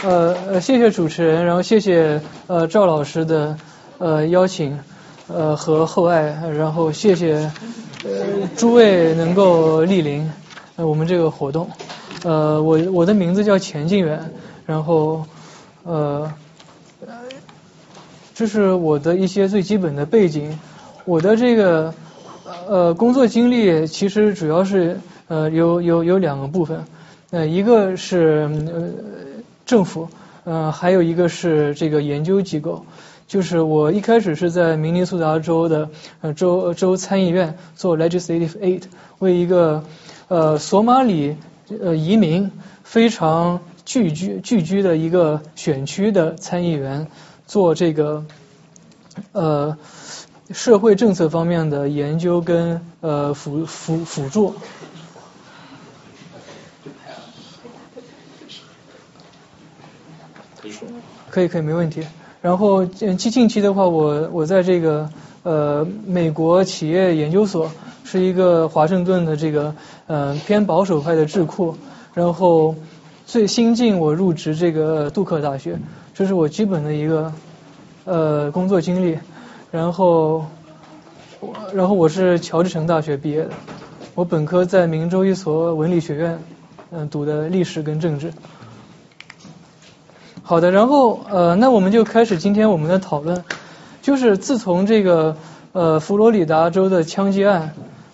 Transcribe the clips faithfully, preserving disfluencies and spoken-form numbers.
呃呃，谢谢主持人，然后谢谢呃赵老师的呃邀请呃和厚爱，然后谢谢呃诸位能够莅临呃我们这个活动。呃，我我的名字叫钱进远，然后呃这是我的一些最基本的背景。我的这个呃工作经历其实主要是呃有有有两个部分，呃一个是呃政府，呃还有一个是这个研究机构。就是我一开始是在明尼苏达州的呃州州参议院做 legislative aid， 为一个呃索马里呃移民非常聚居聚居的一个选区的参议员做这个呃社会政策方面的研究跟呃辅辅辅助。可以可以没问题。然后近近期的话，我我在这个呃美国企业研究所是一个华盛顿的这个呃偏保守派的智库，然后最新近我入职这个杜克大学，这是我基本的一个呃工作经历。然后然后我是乔治城大学毕业的，我本科在明州一所文理学院嗯、呃、读的历史跟政治。好的，然后呃，那我们就开始今天我们的讨论，就是自从这个呃佛罗里达州的枪击案，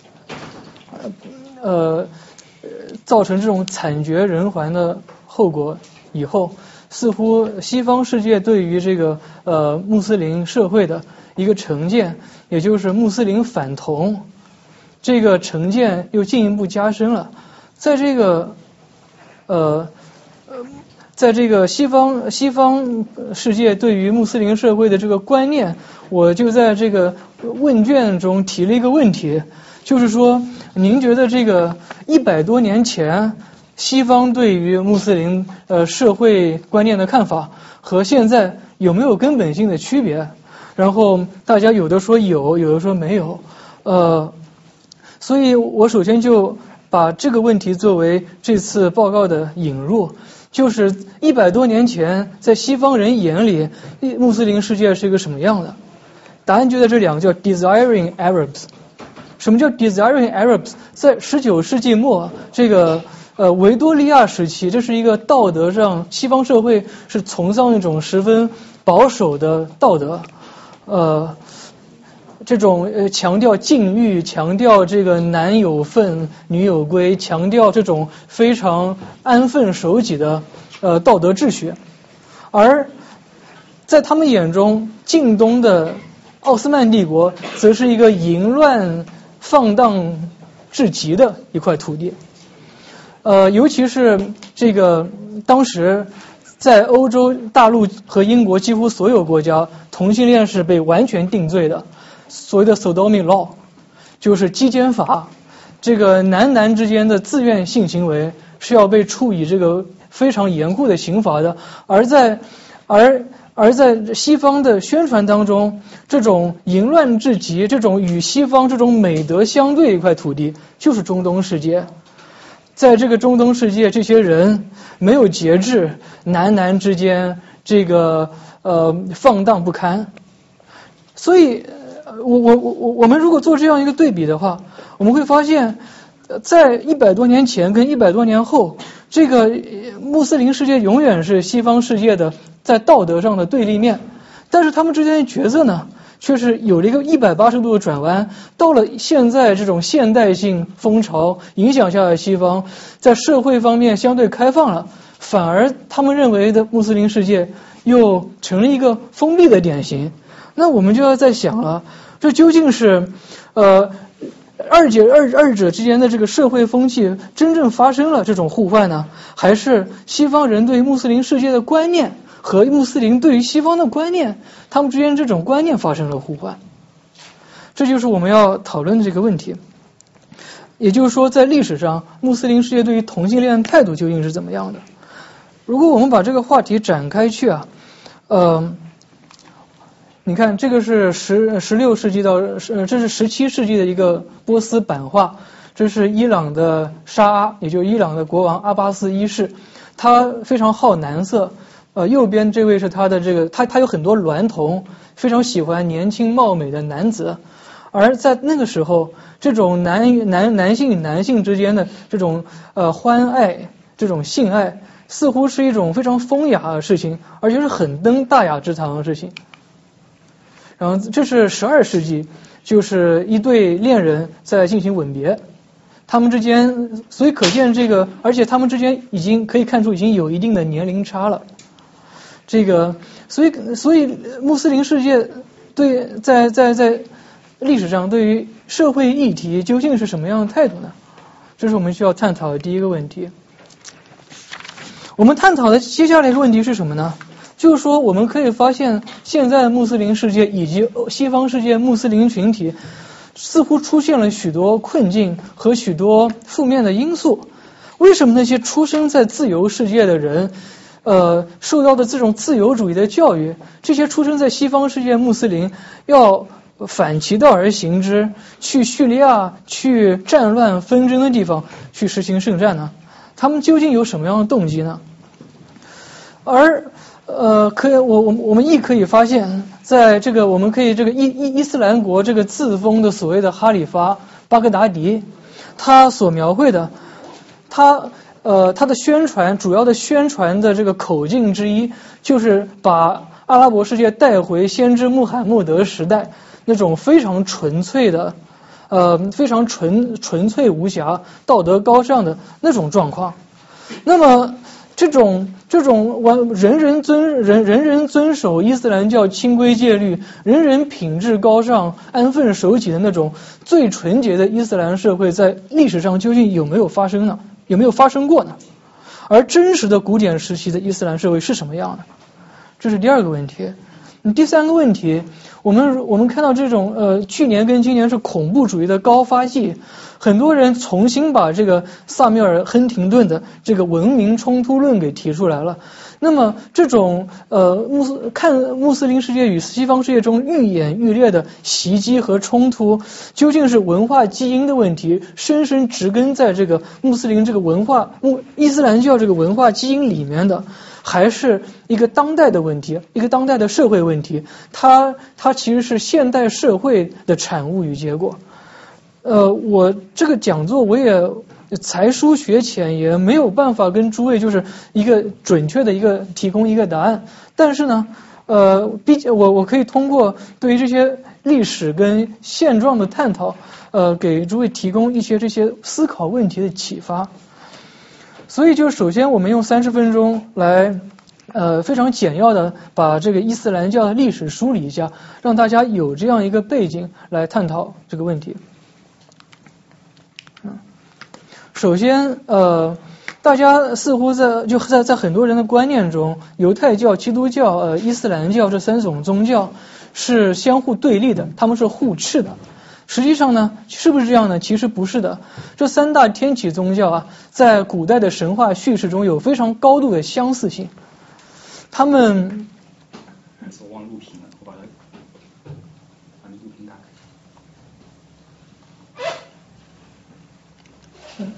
呃造成这种惨绝人寰的后果以后，似乎西方世界对于这个呃穆斯林社会的一个成见，也就是穆斯林反同，这个成见又进一步加深了。在这个呃呃。在这个西方西方世界对于穆斯林社会的这个观念，我就在这个问卷中提了一个问题，就是说，您觉得这个一百多年前西方对于穆斯林呃社会观念的看法和现在有没有根本性的区别？然后大家有的说有，有的说没有，呃，所以我首先就把这个问题作为这次报告的引入。就是一百多年前，在西方人眼里，穆斯林世界是一个什么样的？答案就在这两个，叫 desiring Arabs。什么叫 desiring Arabs？ 在十九世纪末，这个呃维多利亚时期，这是一个道德上西方社会是崇尚一种十分保守的道德，呃。这种呃强调禁欲，强调这个男有分女有归，强调这种非常安分守己的呃道德秩序，而在他们眼中，近东的奥斯曼帝国则是一个淫乱放荡至极的一块土地。呃，尤其是这个当时在欧洲大陆和英国几乎所有国家，同性恋是被完全定罪的。所谓的 sodomy law 就是基奸法，这个男男之间的自愿性行为是要被处以这个非常严酷的刑罚的。而在而而在西方的宣传当中，这种淫乱至极，这种与西方这种美德相对的一块土地，就是中东世界。在这个中东世界，这些人没有节制，男男之间这个呃放荡不堪，所以。我我我我我们如果做这样一个对比的话，我们会发现，在一百多年前跟一百多年后，这个穆斯林世界永远是西方世界的在道德上的对立面，但是他们之间的角色呢，却是有了一个一百八十度的转弯。到了现在这种现代性风潮影响下的西方，在社会方面相对开放了，反而他们认为的穆斯林世界又成了一个封闭的典型。那我们就要在想了，这究竟是呃二者二二者之间的这个社会风气真正发生了这种互换呢，还是西方人对于穆斯林世界的观念和穆斯林对于西方的观念，他们之间这种观念发生了互换？这就是我们要讨论的这个问题。也就是说，在历史上，穆斯林世界对于同性恋态度究竟是怎么样的？如果我们把这个话题展开去啊，呃。你看，这个是十十六世纪到呃，这是十七世纪的一个波斯版画，这是伊朗的沙阿，也就是伊朗的国王阿巴斯一世，他非常好男色， 呃，右边这位是他的这个，他他有很多娈童，非常喜欢年轻貌美的男子，而在那个时候，这种男男男性与男性之间的这种呃欢爱，这种性爱，似乎是一种非常风雅的事情，而且是很登大雅之堂的事情。然后这是十二世纪，就是一对恋人在进行吻别，他们之间，所以可见这个，而且他们之间已经可以看出已经有一定的年龄差了。这个，所以所以穆斯林世界对在在在历史上对于社会议题究竟是什么样的态度呢？这是我们需要探讨的第一个问题。我们探讨的接下来一个问题是什么呢？就是说我们可以发现，现在穆斯林世界以及西方世界穆斯林群体似乎出现了许多困境和许多负面的因素。为什么那些出生在自由世界的人呃，受到的这种自由主义的教育，这些出生在西方世界穆斯林要反其道而行之，去叙利亚去战乱纷争的地方去实行圣战呢？他们究竟有什么样的动机呢？而呃，可以我我我们亦可以发现，在这个我们可以这个伊伊伊斯兰国这个自封的所谓的哈里发巴格达迪，他所描绘的，他呃他的宣传主要的宣传的这个口径之一，就是把阿拉伯世界带回先知穆罕默德时代那种非常纯粹的呃非常纯纯粹无瑕、道德高尚的那种状况。那么这种这种完人人遵人人人遵守伊斯兰教清规戒律，人人品质高尚、安分守己的那种最纯洁的伊斯兰社会，在历史上究竟有没有发生呢？有没有发生过呢？而真实的古典时期的伊斯兰社会是什么样的？这是第二个问题。第三个问题，我们我们看到这种呃，去年跟今年是恐怖主义的高发季，很多人重新把这个萨缪尔·亨廷顿的这个文明冲突论给提出来了。那么这种呃穆斯看穆斯林世界与西方世界中愈演愈烈的袭击和冲突，究竟是文化基因的问题，深深植根在这个穆斯林这个文化穆伊斯兰教这个文化基因里面的，还是一个当代的问题，一个当代的社会问题？它它其实是现代社会的产物与结果。呃，我这个讲座我也才疏学浅，也没有办法跟诸位就是一个准确的一个提供一个答案。但是呢，呃，毕竟我我可以通过对于这些历史跟现状的探讨，呃，给诸位提供一些这些思考问题的启发。所以就首先我们用三十分钟来呃非常简要的把这个伊斯兰教的历史梳理一下，让大家有这样一个背景来探讨这个问题。嗯，首先呃大家似乎在就在在很多人的观念中，犹太教、基督教、呃伊斯兰教这三种宗教是相互对立的，他们是互斥的。实际上呢，是不是这样呢？其实不是的。这三大天启宗教啊，在古代的神话叙事中有非常高度的相似性。他们， 我忘录屏了，我把它把那录屏打开。 嗯，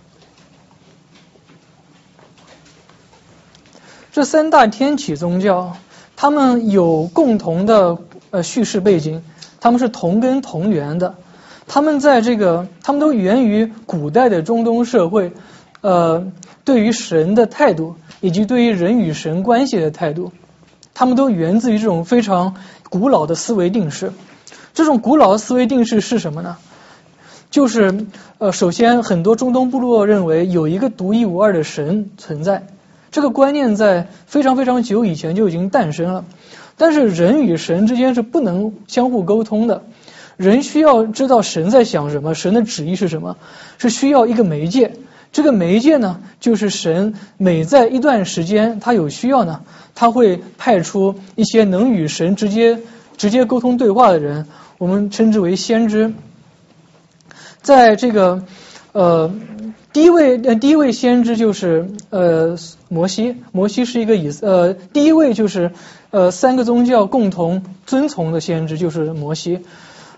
这三大天启宗教，他们有共同的呃叙事背景。他们是同根同源的，他们在这个，他们都源于古代的中东社会，呃，对于神的态度，以及对于人与神关系的态度，他们都源自于这种非常古老的思维定式。这种古老的思维定式是什么呢？就是呃，首先很多中东部落认为有一个独一无二的神存在，这个观念在非常非常久以前就已经诞生了。但是人与神之间是不能相互沟通的，人需要知道神在想什么，神的旨意是什么，是需要一个媒介。这个媒介呢，就是神每在一段时间他有需要呢，他会派出一些能与神直接直接沟通对话的人，我们称之为先知。在这个呃第一位呃第一位先知就是呃摩西，摩西是一个以呃第一位就是呃三个宗教共同遵从的先知就是摩西。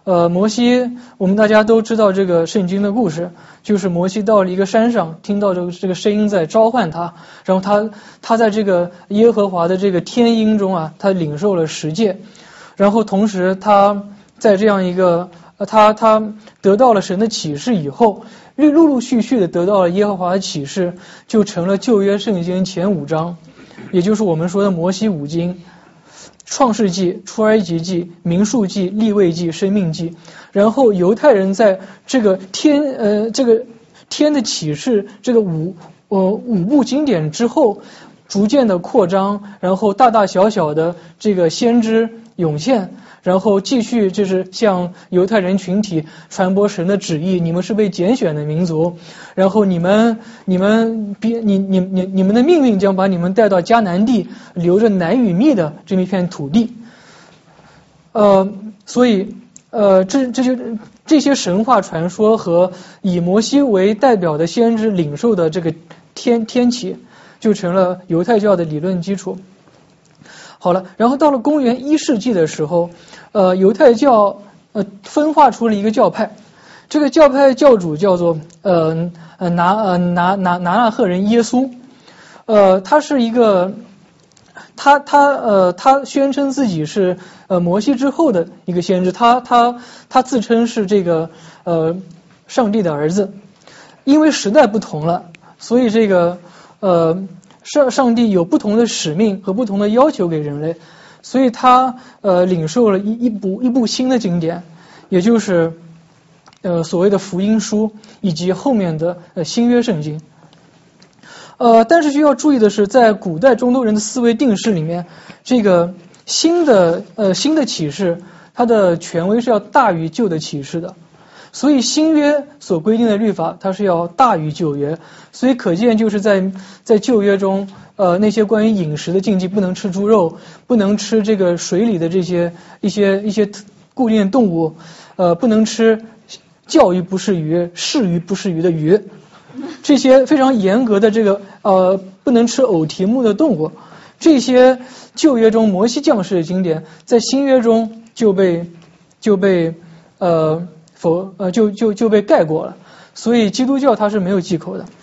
呃，摩西，我们大家都知道这个圣经的故事，就是摩西到了一个山上，听到这个这个声音在召唤他，然后他他在这个耶和华的这个天音中啊，他领受了十诫，然后同时他在这样一个呃他他得到了神的启示以后，陆陆陆续续的得到了耶和华的启示，就成了旧约圣经前五章，也就是我们说的摩西五经。创世纪、出埃及记、民数记、利未记、生命记，然后犹太人在这个天呃这个天的启示这个五呃五部经典之后，逐渐的扩张，然后大大小小的这个先知涌现，然后继续就是向犹太人群体传播神的旨意，你们是被拣选的民族，然后你们你们别你你你你们的命运将把你们带到迦南地，流着奶与蜜的这么一片土地。呃，所以呃这这就这些神话传说和以摩西为代表的先知领受的这个天天启，就成了犹太教的理论基础。好了，然后到了公元一世纪的时候，呃，犹太教呃分化出了一个教派，这个教派教主叫做呃呃拿呃拿拿拿纳赫人耶稣，呃，他是一个他他呃他宣称自己是呃摩西之后的一个先知，他他他自称是这个呃上帝的儿子，因为时代不同了，所以这个呃。上上帝有不同的使命和不同的要求给人类，所以他呃领受了一一部一部新的经典，也就是呃所谓的福音书以及后面的呃新约圣经。呃，但是需要注意的是，在古代中东人的思维定式里面，这个新的呃新的启示，它的权威是要大于旧的启示的。所以新约所规定的律法，它是要大于旧约，所以可见就是在在旧约中，呃那些关于饮食的禁忌，不能吃猪肉，不能吃这个水里的这些一些一些固定的动物，呃不能吃教鱼不是鱼，是鱼不是鱼的鱼，这些非常严格的这个呃不能吃偶蹄目的动物，这些旧约中摩西降世的经典，在新约中就被就被呃。否呃就就就被盖过了，所以基督教它是没有忌口的。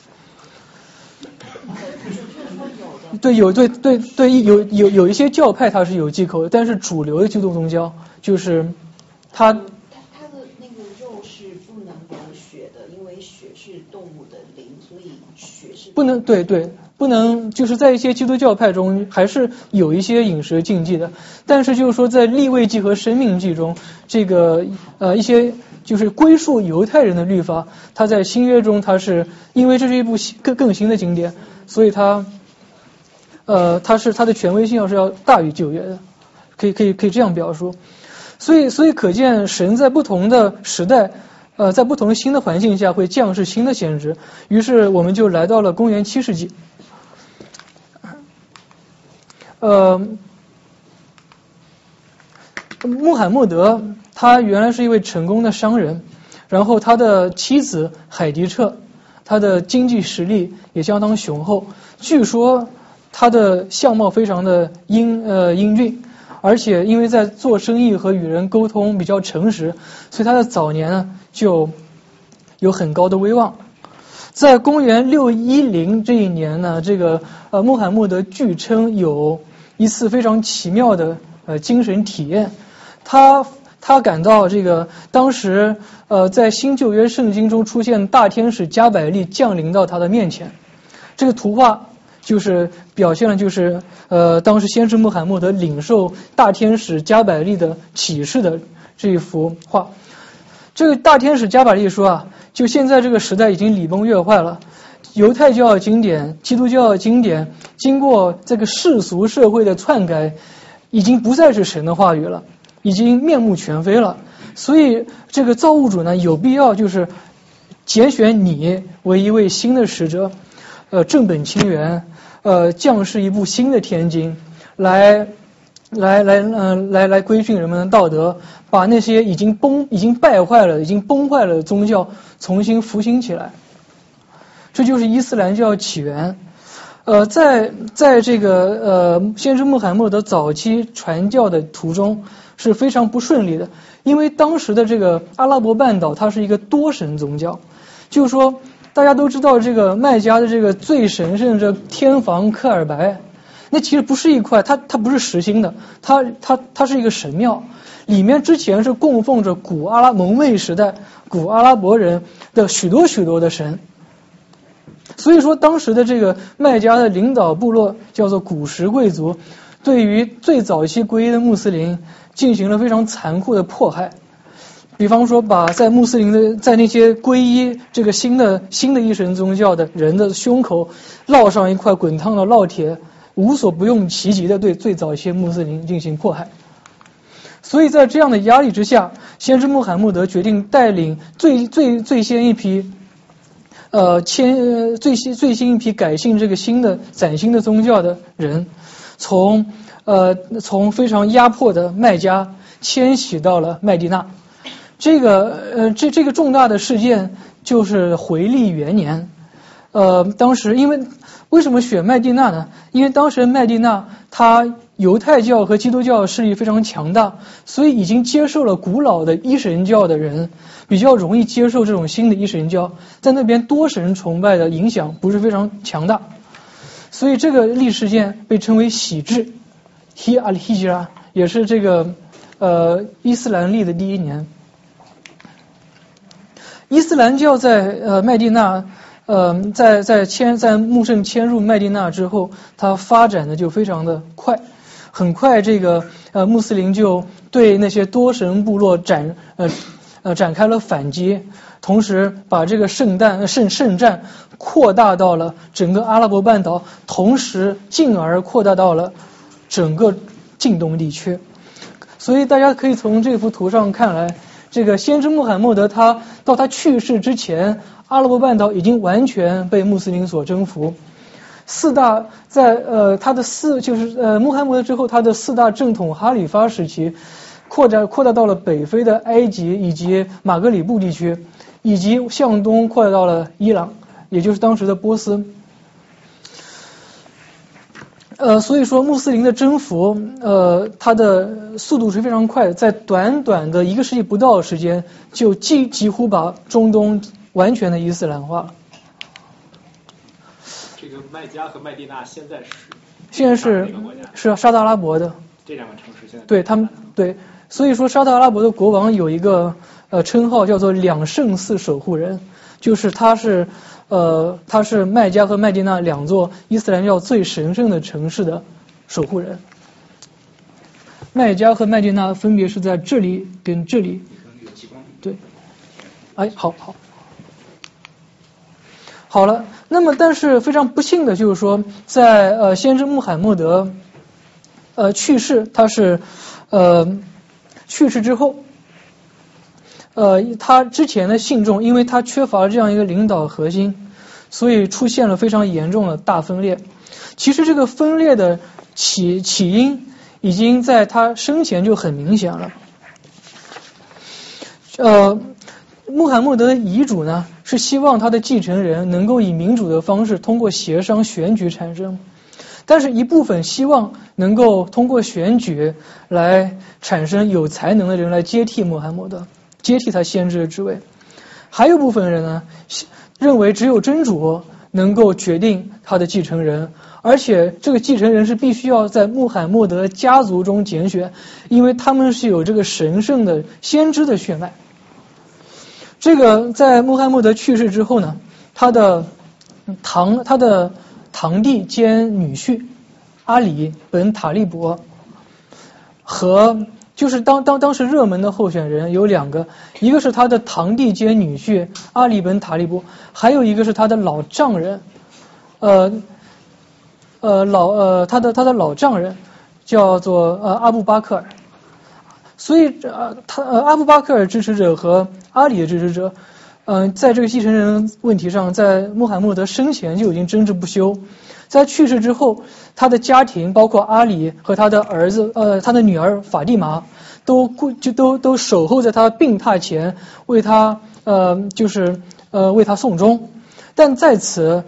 对，有对对对有有有一些教派它是有忌口的，但是主流的基督宗教就是它。 它它的那个肉是不能有血的，因为血是动物的灵，所以血是不能对对不能就是在一些基督教派中还是有一些饮食禁忌的，但是就是说在利未记和生命记中，这个呃一些。就是归属犹太人的律法，它在新约中，它是因为这是一部更更新的经典，所以它，呃，它是它的权威性要是要大于旧约的，可以可以可以这样表述。所以所以可见神在不同的时代，呃，在不同的新的环境下会降世新的先知。于是我们就来到了公元七世纪，呃，穆罕默德。他原来是一位成功的商人，然后他的妻子海迪彻，他的经济实力也相当雄厚，据说他的相貌非常的英呃英俊，而且因为在做生意和与人沟通比较诚实，所以他的早年呢就有很高的威望。在公元六一零这一年呢，这个呃穆罕默德据称有一次非常奇妙的呃精神体验，他。他感到这个当时呃在新旧约圣经中出现大天使加百利降临到他的面前，这个图画就是表现了就是呃当时先知穆罕默德领受大天使加百利的启示的这一幅画。这个大天使加百利说啊，就现在这个时代已经礼崩乐坏了，犹太教的经典、基督教的经典经过这个世俗社会的篡改，已经不再是神的话语了，已经面目全非了，所以这个造物主呢有必要就是拣选你为一位新的使者，呃正本清源，呃降世一部新的天经，来来来嗯、呃、来来规训人们的道德，把那些已经崩已经败坏了已经崩坏了的宗教重新复兴起来。这就是伊斯兰教起源。 呃，在在这个呃先知穆罕默德早期传教的途中是非常不顺利的，因为当时的这个阿拉伯半岛它是一个多神宗教，就是说大家都知道这个麦加的这个最神圣的天房科尔白，那其实不是一块，它它不是实心的，它它它是一个神庙，里面之前是供奉着古阿拉蒙昧时代古阿拉伯人的许多许多的神。所以说当时的这个麦加的领导部落叫做古什贵族，对于最早期皈依的穆斯林进行了非常残酷的迫害，比方说把在穆斯林的在那些皈依这个新的新的一神宗教的人的胸口烙上一块滚烫的烙铁，无所不用其极的对最早期穆斯林进行迫害。所以在这样的压力之下，先知穆罕默德决定带领最最最先一批呃，迁最新最新一批改信这个新的崭新的宗教的人，从呃从非常压迫的麦加迁徙到了麦地那。这个呃这这个重大的事件就是回历元年。呃，当时因为为什么选麦地那呢？因为当时麦地那它犹太教和基督教势力非常强大，所以已经接受了古老的一神教的人比较容易接受这种新的一神教，在那边多神崇拜的影响不是非常强大，所以这个历事件被称为喜制 Hi al-Hijra， 也是这个呃伊斯兰历的第一年。伊斯兰教在呃麦地那呃，在在迁在穆圣迁入麦地那之后，它发展的就非常的快，很快这个呃穆斯林就对那些多神部落展呃呃展开了反击，同时把这个圣战圣圣战扩大到了整个阿拉伯半岛，同时进而扩大到了整个近东地区。所以大家可以从这幅图上看来，这个先知穆罕默德他到他去世之前，阿拉伯半岛已经完全被穆斯林所征服。四大在呃他的四就是呃穆罕默德之后，他的四大正统哈里发时期扩展扩大到了北非的埃及以及马格里布地区，以及向东扩大到了伊朗，也就是当时的波斯。呃，所以说穆斯林的征服，呃，它的速度是非常快的，在短短的一个世纪不到的时间，就几几乎把中东完全的伊斯兰化了。 这个麦加和麦地那现在是现在是是沙特阿拉伯的这两个城市现在对他们对，所以说沙特阿拉伯的国王有一个呃称号叫做两圣寺守护人，就是他是呃他是麦加和麦地那两座伊斯兰教最神圣的城市的守护人。麦加和麦地那分别是在这里跟这里。对，哎，好好。好了，那么但是非常不幸的就是说，在呃先知穆罕默德呃去世，他是呃去世之后，呃他之前的信众，因为他缺乏这样一个领导核心，所以出现了非常严重的大分裂。其实这个分裂的起起因已经在他生前就很明显了。呃，穆罕默德的遗嘱呢，是希望他的继承人能够以民主的方式通过协商选举产生，但是一部分希望能够通过选举来产生有才能的人来接替穆罕默德，接替他先知的职位。还有部分人呢，认为只有真主能够决定他的继承人，而且这个继承人是必须要在穆罕默德家族中拣选，因为他们是有这个神圣的先知的血脉。这个在穆罕默德去世之后呢，他的堂他的堂弟兼女婿阿里本塔利伯和就是当当当时热门的候选人有两个，一个是他的堂弟兼女婿阿里本塔利伯，还有一个是他的老丈人，呃呃老呃他的他的老丈人叫做呃阿布巴克尔。所以呃他呃阿布巴克尔支持者和阿里的支持者，嗯、呃，在这个继承人问题上，在穆罕默德生前就已经争执不休。在去世之后，他的家庭包括阿里和他的儿子呃他的女儿法蒂玛都就都都守候在他病榻前，为他呃就是呃为他送终。但在此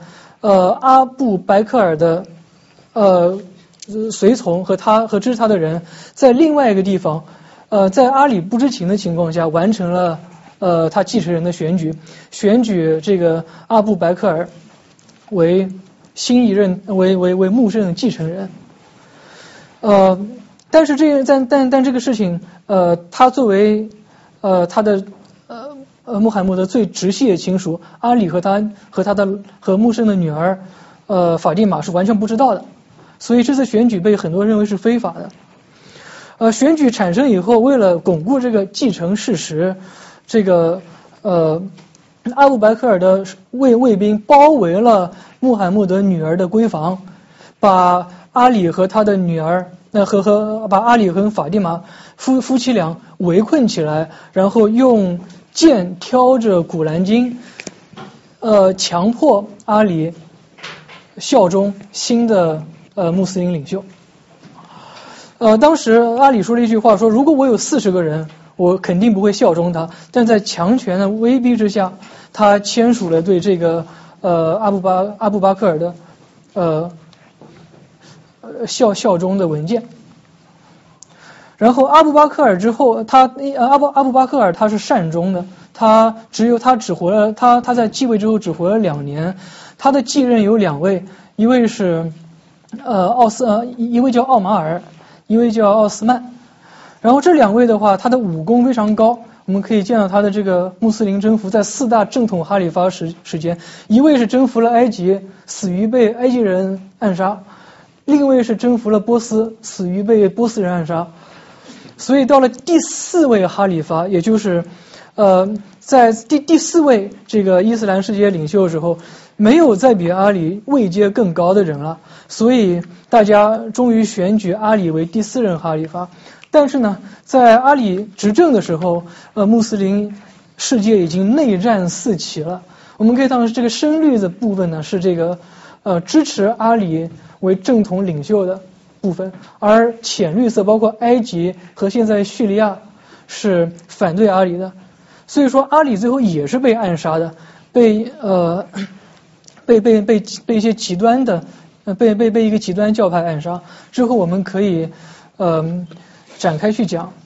呃阿布白克尔的呃随从和他和支持他的人在另外一个地方，呃在阿里不知情的情况下完成了呃他继承人的选举，选举这个阿布白克尔为新一任为为为穆圣的继承人。呃，但是这个但但但这个事情，呃，他作为呃他的呃呃穆罕默德最直系的亲属阿里和他和他的和穆圣的女儿呃法蒂玛是完全不知道的，所以这次选举被很多人认为是非法的。呃，选举产生以后，为了巩固这个继承事实，这个呃阿布白克尔的卫卫兵包围了穆罕默德女儿的闺房，把阿里和他的女儿，那和和把阿里和法蒂玛夫夫妻俩围困起来，然后用剑挑着古兰经，呃，强迫阿里效忠新的呃穆斯林领袖。呃，当时阿里说了一句话，说如果我有四十个人，我肯定不会效忠他，但在强权的威逼之下，他签署了对这个呃阿布巴阿布巴克尔的呃。效效忠的文件。然后阿布巴克尔之后，他阿布阿布巴克尔他是善终的，他只有他只活了他他在继位之后只活了两年，他的继任有两位，一位是呃奥斯呃一位叫奥马尔，一位叫奥斯曼。然后这两位的话，他的武功非常高，我们可以见到他的这个穆斯林征服在四大正统哈里发时时间，一位是征服了埃及，死于被埃及人暗杀。另一位是征服了波斯，死于被波斯人暗杀。所以到了第四位哈里发，也就是呃在第第四位这个伊斯兰世界领袖的时候，没有再比阿里位阶更高的人了，所以大家终于选举阿里为第四任哈里发。但是呢，在阿里执政的时候，呃穆斯林世界已经内战四起了。我们可以看到这个深绿的部分呢是这个呃支持阿里为正统领袖的部分，而浅绿色包括埃及和现在叙利亚是反对阿里的，所以说阿里最后也是被暗杀的，被呃被被被被一些极端的呃被被被一个极端教派暗杀。之后我们可以呃展开去讲。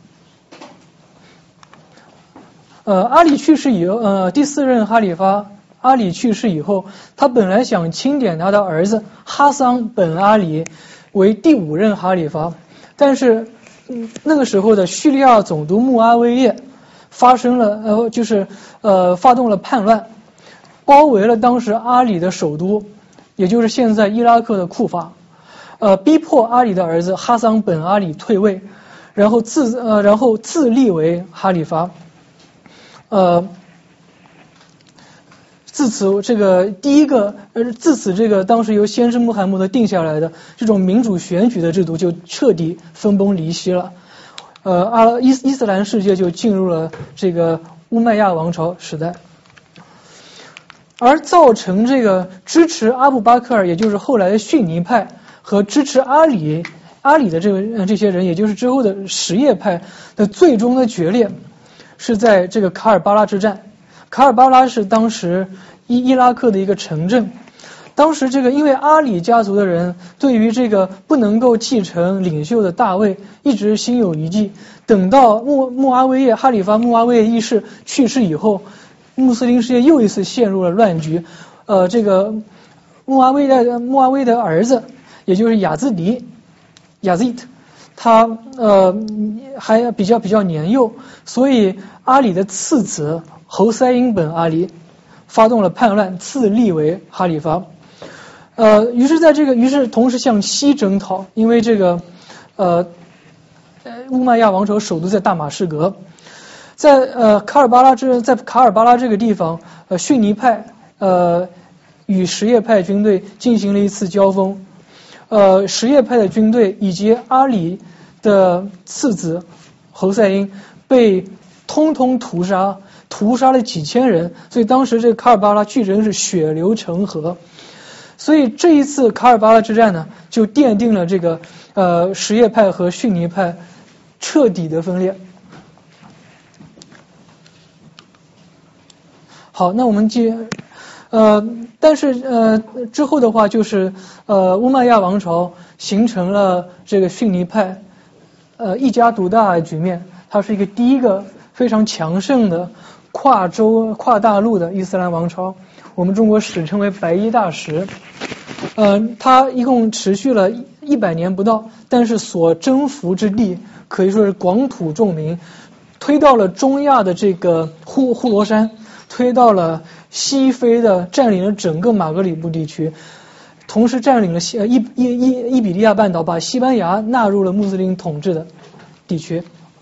呃阿里去世以后，呃第四任哈里发阿里去世以后，他本来想钦点他的儿子哈桑本阿里为第五任哈里发，但是、嗯、那个时候的叙利亚总督穆阿威耶发生了呃就是呃发动了叛乱，包围了当时阿里的首都，也就是现在伊拉克的库法，呃逼迫阿里的儿子哈桑本阿里退位，然后自呃然后自立为哈里发。呃自此，这个第一个，呃，自此这个当时由先知穆罕默德定下来的这种民主选举的制度就彻底分崩离析了，呃，阿伊伊斯兰世界就进入了这个乌麦亚王朝时代，而造成这个支持阿布巴克尔，也就是后来的逊尼派和支持阿里阿里的这个、呃、这些人，也就是之后的什叶派的最终的决裂，是在这个卡尔巴拉之战。卡尔巴拉是当时伊伊拉克的一个城镇，当时这个因为阿里家族的人对于这个不能够继承领袖的大位一直心有余悸，等到穆穆阿威耶哈里发穆阿威耶一世去世以后，穆斯林世界又一次陷入了乱局。呃，这个穆阿威的穆阿威的儿子，也就是雅兹迪雅兹特，他呃还比较比较年幼，所以阿里的次子侯赛因本阿里发动了叛乱，自立为哈里发。呃，于是在这个，于是同时向西征讨，因为这个呃乌麦亚王朝首都在大马士革，在呃卡尔巴拉这在卡尔巴拉这个地方，呃逊尼派呃与什叶派军队进行了一次交锋，呃什叶派的军队以及阿里的次子侯赛因被通通屠杀。屠杀了几千人，所以当时这个卡尔巴拉据称是血流成河。所以这一次卡尔巴拉之战呢，就奠定了这个呃什叶派和逊尼派彻底的分裂。好，那我们接呃，但是呃之后的话就是呃乌麦亚王朝形成了这个逊尼派呃一家独大的局面，它是一个第一个非常强盛的跨洲跨大陆的伊斯兰王朝，我们中国史称为白衣大食。呃，它一共持续了一百年不到，但是所征服之地可以说是广土重民，推到了中亚的这个呼呼罗珊，推到了西非的，占领了整个马格里布地区，同时占领了西呃伊伊伊伊比利亚半岛，把西班牙纳入了穆斯林统治的地区。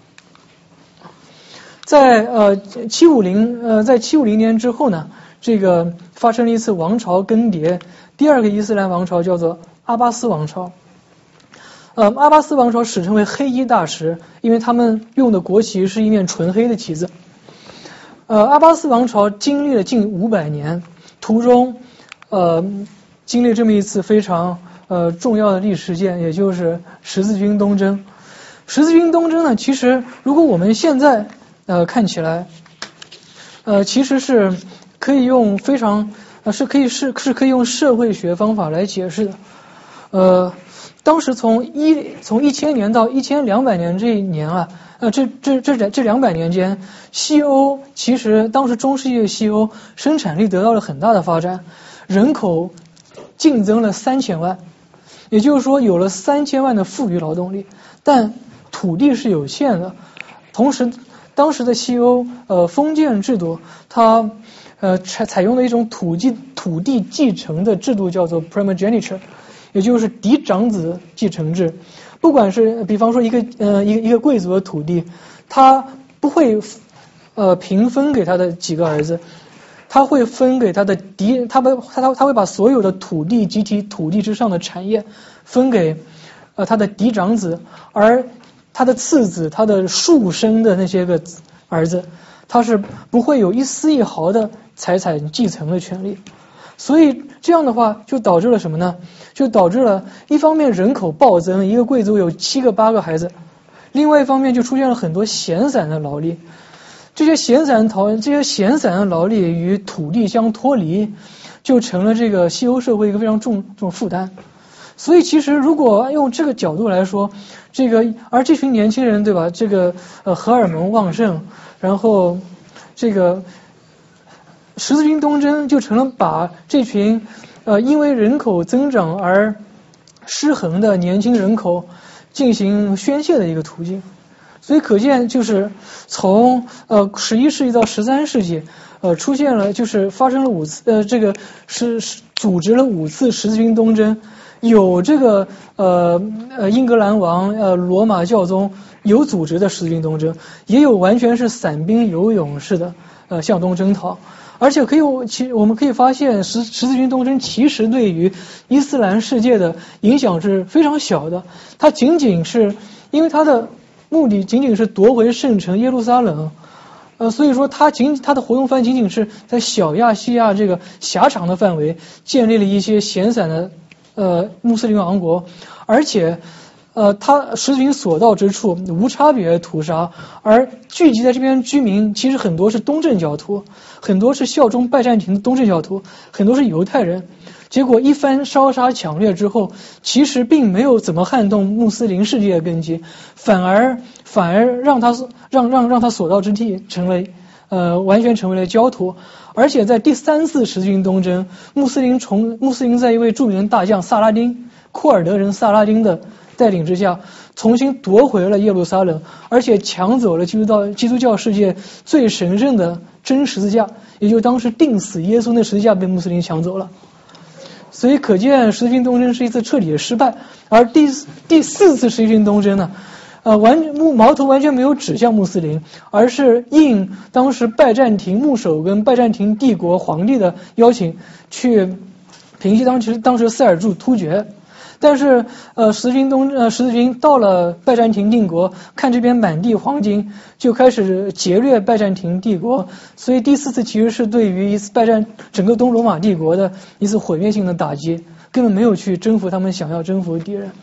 在呃七五零呃在七五零年之后呢，这个发生了一次王朝更迭，第二个伊斯兰王朝叫做阿巴斯王朝。呃，阿巴斯王朝史称为黑衣大食，因为他们用的国旗是一面纯黑的旗子。呃，阿巴斯王朝经历了近五百年，途中呃经历这么一次非常呃重要的历史事件，也就是十字军东征。十字军东征呢，其实如果我们现在呃看起来，呃其实是可以用非常呃是可以是是可以用社会学方法来解释的。呃，当时从一从一千年到一千两百年这一年啊，呃这这这这两百年间，西欧其实当时中世纪的西欧生产力得到了很大的发展，人口净增了三千万，也就是说有了三千万的富裕劳动力，但土地是有限的。同时，当时的西欧呃封建制度，它呃采采用的一种土地土地继承的制度叫做 primogeniture， 也就是嫡长子继承制。不管是比方说一个呃一个一个贵族的土地，他不会呃平分给他的几个儿子，他会分给他的嫡，他把他他他会把所有的土地集体土地之上的产业分给呃他的嫡长子，而他的次子，他的庶生的那些个儿子，他是不会有一丝一毫的财产继承的权利。所以这样的话就导致了什么呢？就导致了一方面人口暴增，一个贵族有七个八个孩子，另外一方面就出现了很多闲散的劳力。这些闲散劳这些闲散的劳力与土地相脱离，就成了这个西欧社会一个非常重重负担。所以其实如果用这个角度来说，这个而这群年轻人对吧，这个呃荷尔蒙旺盛，然后这个十字军东征就成了把这群呃因为人口增长而失衡的年轻人口进行宣泄的一个途径。所以可见就是从呃十一世纪到十三世纪呃出现了就是发生了五次呃这个是是组织了五次十字军东征。有这个呃呃英格兰王呃罗马教宗有组织的十字军东征，也有完全是散兵游勇式的呃向东征讨。而且可以其我们可以发现十十字军东征其实对于伊斯兰世界的影响是非常小的，它仅仅是因为它的目的仅仅是夺回圣城耶路撒冷。呃，所以说它仅它的活动范围仅仅是在小亚细亚这个狭长的范围建立了一些闲散的呃穆斯林王国，而且呃他十字军所到之处无差别屠杀，而聚集在这边居民其实很多是东正教徒，很多是效忠拜占庭的东正教徒，很多是犹太人。结果一番烧杀抢掠之后，其实并没有怎么撼动穆斯林世界的根基，反而反而让他让让让他所到之地成为呃完全成为了焦土。而且在第三次十字军东征，穆斯林从穆斯林在一位著名的大将萨拉丁库尔德人萨拉丁的带领之下，重新夺回了耶路撒冷，而且抢走了基督教基督教世界最神圣的真十字架，也就是当时钉死耶稣的十字架被穆斯林抢走了。所以可见十字军东征是一次彻底的失败。而第第四次十字军东征呢，呃，完矛头完全没有指向穆斯林，而是应当时拜占庭牧首跟拜占庭帝国皇帝的邀请，去平息当时当时塞尔柱突厥。但是呃，十字军东呃十字军到了拜占庭帝国，看这边满地黄金，就开始劫掠拜占庭帝国。所以第四次其实是对于一次拜占整个东罗马帝国的一次毁灭性的打击，根本没有去征服他们想要征服的敌人。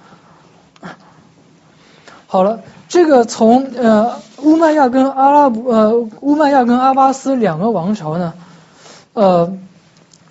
好了，这个从呃乌麦亚跟阿拉伯呃乌麦亚跟阿巴斯两个王朝呢，呃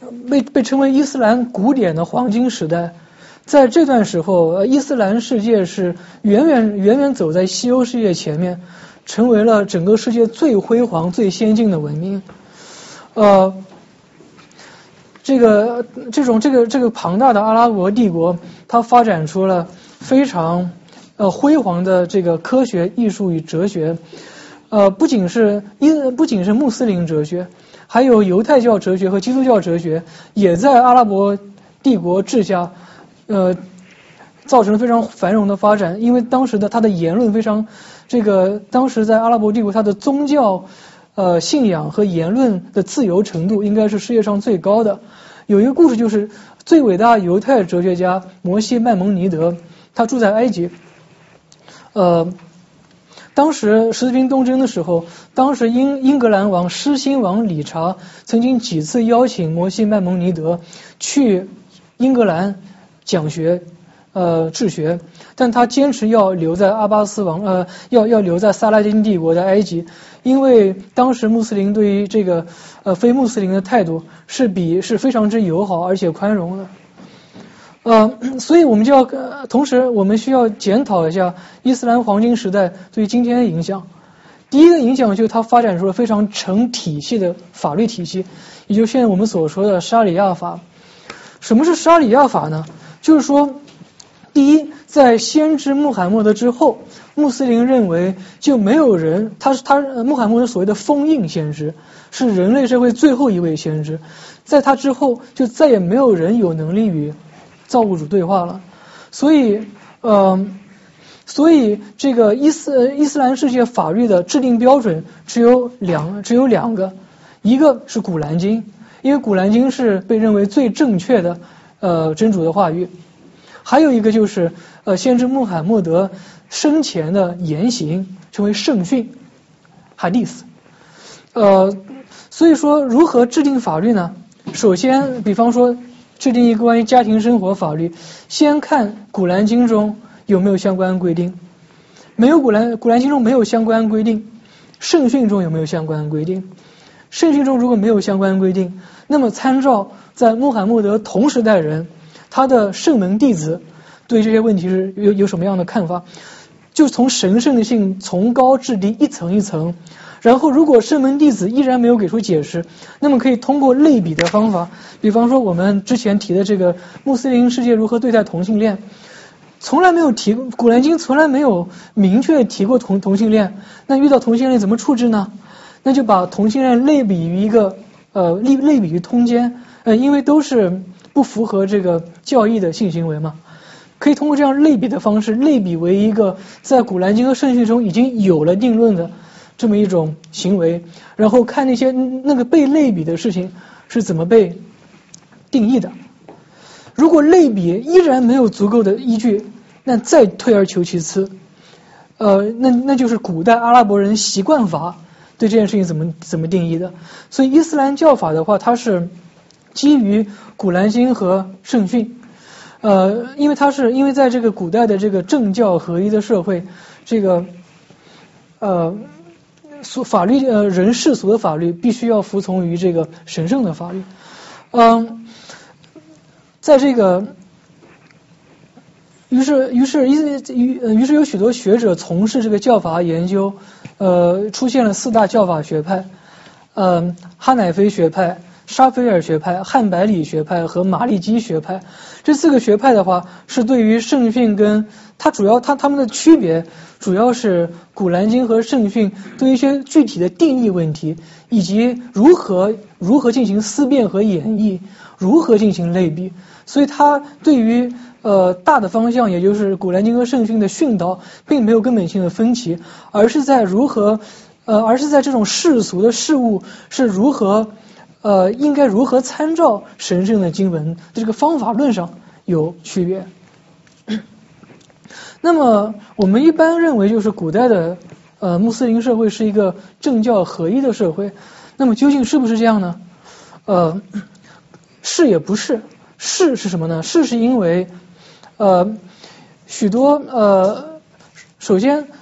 被被称为伊斯兰古典的黄金时代。在这段时候，伊斯兰世界是远远远远走在西欧世界前面，成为了整个世界最辉煌、最先进的文明。呃，这个这种这个这个庞大的阿拉伯帝国，它发展出了非常呃辉煌的这个科学、艺术与哲学。呃，不仅是因不仅是穆斯林哲学，还有犹太教哲学和基督教哲学，也在阿拉伯帝国治下。呃，造成了非常繁荣的发展，因为当时的他的言论非常，这个当时在阿拉伯帝国，他的宗教呃信仰和言论的自由程度应该是世界上最高的。有一个故事就是最伟大犹太哲学家摩西麦蒙尼德，他住在埃及，呃，当时十字军东征的时候，当时英英格兰王狮心王理查曾经几次邀请摩西麦蒙尼德去英格兰讲学，呃，治学，但他坚持要留在阿巴斯王，呃，要要留在萨拉丁帝国的埃及，因为当时穆斯林对于这个呃非穆斯林的态度是比是非常之友好而且宽容的，呃，所以我们就要、呃、同时我们需要检讨一下伊斯兰黄金时代对今天的影响。第一个影响就是它发展出了非常成体系的法律体系，也就是现在我们所说的沙里亚法。什么是沙里亚法呢？就是说，第一，在先知穆罕默德之后，穆斯林认为就没有人，他是他穆罕默德所谓的封印先知，是人类社会最后一位先知，在他之后就再也没有人有能力与造物主对话了。所以，呃，所以这个伊斯伊斯兰世界法律的制定标准只有两只有两个，一个是古兰经，因为古兰经是被认为最正确的。呃，真主的话语，还有一个就是呃，先知穆罕默德生前的言行，称为圣训 hadith。呃，所以说如何制定法律呢？首先，比方说制定一个关于家庭生活法律，先看古兰经中有没有相关规定，没有古兰古兰经中没有相关规定，圣训中有没有相关规定？圣训中如果没有相关规定，那么参照在穆罕默德同时代人他的圣门弟子对这些问题是有有什么样的看法，就从神圣性从高至低一层一层，然后如果圣门弟子依然没有给出解释，那么可以通过类比的方法，比方说我们之前提的这个穆斯林世界如何对待同性恋，从来没有提古兰经从来没有明确提过同同性恋，那遇到同性恋怎么处置呢？那就把同性恋类比于一个呃类类比于通奸，呃因为都是不符合这个教义的性行为嘛，可以通过这样类比的方式类比为一个在古兰经和圣训中已经有了定论的这么一种行为，然后看那些那个被类比的事情是怎么被定义的。如果类比依然没有足够的依据，那再退而求其次，呃那那就是古代阿拉伯人习惯法对这件事情怎么怎么定义的。所以伊斯兰教法的话，它是基于古兰经和圣训，呃，因为它是因为在这个古代的这个政教合一的社会，这个呃所法律呃人世俗的法律必须要服从于这个神圣的法律，嗯、呃，在这个。于是，于是，于于是有许多学者从事这个教法研究，呃，出现了四大教法学派，呃，哈乃菲学派、沙菲尔学派、汉白里学派和马利基学派。这四个学派的话，是对于圣训跟它主要它它们的区别，主要是古兰经和圣训对于一些具体的定义问题，以及如何如何进行思辨和演绎，如何进行类比。所以它对于呃，大的方向，也就是古兰经和圣训的训导，并没有根本性的分歧，而是在如何，呃，而是在这种世俗的事物是如何，呃，应该如何参照神圣的经文的这个方法论上有区别。那么，我们一般认为，就是古代的呃穆斯林社会是一个政教合一的社会。那么，究竟是不是这样呢？呃，是也不是。是是什么呢？是是因为。呃，许多呃，首先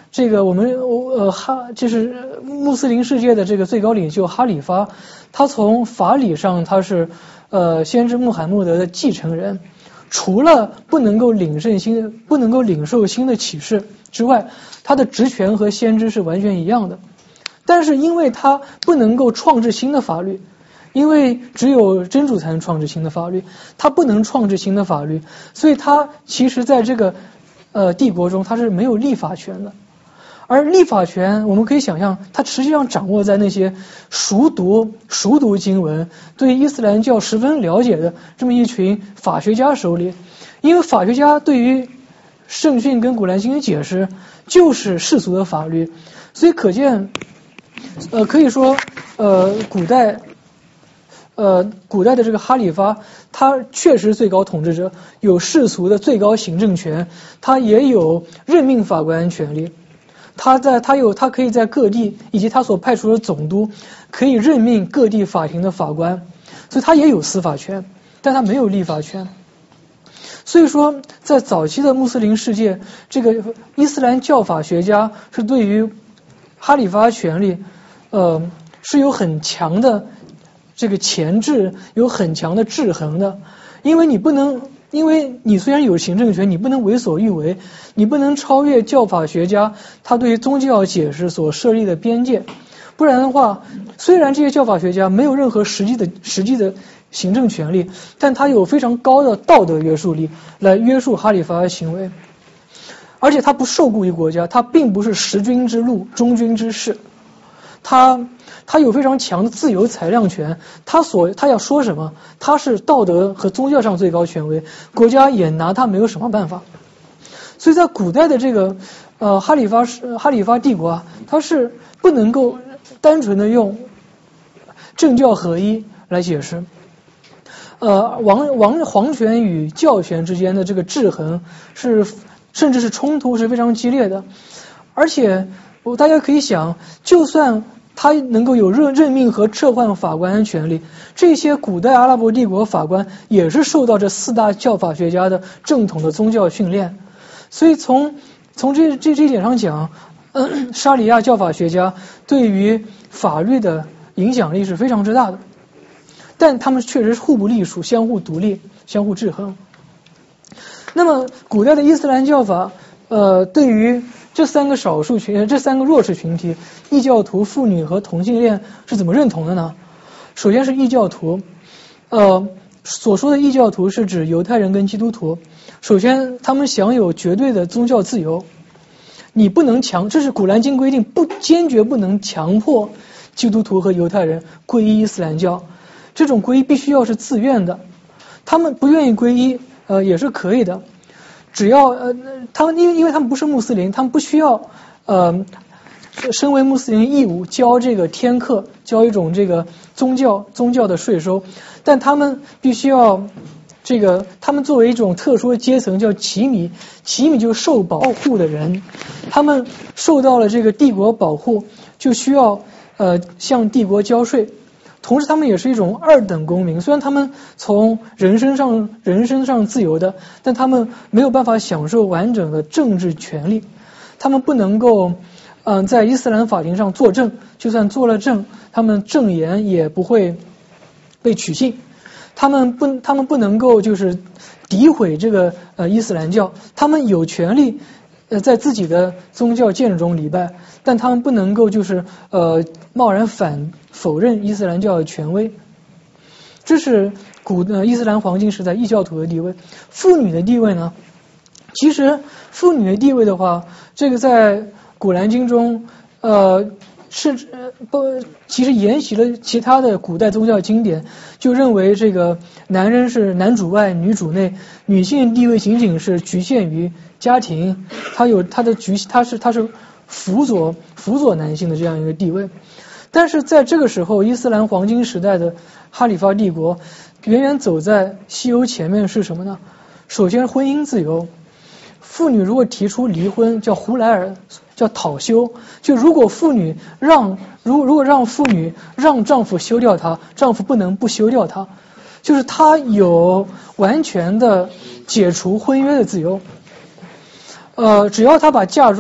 这个我们呃哈就是穆斯林世界的这个最高领袖哈里发，他从法理上他是呃先知穆罕默德的继承人，除了不能够领受新不能够领受新的启示之外，他的职权和先知是完全一样的。但是因为他不能够创制新的法律，因为只有真主才能创制新的法律，他不能创制新的法律，所以他其实在这个呃帝国中他是没有立法权的。而立法权我们可以想象，它实际上掌握在那些熟读熟读经文、对伊斯兰教十分了解的这么一群法学家手里。因为法学家对于圣训跟古兰经的解释就是世俗的法律，所以可见呃可以说呃古代呃古代的这个哈里发，他确实最高统治者，有世俗的最高行政权，他也有任命法官权利。他在他有他可以在各地以及他所派出的总督可以任命各地法庭的法官，所以他也有司法权，但他没有立法权。所以说在早期的穆斯林世界，这个伊斯兰教法学家是对于哈里发权力呃是有很强的这个钳制，有很强的制衡的。因为你不能因为你虽然有行政权，你不能为所欲为，你不能超越教法学家他对于宗教解释所设立的边界。不然的话，虽然这些教法学家没有任何实际的实际的行政权利，但他有非常高的道德约束力来约束哈里发的行为。而且他不受雇于国家，他并不是识君之禄、忠君之事，他他有非常强的自由裁量权，他所他要说什么，他是道德和宗教上最高权威，国家也拿他没有什么办法。所以在古代的这个呃哈里发哈里发帝国啊，它是不能够单纯的用政教合一来解释。呃王王皇权与教权之间的这个制衡是甚至是冲突是非常激烈的。而且我大家可以想，就算他能够有任任命和撤换法官的权利，这些古代阿拉伯帝国法官也是受到这四大教法学家的正统的宗教训练。所以从从这这这一点上讲，嗯，沙里亚教法学家对于法律的影响力是非常之大的，但他们确实是互不隶属，相互独立，相互制衡。那么古代的伊斯兰教法呃对于这三个少数群这三个弱势群体，异教徒、妇女和同性恋是怎么认同的呢？首先是异教徒，呃所说的异教徒是指犹太人跟基督徒。首先他们享有绝对的宗教自由，你不能强，这是古兰经规定，不坚决不能强迫基督徒和犹太人皈依伊斯兰教，这种皈依必须要是自愿的，他们不愿意皈依呃也是可以的，只要呃他们因为因为他们不是穆斯林，他们不需要呃身为穆斯林义务交这个天课，交一种这个宗教宗教的税收，但他们必须要这个他们作为一种特殊的阶层叫奇米，奇米就是受保护的人，他们受到了这个帝国保护，就需要呃向帝国交税。同时他们也是一种二等公民，虽然他们从人身上人身上自由的，但他们没有办法享受完整的政治权利，他们不能够嗯、呃、在伊斯兰法庭上作证，就算做了证，他们证言也不会被取信，他们不他们不能够就是诋毁这个呃伊斯兰教，他们有权利呃在自己的宗教建筑中礼拜，但他们不能够就是呃贸然反否认伊斯兰教的权威。这是古呃伊斯兰黄金时代异教徒的地位。妇女的地位呢，其实妇女的地位的话，这个在古兰经中呃是呃不其实沿袭了其他的古代宗教经典，就认为这个男人是男主外女主内，女性地位仅仅是局限于家庭，她有她的局她是她是辅佐辅佐男性的这样一个地位。但是在这个时候，伊斯兰黄金时代的哈里发帝国远远走在西欧前面是什么呢？首先婚姻自由，妇女如果提出离婚叫胡莱尔，叫讨休，就如果妇女让如如果让妇女让丈夫休掉她，丈夫不能不休掉她，就是她有完全的解除婚约的自由。呃，只要她把嫁妆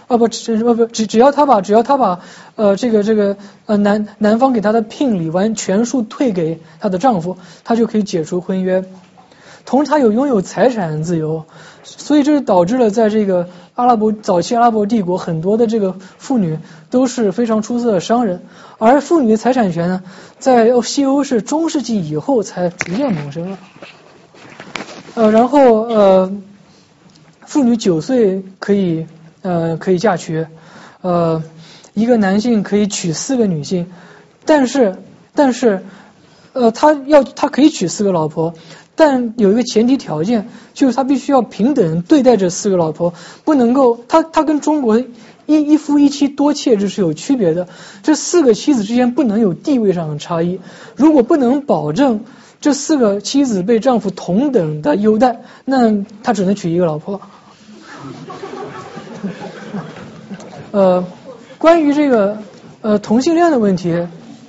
啊不只不不只只要他把只要他把呃这个这个呃男男方给他的聘礼完全数退给她的丈夫，她就可以解除婚约。同时她有拥有财产自由，所以这导致了在这个阿拉伯早期阿拉伯帝国很多的这个妇女都是非常出色的商人，而妇女的财产权呢，在西欧是中世纪以后才逐渐萌生了。呃，然后呃，妇女九岁可以呃可以嫁娶，呃，一个男性可以娶四个女性，但是但是呃他要他可以娶四个老婆。但有一个前提条件，就是他必须要平等对待这四个老婆，不能够他他跟中国一一夫一妻多妾制是有区别的，这四个妻子之间不能有地位上的差异。如果不能保证这四个妻子被丈夫同等的优待，那他只能娶一个老婆。呃，关于这个呃同性恋的问题。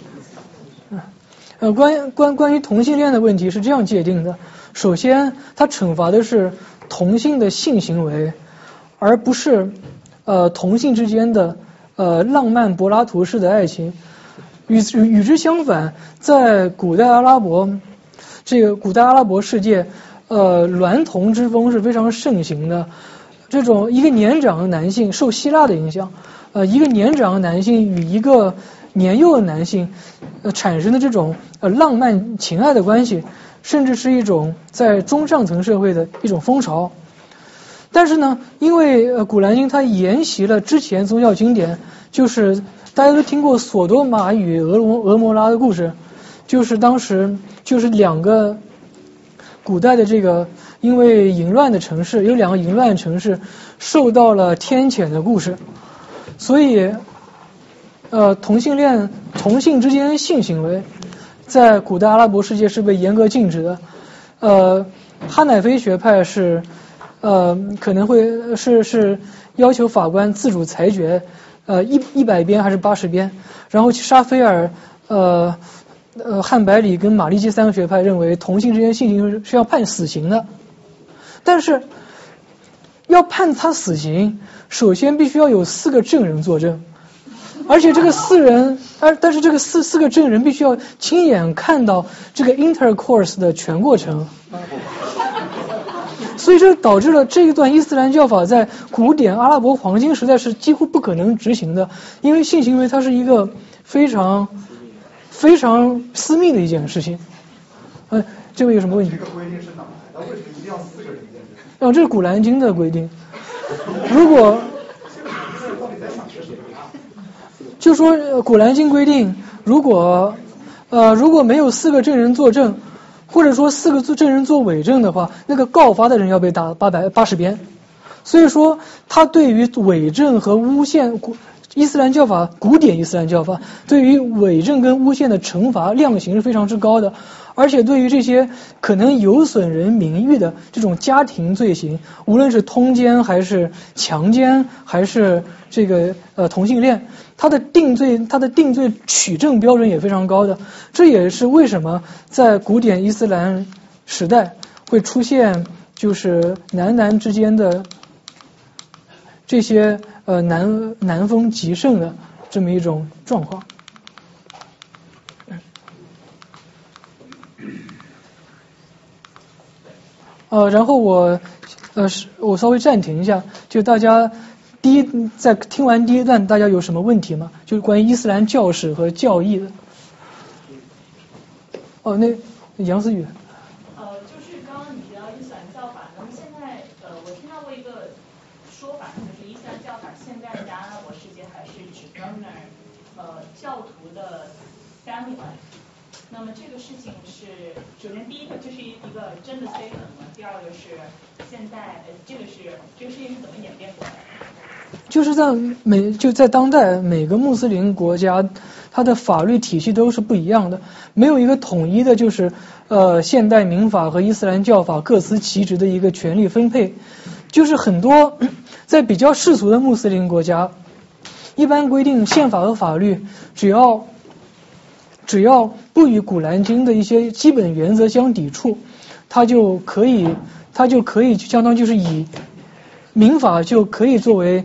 呃，关关关于同性恋的问题是这样界定的：首先，它惩罚的是同性的性行为，而不是呃同性之间的呃浪漫柏拉图式的爱情。与与之相反，在古代阿拉伯这个古代阿拉伯世界，呃娈童之风是非常盛行的。这种一个年长的男性受希腊的影响，呃一个年长的男性与一个年幼的男性呃产生的这种呃浪漫情爱的关系，甚至是一种在中上层社会的一种风潮。但是呢，因为呃古兰经它沿袭了之前宗教经典，就是大家都听过索多玛与俄罗俄摩拉的故事，就是当时就是两个古代的这个因为淫乱的城市，有两个淫乱的城市受到了天谴的故事，所以呃，同性恋、同性之间性行为，在古代阿拉伯世界是被严格禁止的。呃，哈乃菲学派是呃可能会是是要求法官自主裁决，呃一一百鞭还是八十鞭。然后沙菲尔、呃呃汉百里跟马利基三个学派认为同性之间性行为是要判死刑的。但是要判他死刑，首先必须要有四个证人作证。而且这个四人，而但是这个四四个证人必须要亲眼看到这个 intercourse 的全过程，所以这导致了这一段伊斯兰教法在古典阿拉伯黄金时代是几乎不可能执行的，因为性行为它是一个非常非常私密的一件事情。呃，这位有什么问题？ 这个规定是哪来的？为什么一定要四个人见证？ 哦，这是古兰经的规定。如果就说《古兰经》规定，如果呃如果没有四个证人作证，或者说四个证人做伪证的话，那个告发的人要被打八百八十鞭。所以说，他对于伪证和诬陷，伊斯兰教法古典伊斯兰教法对于伪证跟诬陷的惩罚量刑是非常之高的。而且对于这些可能有损人名誉的这种家庭罪行，无论是通奸还是强奸还是这个呃同性恋，它的定罪它的定罪取证标准也非常高的。这也是为什么在古典伊斯兰时代会出现就是男男之间的这些呃男男风极盛的这么一种状况。呃，然后我呃我稍微暂停一下，就大家第一在听完第一段，大家有什么问题吗？就是关于伊斯兰教史和教义的。哦，那杨思雨。 呃，就是刚刚你提到伊斯兰教法，那么现在呃我听到过一个说法，就是伊斯兰教法现在在阿拉伯世界还是只 honor 呃教徒的 family life。那么这个事情是，首先第一个这是一个真的 statement 吗？第二个是现在呃这个是这个事情是怎么演变过来的？ 就是在每就在当代每个穆斯林国家，它的法律体系都是不一样的，没有一个统一的，就是呃现代民法和伊斯兰教法各司其职的一个权力分配。就是很多在比较世俗的穆斯林国家，一般规定宪法和法律只要只要不与古兰经的一些基本原则相抵触，它就可以它就可以相当就是以民法就可以作为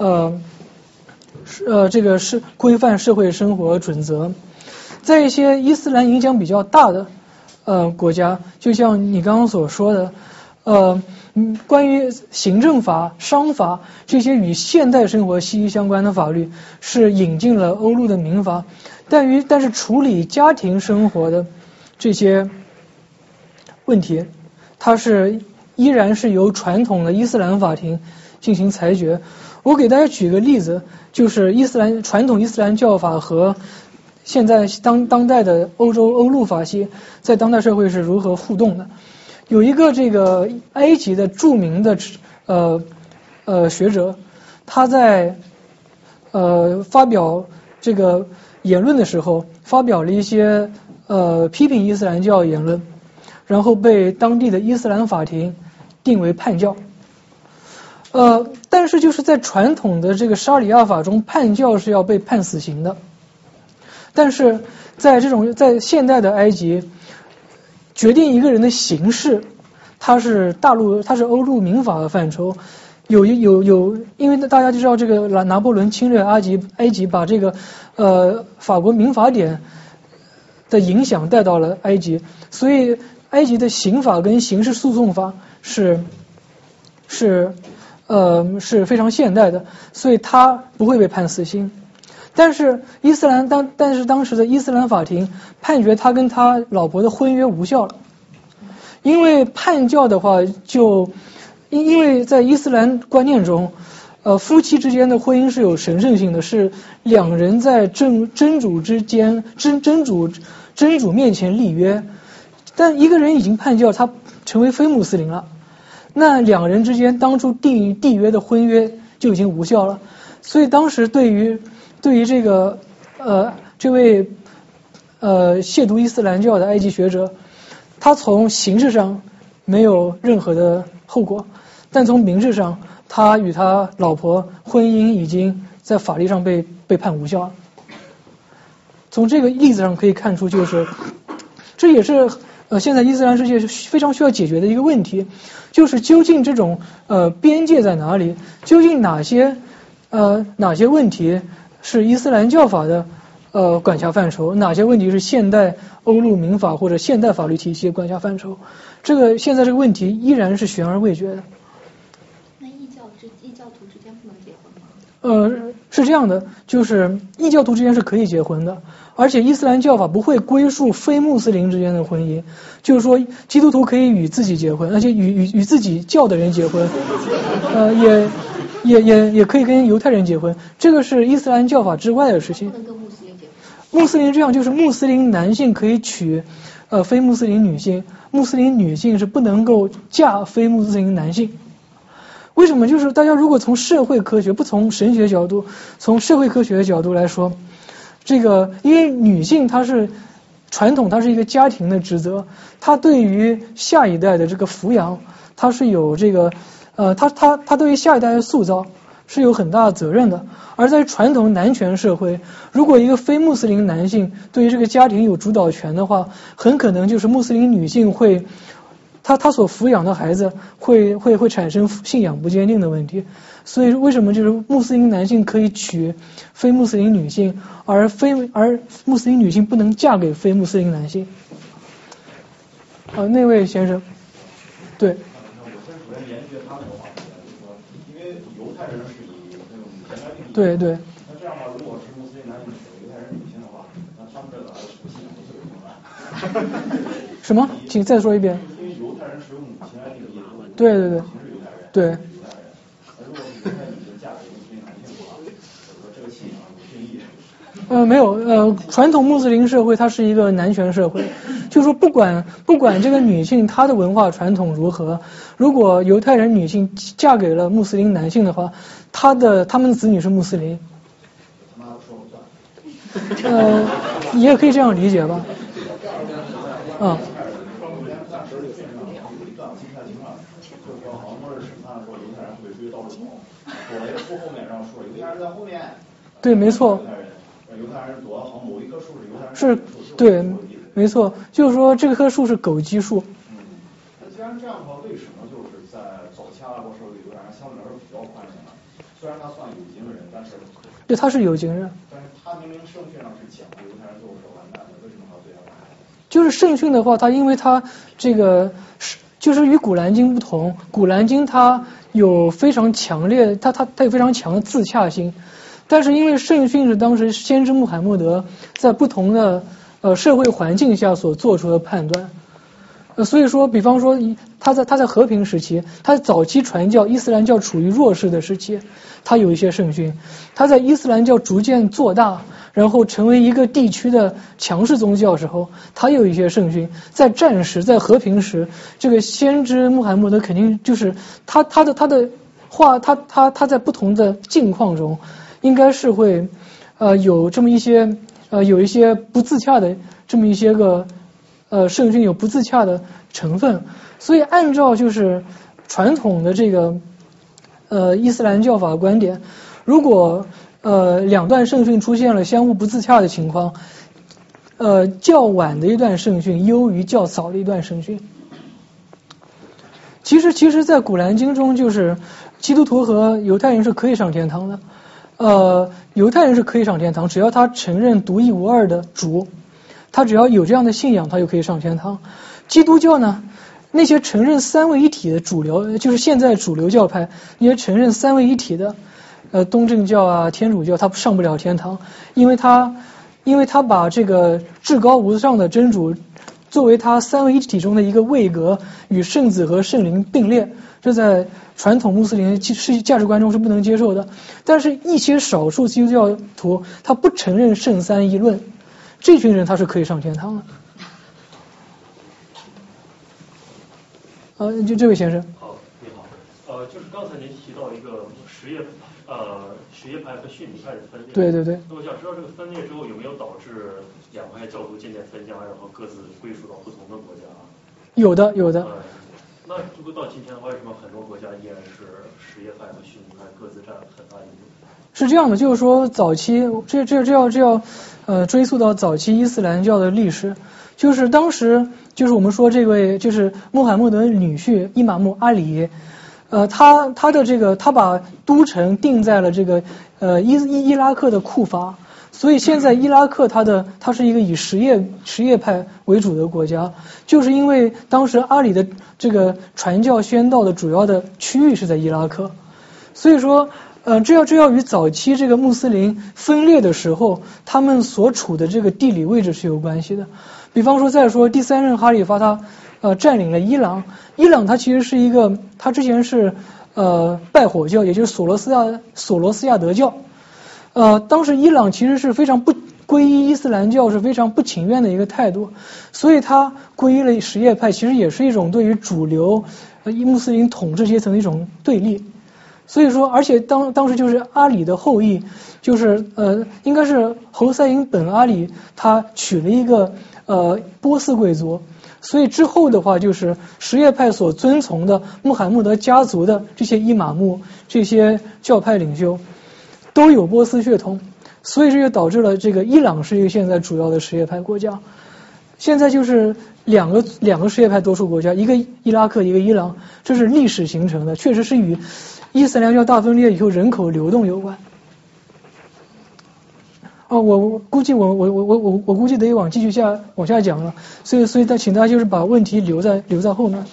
呃呃这个是规范社会生活准则。在一些伊斯兰影响比较大的呃国家，就像你刚刚所说的，呃，关于行政法、商法这些与现代生活息息相关的法律，是引进了欧陆的民法，但于但是处理家庭生活的这些问题，它是依然是由传统的伊斯兰法庭进行裁决。我给大家举个例子，就是伊斯兰传统伊斯兰教法和现在当当代的欧洲欧陆法系在当代社会是如何互动的。有一个这个埃及的著名的呃呃学者，他在呃发表这个言论的时候，发表了一些呃批评伊斯兰教言论，然后被当地的伊斯兰法庭定为叛教。呃，但是就是在传统的这个沙里亚法中，叛教是要被判死刑的。但是在这种在现代的埃及，决定一个人的刑事，它是大陆它是欧陆民法的范畴。有有有，因为大家就知道这个拿拿破仑侵略埃及，埃及把这个呃法国民法典的影响带到了埃及，所以埃及的刑法跟刑事诉讼法是是呃是非常现代的，所以他不会被判死刑。但是伊斯兰当但是当时的伊斯兰法庭判决他跟他老婆的婚约无效了，因为叛教的话就因因为在伊斯兰观念中，呃夫妻之间的婚姻是有神圣性的，是两人在真真主之间真真主真主面前立约，但一个人已经叛教，他成为非穆斯林了，那两人之间当初缔缔约的婚约就已经无效了。所以当时对于对于这个呃这位呃亵渎伊斯兰教的埃及学者，他从形式上没有任何的后果，但从民事上，他与他老婆婚姻已经在法律上被被判无效了。从这个例子上可以看出，就是这也是呃现在伊斯兰世界非常需要解决的一个问题，就是究竟这种呃边界在哪里？究竟哪些呃哪些问题是伊斯兰教法的呃管辖范畴，哪些问题是现代欧陆民法或者现代法律体系的管辖范畴？这个现在这个问题依然是悬而未决的。 那异教之异教徒之间不能结婚吗？ 呃，是这样的，就是异教徒之间是可以结婚的，而且伊斯兰教法不会归属非穆斯林之间的婚姻，就是说基督徒可以与自己结婚，而且与与与自己教的人结婚，呃也。也也也可以跟犹太人结婚，这个是伊斯兰教法之外的事情。 不能跟穆斯林结婚。 穆斯林这样就是穆斯林男性可以娶呃非穆斯林女性，穆斯林女性是不能够嫁非穆斯林男性。为什么？就是大家如果从社会科学，不从神学角度，从社会科学的角度来说，这个因为女性她是传统，她是一个家庭的职责，她对于下一代的这个抚养，她是有这个。呃，他他他对于下一代的塑造是有很大的责任的。而在传统男权社会，如果一个非穆斯林男性对于这个家庭有主导权的话，很可能就是穆斯林女性会，他他所抚养的孩子会会会产生信仰不坚定的问题。所以为什么就是穆斯林男性可以娶非穆斯林女性，而非而穆斯林女性不能嫁给非穆斯林男性？呃，那位先生，对。对对。 那这样的话，如果是穆斯林男性娶犹太人女性的话，那他们这个孩子是不信仰的罪名了。 什么？请再说一遍。 因为犹太人是有母亲来定义的。 对对对。对。 如果是犹太女性嫁给穆斯林男性的话，这个信仰有定义。 呃，没有，呃，传统穆斯林社会它是一个男权社会，就是说不管不管这个女性她的文化传统如何，如果犹太人女性嫁给了穆斯林男性的话，他的他们的子女是穆斯林。呃，你也可以这样理解吧。嗯。对，没错。 犹太人躲好某一棵树是犹太人是，对，没错，就是说这棵树是狗基树。 嗯，那既然这样的话，为什么就是在早期阿拉伯社会犹太人相对来说比较宽容的。虽然他算有经人，但是对，他是有经人。 但是他明明圣训上是讲犹太人最后是完蛋的，为什么还要对他这样？ 就是圣训的话，它因为它这个是就是与古兰经不同，古兰经它有非常强烈，它它它有非常强的自洽性，但是因为圣训是当时先知穆罕默德在不同的呃社会环境下所做出的判断。呃，所以说，比方说，他在他在和平时期，他早期传教伊斯兰教处于弱势的时期，他有一些圣训；他在伊斯兰教逐渐做大，然后成为一个地区的强势宗教时候，他有一些圣训。在战时，在和平时，这个先知穆罕默德肯定就是他他的他的话，他他他在不同的境况中，应该是会呃有这么一些呃有一些不自洽的这么一些个。呃，圣训有不自洽的成分，所以按照就是传统的这个呃伊斯兰教法观点，如果呃两段圣训出现了相互不自洽的情况，呃较晚的一段圣训优于较早的一段圣训。其实，其实，在古兰经中，就是基督徒和犹太人是可以上天堂的。呃，犹太人是可以上天堂，只要他承认独一无二的主。他只要有这样的信仰，他就可以上天堂。基督教呢，那些承认三位一体的主流，就是现在主流教派，那些承认三位一体的，呃，东正教啊、天主教，他上不了天堂，因为他，因为他把这个至高无上的真主作为他三位一体中的一个位格，与圣子和圣灵并列，这在传统穆斯林是价值观中是不能接受的。但是，一些少数基督教徒，他不承认圣三一论。这群人他是可以上天堂的。呃，就这位先生。 好，你好。呃，就是刚才您提到一个什叶呃什叶派和逊尼派的分裂。 对对对。 那我想知道这个分裂之后有没有导致两派教徒渐渐分家，然后各自归属到不同的国家？ 有的，有的。 呃，那如果到今天的话，为什么很多国家依然是什叶派和逊尼派各自占很大一部分？ 是这样的，就是说早期这这这要这要呃追溯到早期伊斯兰教的历史，就是当时就是我们说这位就是穆罕默德女婿伊玛目阿里，呃他他的这个他把都城定在了这个呃伊伊伊拉克的库法，所以现在伊拉克它的它是一个以什叶什叶派为主的国家，就是因为当时阿里的这个传教宣道的主要的区域是在伊拉克，所以说。呃，这要这要与早期这个穆斯林分裂的时候，他们所处的这个地理位置是有关系的。比方说，再说第三任哈里发他呃占领了伊朗，伊朗它其实是一个，它之前是呃拜火教，也就是索罗斯亚索罗斯亚德教。呃，当时伊朗其实是非常不皈依伊斯兰教，是非常不情愿的一个态度，所以他皈依了什叶派，其实也是一种对于主流呃穆斯林统治阶层的一种对立。所以说，而且当当时就是阿里的后裔，就是呃，应该是侯赛因本阿里，他娶了一个呃波斯贵族，所以之后的话，就是什叶派所遵从的穆罕默德家族的这些伊玛目、这些教派领袖都有波斯血统，所以这就导致了这个伊朗是一个现在主要的什叶派国家。现在就是两个两个什叶派多数国家，一个伊拉克，一个伊朗，这是历史形成的，确实是与伊斯兰教大分裂以后人口流动有关。哦，我我估计我我我我我我估计得往继续下往下讲了，所以所以他请大家就是把问题留在留在后面。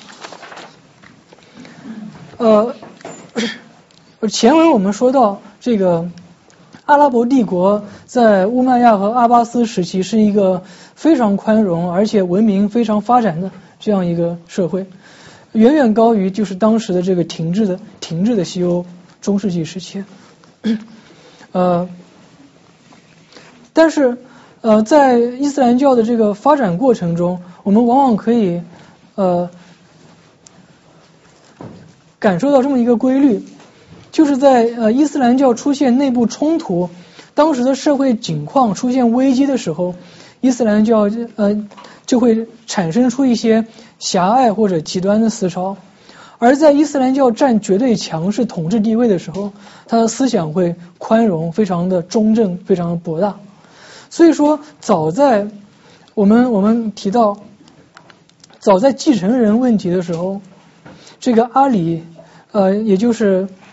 呃，前文我们说到这个阿拉伯帝国在乌麦亚和阿巴斯时期是一个非常宽容而且文明非常发展的这样一个社会。远远高于就是当时的这个停滞的停滞的西欧中世纪时期，呃，但是呃，在伊斯兰教的这个发展过程中，我们往往可以呃感受到这么一个规律，就是在呃伊斯兰教出现内部冲突，当时的社会景况出现危机的时候，伊斯兰教呃就会产生出一些狭隘或者极端的思潮，而在伊斯兰教占绝对强势统治地位的时候，他的思想会宽容，非常的中正，非常的博大。所以说，早在我们我们提到，早在继承人问题的时候，这个阿里呃，也就是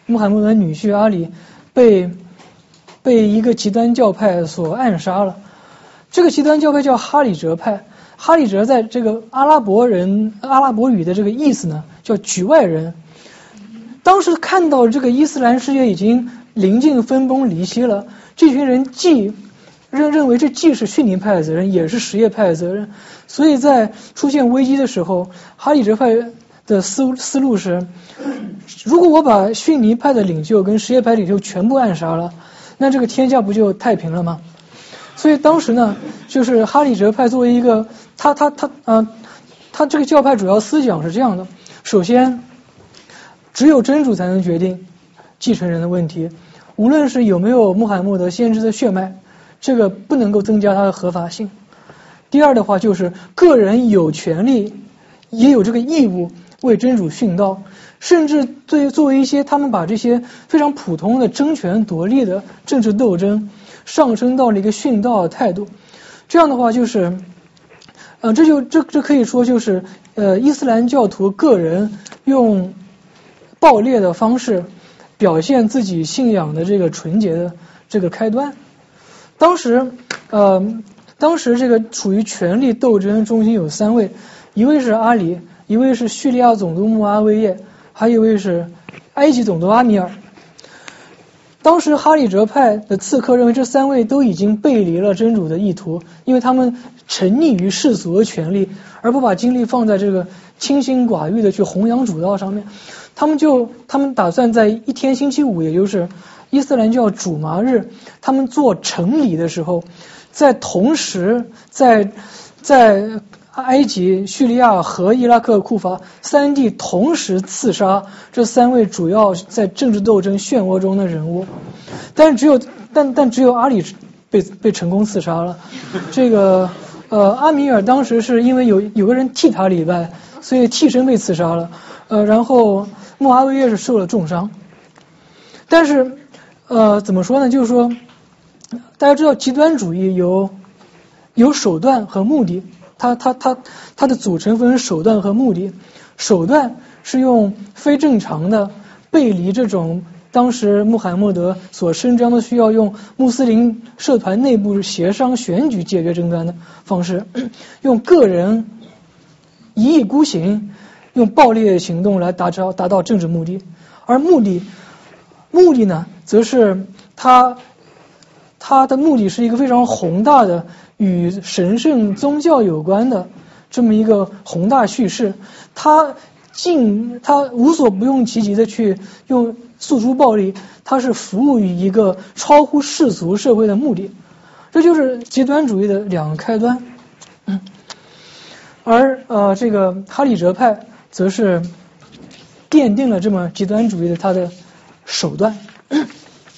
穆罕默德女婿阿里被被一个极端教派所暗杀了。这个极端教派叫哈里哲派，哈里哲在这个阿拉伯人阿拉伯语的这个意思呢叫局外人。当时看到这个伊斯兰世界已经临近分崩离析了，这群人既认认为这既是逊尼派的责任，也是什叶派的责任，所以在出现危机的时候，哈里哲派的思思路是，如果我把逊尼派的领袖跟什叶派领袖全部暗杀了，那这个天下不就太平了吗？所以当时呢，就是哈里哲派作为一个他他他呃，他这个教派主要思想是这样的：首先，只有真主才能决定继承人的问题，无论是有没有穆罕默德先知的血脉，这个不能够增加它的合法性。第二的话就是个人有权利也有这个义务为真主殉道，甚至对作为一些他们把这些非常普通的争权夺利的政治斗争上升到了一个殉道的态度。这样的话就是呃这就这这可以说就是呃伊斯兰教徒个人用暴烈的方式表现自己信仰的这个纯洁的这个开端。当时呃当时这个处于权力斗争中心有三位，一位是阿里，一位是叙利亚总督穆阿威叶，还有一位是埃及总督阿米尔。当时哈里哲派的刺客认为这三位都已经背离了真主的意图，因为他们沉溺于世俗的权利，而不把精力放在这个清心寡欲的去弘扬主道上面。他们就他们打算在一天星期五，也就是伊斯兰教主麻日，他们做成礼的时候，在同时在在埃及、叙利亚和伊拉克库法三地同时刺杀这三位主要在政治斗争漩涡中的人物，但是只有但但只有阿里被被成功刺杀了。这个呃阿米尔当时是因为有有个人替他礼拜，所以替身被刺杀了。呃，然后穆阿威叶是受了重伤。但是呃怎么说呢？就是说大家知道极端主义有有手段和目的。它它它它的组成分手段和目的，手段是用非正常的背离这种当时穆罕默德所伸张的需要用穆斯林社团内部协商选举解决争端的方式，用个人一意孤行，用暴力的行动来达到达到政治目的。而目的目的呢，则是它它的目的是一个非常宏大的与神圣宗教有关的这么一个宏大叙事，他尽他无所不用其极的去用诉诸暴力，他是服务于一个超乎世俗社会的目的，这就是极端主义的两个开端。嗯、而呃这个哈里哲派则是奠定了这么极端主义的他的手段。嗯、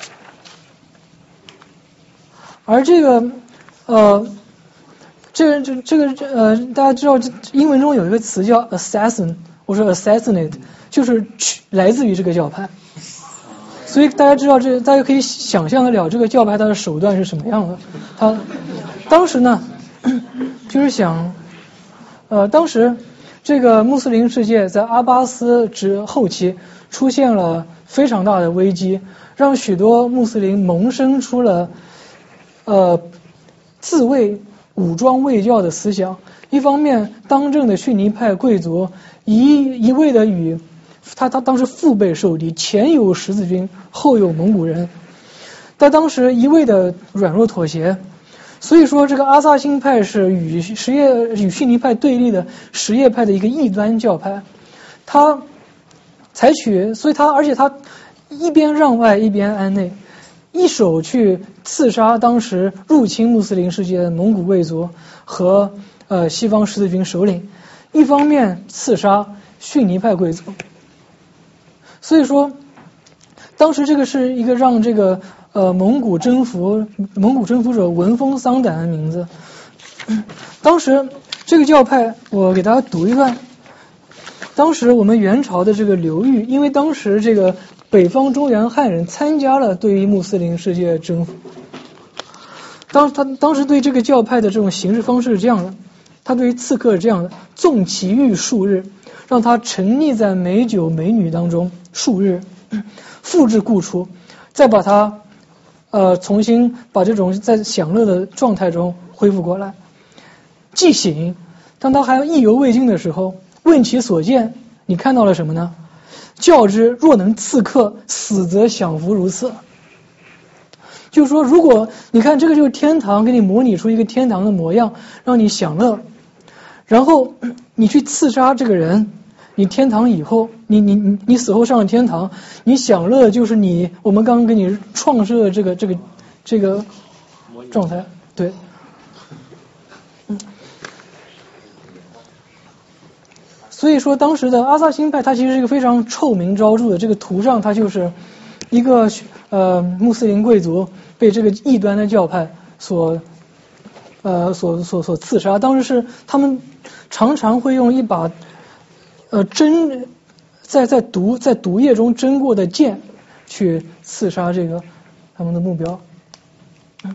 而这个呃，这个这这个呃，大家知道，英文中有一个词叫 assassin， 我说 assassinate， 就是来自于这个教派。所以大家知道这，大家可以想象得了这个教派它的手段是什么样的。他当时呢，就是想，呃，当时这个穆斯林世界在阿巴斯之后期出现了非常大的危机，让许多穆斯林萌生出了呃。自卫武装卫教的思想。一方面，当政的逊尼派贵族一一味的与他他当时腹背受敌，前有十字军，后有蒙古人，他当时一味的软弱妥协。所以说，这个阿萨辛派是与什叶与逊尼派对立的什叶派的一个异端教派。他采取，所以他而且他一边让外，一边安内。一手去刺杀当时入侵穆斯林世界的蒙古贵族和呃西方十字军首领，一方面刺杀逊尼派贵族。所以说，当时这个是一个让这个呃蒙古征服蒙古征服者闻风丧胆的名字。当时这个教派，我给大家读一段。当时我们元朝的这个刘裕，因为当时这个北方中原汉人参加了对于穆斯林世界征服，当他当时对这个教派的这种行事方式是这样的，他对于刺客是这样的：纵其欲数日，让他沉溺在美酒美女当中数日， 复制故出，再把它呃重新把这种在享乐的状态中恢复过来。既醒，当他还意犹未尽的时候，问其所见，你看到了什么呢？教之若能刺客，死则享福如此。就是说，如果你看这个就是天堂，给你模拟出一个天堂的模样，让你享乐，然后你去刺杀这个人，你天堂以后，你你你你死后上了天堂，你享乐就是你我们刚刚给你创设的这个这个这个状态，对，嗯。所以说，当时的阿萨辛派，它其实是一个非常臭名昭著的。这个图上，它就是一个呃穆斯林贵族被这个异端的教派所呃所所所刺杀。当时是他们常常会用一把呃针在在毒在毒液中蒸过的剑去刺杀这个他们的目标。嗯，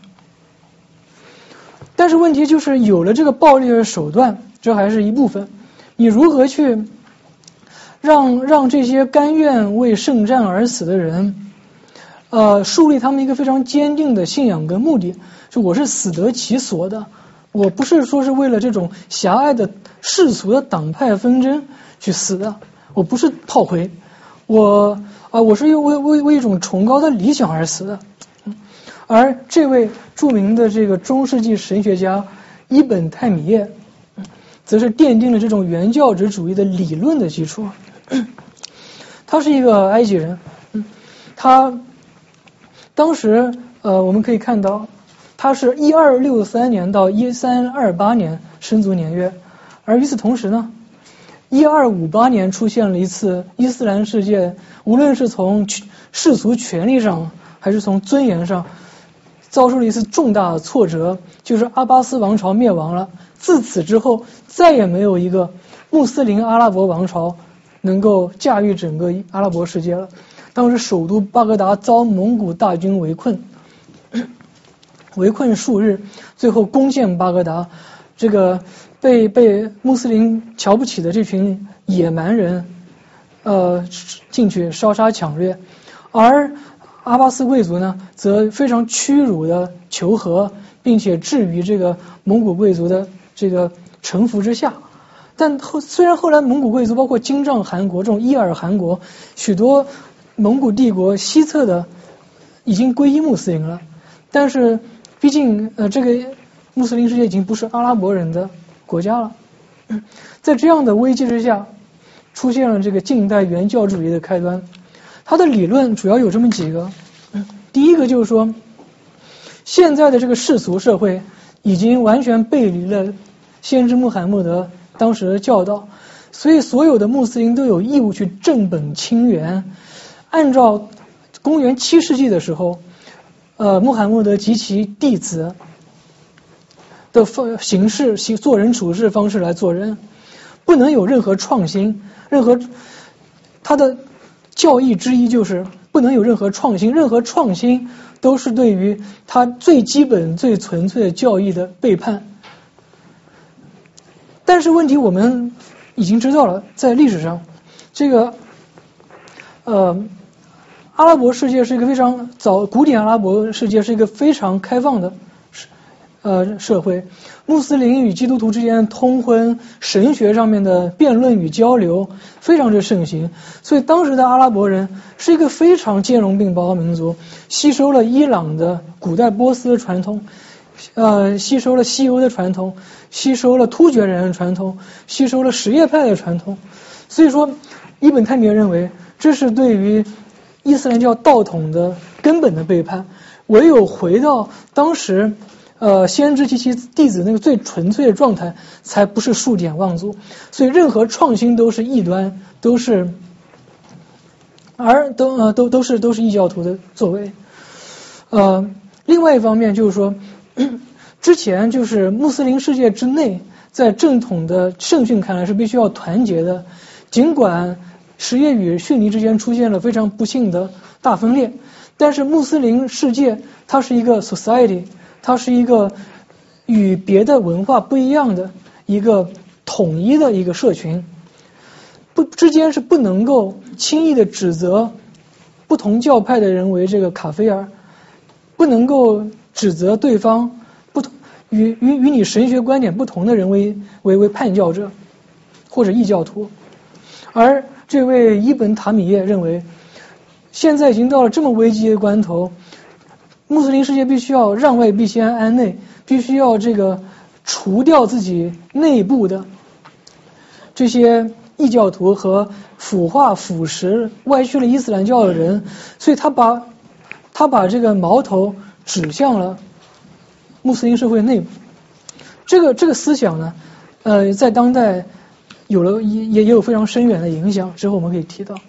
但是问题就是有了这个暴力的手段，这还是一部分。你如何去让让这些甘愿为圣战而死的人，呃，树立他们一个非常坚定的信仰跟目的？就我是死得其所的，我不是说是为了这种狭隘的世俗的党派纷争去死的，我不是炮灰，我啊、呃，我是为为为一种崇高的理想而死的。而这位著名的这个中世纪神学家伊本泰米耶，则是奠定了这种原教旨主义的理论的基础。他是一个埃及人，他当时呃我们可以看到，他是一二六三年到一三二八年生卒年月，而与此同时呢，一二五八年出现了一次伊斯兰世界，无论是从世俗权力上还是从尊严上，遭受了一次重大的挫折，就是阿巴斯王朝灭亡了。自此之后，再也没有一个穆斯林阿拉伯王朝能够驾驭整个阿拉伯世界了。当时首都巴格达遭蒙古大军围困，围困数日，最后攻陷巴格达。这个被被穆斯林瞧不起的这群野蛮人，呃，进去烧杀抢掠，而阿巴斯贵族呢，则非常屈辱的求和，并且置于这个蒙古贵族的这个臣服之下。但后虽然后来蒙古贵族包括金帐汗国这种伊尔汗国，许多蒙古帝国西侧的已经皈依穆斯林了，但是毕竟呃这个穆斯林世界已经不是阿拉伯人的国家了。在这样的危机之下，出现了这个近代原教主义的开端。他的理论主要有这么几个，第一个就是说，现在的这个世俗社会已经完全背离了先知穆罕默德当时的教导，所以所有的穆斯林都有义务去正本清源。按照公元七世纪的时候，呃，穆罕默德及其弟子的形式、行做人处事方式来做人，不能有任何创新，任何他的教义之一就是不能有任何创新，任何创新都是对于他最基本、最纯粹的教义的背叛。但是问题我们已经知道了，在历史上，这个呃，阿拉伯世界是一个非常早，古典阿拉伯世界是一个非常开放的呃社会，穆斯林与基督徒之间的通婚、神学上面的辩论与交流非常之盛行，所以当时的阿拉伯人是一个非常兼容并包的民族，吸收了伊朗的古代波斯的传统，呃，吸收了西欧的传统，吸收了突厥人的传统，吸收了什叶派的传统。所以说，伊本泰米耶认为这是对于伊斯兰教道统的根本的背叛，唯有回到当时呃，先知及其弟子那个最纯粹的状态，才不是数典忘祖。所以任何创新都是异端，都是，而都呃都都是都是异教徒的作为。呃，另外一方面就是说，之前就是穆斯林世界之内，在正统的圣训看来是必须要团结的，尽管什叶与逊尼之间出现了非常不幸的大分裂，但是穆斯林世界它是一个 society。它是一个与别的文化不一样的一个统一的一个社群，不之间是不能够轻易的指责不同教派的人为这个卡菲尔，不能够指责对方不同与与与你神学观点不同的人为为为叛教者或者异教徒。而这位伊本塔米耶认为，现在已经到了这么危机的关头，穆斯林世界必须要让外必先安内，必须要这个除掉自己内部的这些异教徒和腐化腐蚀歪曲了伊斯兰教的人，所以他把他把这个矛头指向了穆斯林社会内部。这个这个思想呢，呃，在当代有了也也有非常深远的影响，之后我们可以提到。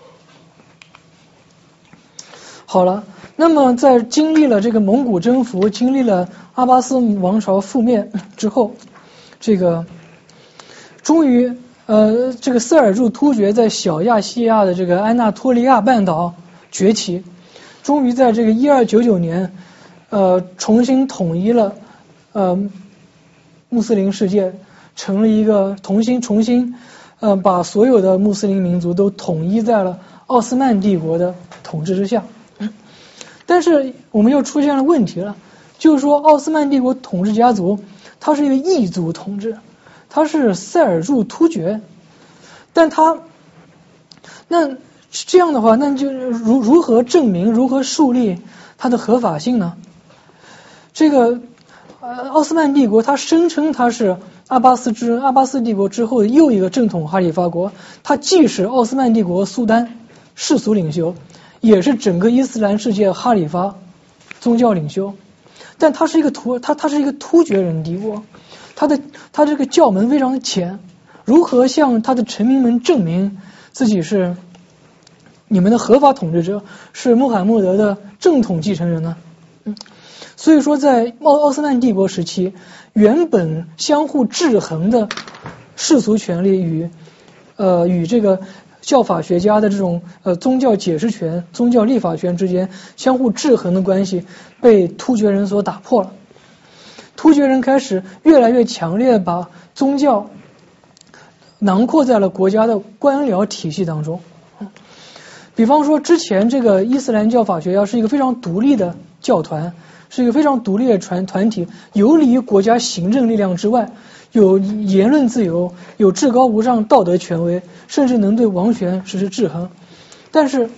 好了，那么在经历了这个蒙古征服，经历了阿巴斯王朝覆灭之后，这个终于呃这个塞尔柱突厥在小亚细亚的这个安纳托利亚半岛崛起，终于在这个一二九九年呃重新统一了呃穆斯林世界，成了一个重新重新呃把所有的穆斯林民族都统一在了奥斯曼帝国的统治之下。但是我们又出现了问题了，就是说奥斯曼帝国统治家族它是一个异族统治，它是塞尔柱突厥，但它那这样的话，那就如如何证明，如何树立它的合法性呢？这个呃奥斯曼帝国它声称它是阿巴斯之阿巴斯帝国之后的又一个正统哈里发国，它既是奥斯曼帝国苏丹世俗领袖，也是整个伊斯兰世界哈里发宗教领袖，但他是一个突他他是一个突厥人帝国，他的他这个教门非常的浅，如何向他的臣民们证明自己是你们的合法统治者，是穆罕默德的正统继承人呢？嗯，所以说在奥奥斯曼帝国时期，原本相互制衡的世俗权力与呃与这个教法学家的这种呃宗教解释权、宗教立法权之间相互制衡的关系被突厥人所打破了。突厥人开始越来越强烈的把宗教囊括在了国家的官僚体系当中。比方说，之前这个伊斯兰教法学家是一个非常独立的教团，是一个非常独立的团团体，游离于国家行政力量之外，有言论自由，有至高无上道德权威，甚至能对王权实施制衡。但是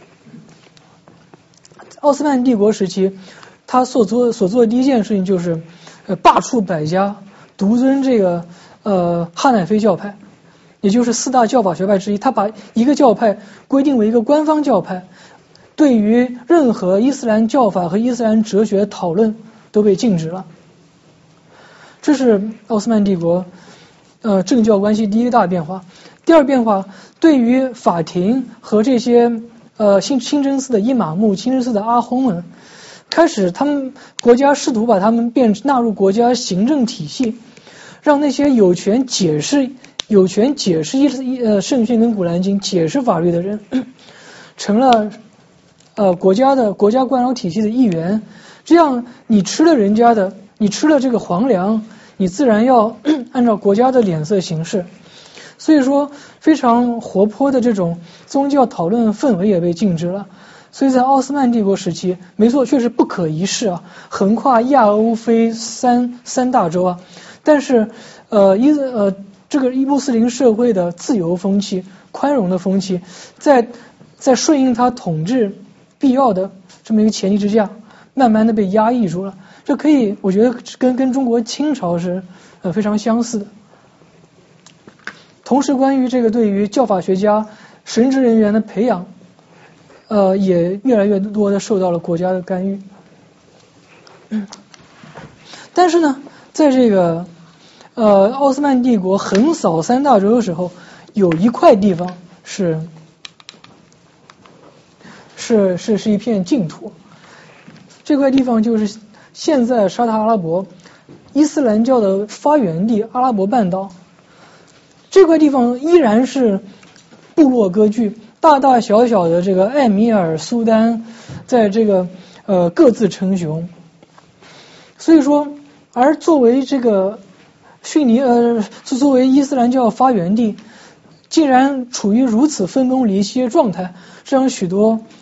奥斯曼帝国时期，他所做所做的第一件事情就是呃罢黜百家，独尊这个呃哈乃菲教派，也就是四大教法学派之一。他把一个教派规定为一个官方教派，对于任何伊斯兰教法和伊斯兰哲学讨论都被禁止了。这是奥斯曼帝国呃政教关系第一个大变化。第二变化，对于法庭和这些呃清清真寺的伊玛目、清真寺的阿訇们，开始他们国家试图把他们变纳入国家行政体系，让那些有权解释有权解释伊呃圣训跟古兰经、解释法律的人，成了呃国家的国家官僚体系的一员。这样你吃了人家的，你吃了这个皇粮，你自然要按照国家的脸色行事。所以说非常活泼的这种宗教讨论氛围也被禁止了。所以在奥斯曼帝国时期，没错，确实不可一世啊，横跨亚欧非三三大洲啊。但是呃伊呃这个伊穆斯林社会的自由风气、宽容的风气，在在顺应他统治必要的这么一个前提之下，慢慢的被压抑住了。这可以，我觉得跟跟中国清朝是呃非常相似的。同时，关于这个对于教法学家、神职人员的培养，呃，也越来越多的受到了国家的干预。嗯，但是呢，在这个呃奥斯曼帝国横扫三大洲的时候，有一块地方是是是是一片净土。这块地方就是现在沙特阿拉伯伊斯兰教的发源地阿拉伯半岛。这块地方依然是部落割据，大大小小的这个艾米尔、苏丹在这个呃各自称雄。所以说，而作为这个逊尼呃作为伊斯兰教发源地，竟然处于如此分崩离析的状态，这让许多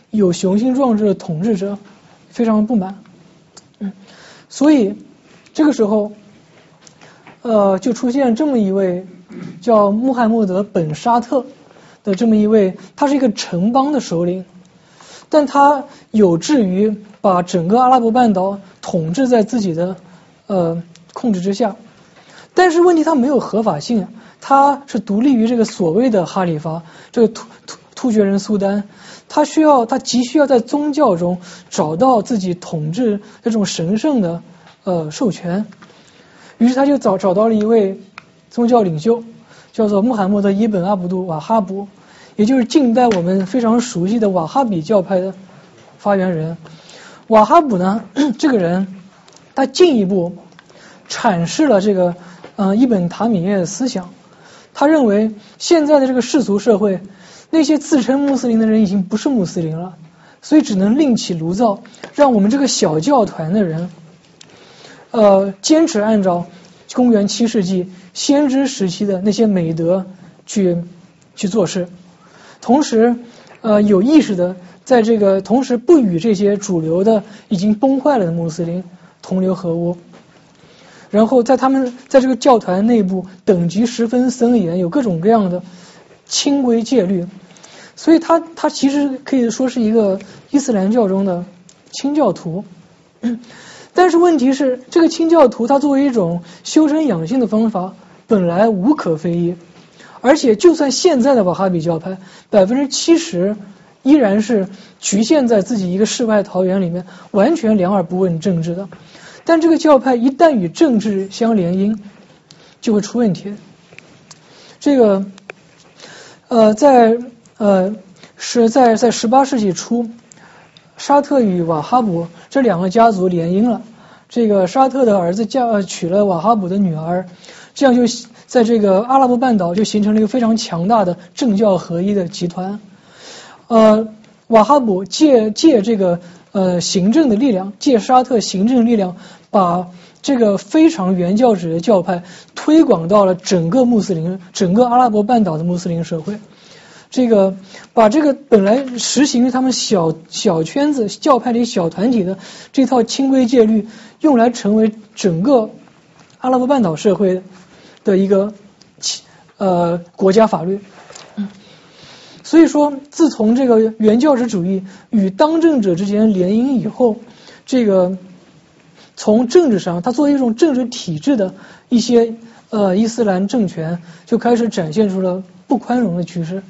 有雄心壮志的统治者非常不满。嗯，所以这个时候，呃，就出现这么一位叫穆罕默德本沙特的这么一位，他是一个城邦的首领，但他有志于把整个阿拉伯半岛统治在自己的呃控制之下，但是问题他没有合法性，他是独立于这个所谓的哈里发，这个突突突厥人苏丹，他需要他急需要在宗教中找到自己统治这种神圣的呃授权，于是他就找找到了一位宗教领袖，叫做穆罕默德伊本阿卜杜瓦哈卜，也就是近代我们非常熟悉的瓦哈比教派的发源人。瓦哈卜呢，这个人他进一步阐释了这个呃伊本塔米耶的思想，他认为现在的这个世俗社会，那些自称穆斯林的人已经不是穆斯林了，所以只能另起炉灶，让我们这个小教团的人呃坚持按照公元七世纪先知时期的那些美德去去做事，同时呃有意识的在这个同时不与这些主流的已经崩坏了的穆斯林同流合污，然后在他们在这个教团内部等级十分森严，有各种各样的清规戒律，所以他他其实可以说是一个伊斯兰教中的清教徒。但是问题是，这个清教徒他作为一种修身养性的方法本来无可非议，而且就算现在的瓦哈比教派百分之七十依然是局限在自己一个世外桃源里面，完全两耳不问政治的，但这个教派一旦与政治相联姻就会出问题。这个呃在呃是在在十八世纪初，沙特与瓦哈卜这两个家族联姻了，这个沙特的儿子嫁、呃、娶了瓦哈卜的女儿，这样就在这个阿拉伯半岛就形成了一个非常强大的政教合一的集团。呃，瓦哈卜借借这个呃行政的力量，借沙特行政力量，把这个非常原教旨的教派推广到了整个穆斯林整个阿拉伯半岛的穆斯林社会。这个把这个本来实行于他们小小圈子教派里小团体的这套清规戒律，用来成为整个阿拉伯半岛社会的一个呃国家法律。所以说，自从这个原教旨主义与当政者之间联姻以后，这个从政治上，它作为一种政治体制的一些呃伊斯兰政权就开始展现出了不宽容的趋势。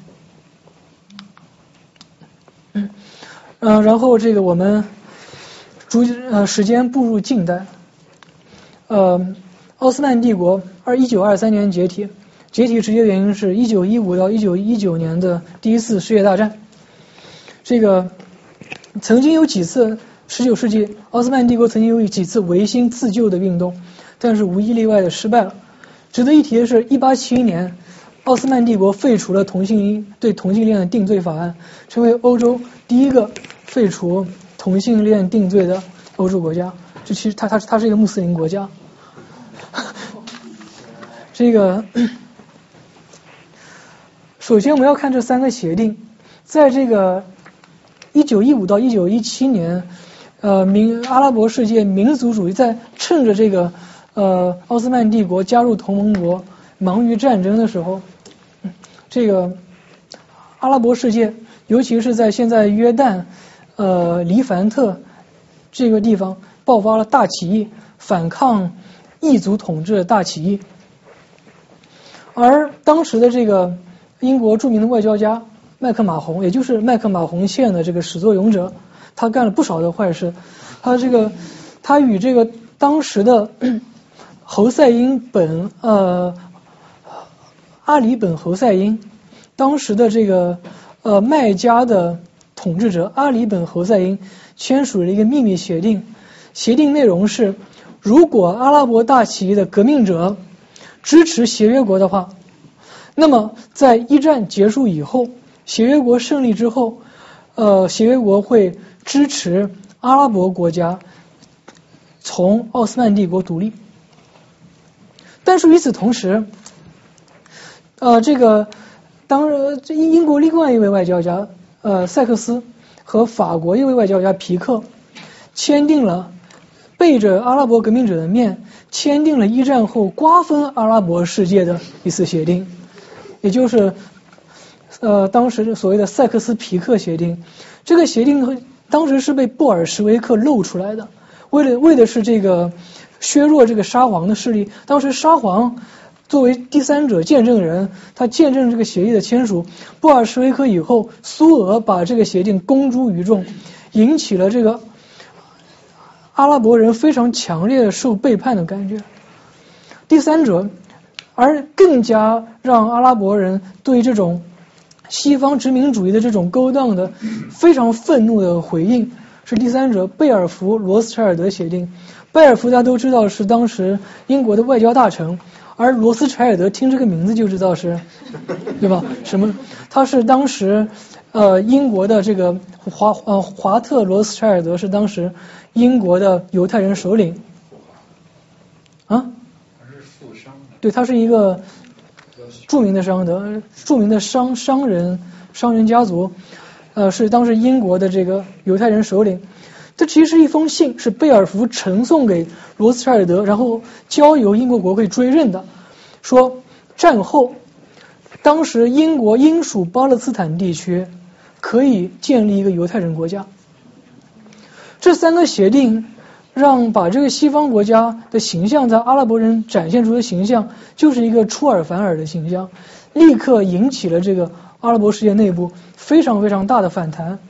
嗯，呃，然后这个我们逐呃时间步入近代，呃，奥斯曼帝国二一九二三年解体，解体直接原因是一九一五到一九一九年的第一次世界大战。这个曾经有几次十九世纪奥斯曼帝国曾经有几次维新自救的运动，但是无一例外的失败了。值得一提的是，一八七一年。奥斯曼帝国废除了同性对同性恋的定罪法案，成为欧洲第一个废除同性恋定罪的欧洲国家。这其实它它它是一个穆斯林国家。这个首先我们要看这三个协定，在这个一九一五到一九一七年，呃，民阿拉伯世界民族主义在趁着这个呃奥斯曼帝国加入同盟国忙于战争的时候，这个阿拉伯世界，尤其是在现在约旦、呃黎凡特这个地方爆发了大起义，反抗异族统治的大起义。而当时的这个英国著名的外交家麦克马洪，也就是麦克马洪线的这个始作俑者，他干了不少的坏事。他这个他与这个当时的侯赛因本呃。阿里本侯赛因，当时的这个呃麦加的统治者阿里本侯赛因签署了一个秘密协定，协定内容是，如果阿拉伯大起义的革命者支持协约国的话，那么在一战结束以后，协约国胜利之后，呃协约国会支持阿拉伯国家从奥斯曼帝国独立。但是与此同时，呃，这个当这英国另外一位外交家，呃，塞克斯， 和法国一位外交家皮克签订了，背着阿拉伯革命者的面签订了一战后瓜分阿拉伯世界的一次协定，也就是呃当时所谓的塞克斯皮克协定。这个协定当时是被布尔什维克露出来的，为了为的是这个削弱这个沙皇的势力。当时沙皇作为第三者见证人，他见证这个协议的签署。布尔什维克以后，苏俄把这个协定公诸于众，引起了这个阿拉伯人非常强烈的受背叛的感觉。第三者，而更加让阿拉伯人对这种西方殖民主义的这种勾当的非常愤怒的回应，是第三者贝尔福罗斯柴尔德协定。贝尔福大家都知道是当时英国的外交大臣，而罗斯柴尔德听这个名字就知道是，对吧？什么？他是当时呃英国的这个华呃华特罗斯柴尔德是当时英国的犹太人首领啊。 他是富商。 对，他是一个著名的商德，著名的商商人商人家族，呃，是当时英国的这个犹太人首领。这其实是一封信，是贝尔福呈送给罗斯柴尔德，然后交由英国国会追认的。说战后，当时英国英属巴勒斯坦地区可以建立一个犹太人国家。这三个协定让把这个西方国家的形象在阿拉伯人展现出的形象，就是一个出尔反尔的形象，立刻引起了这个阿拉伯世界内部非常非常大的反弹。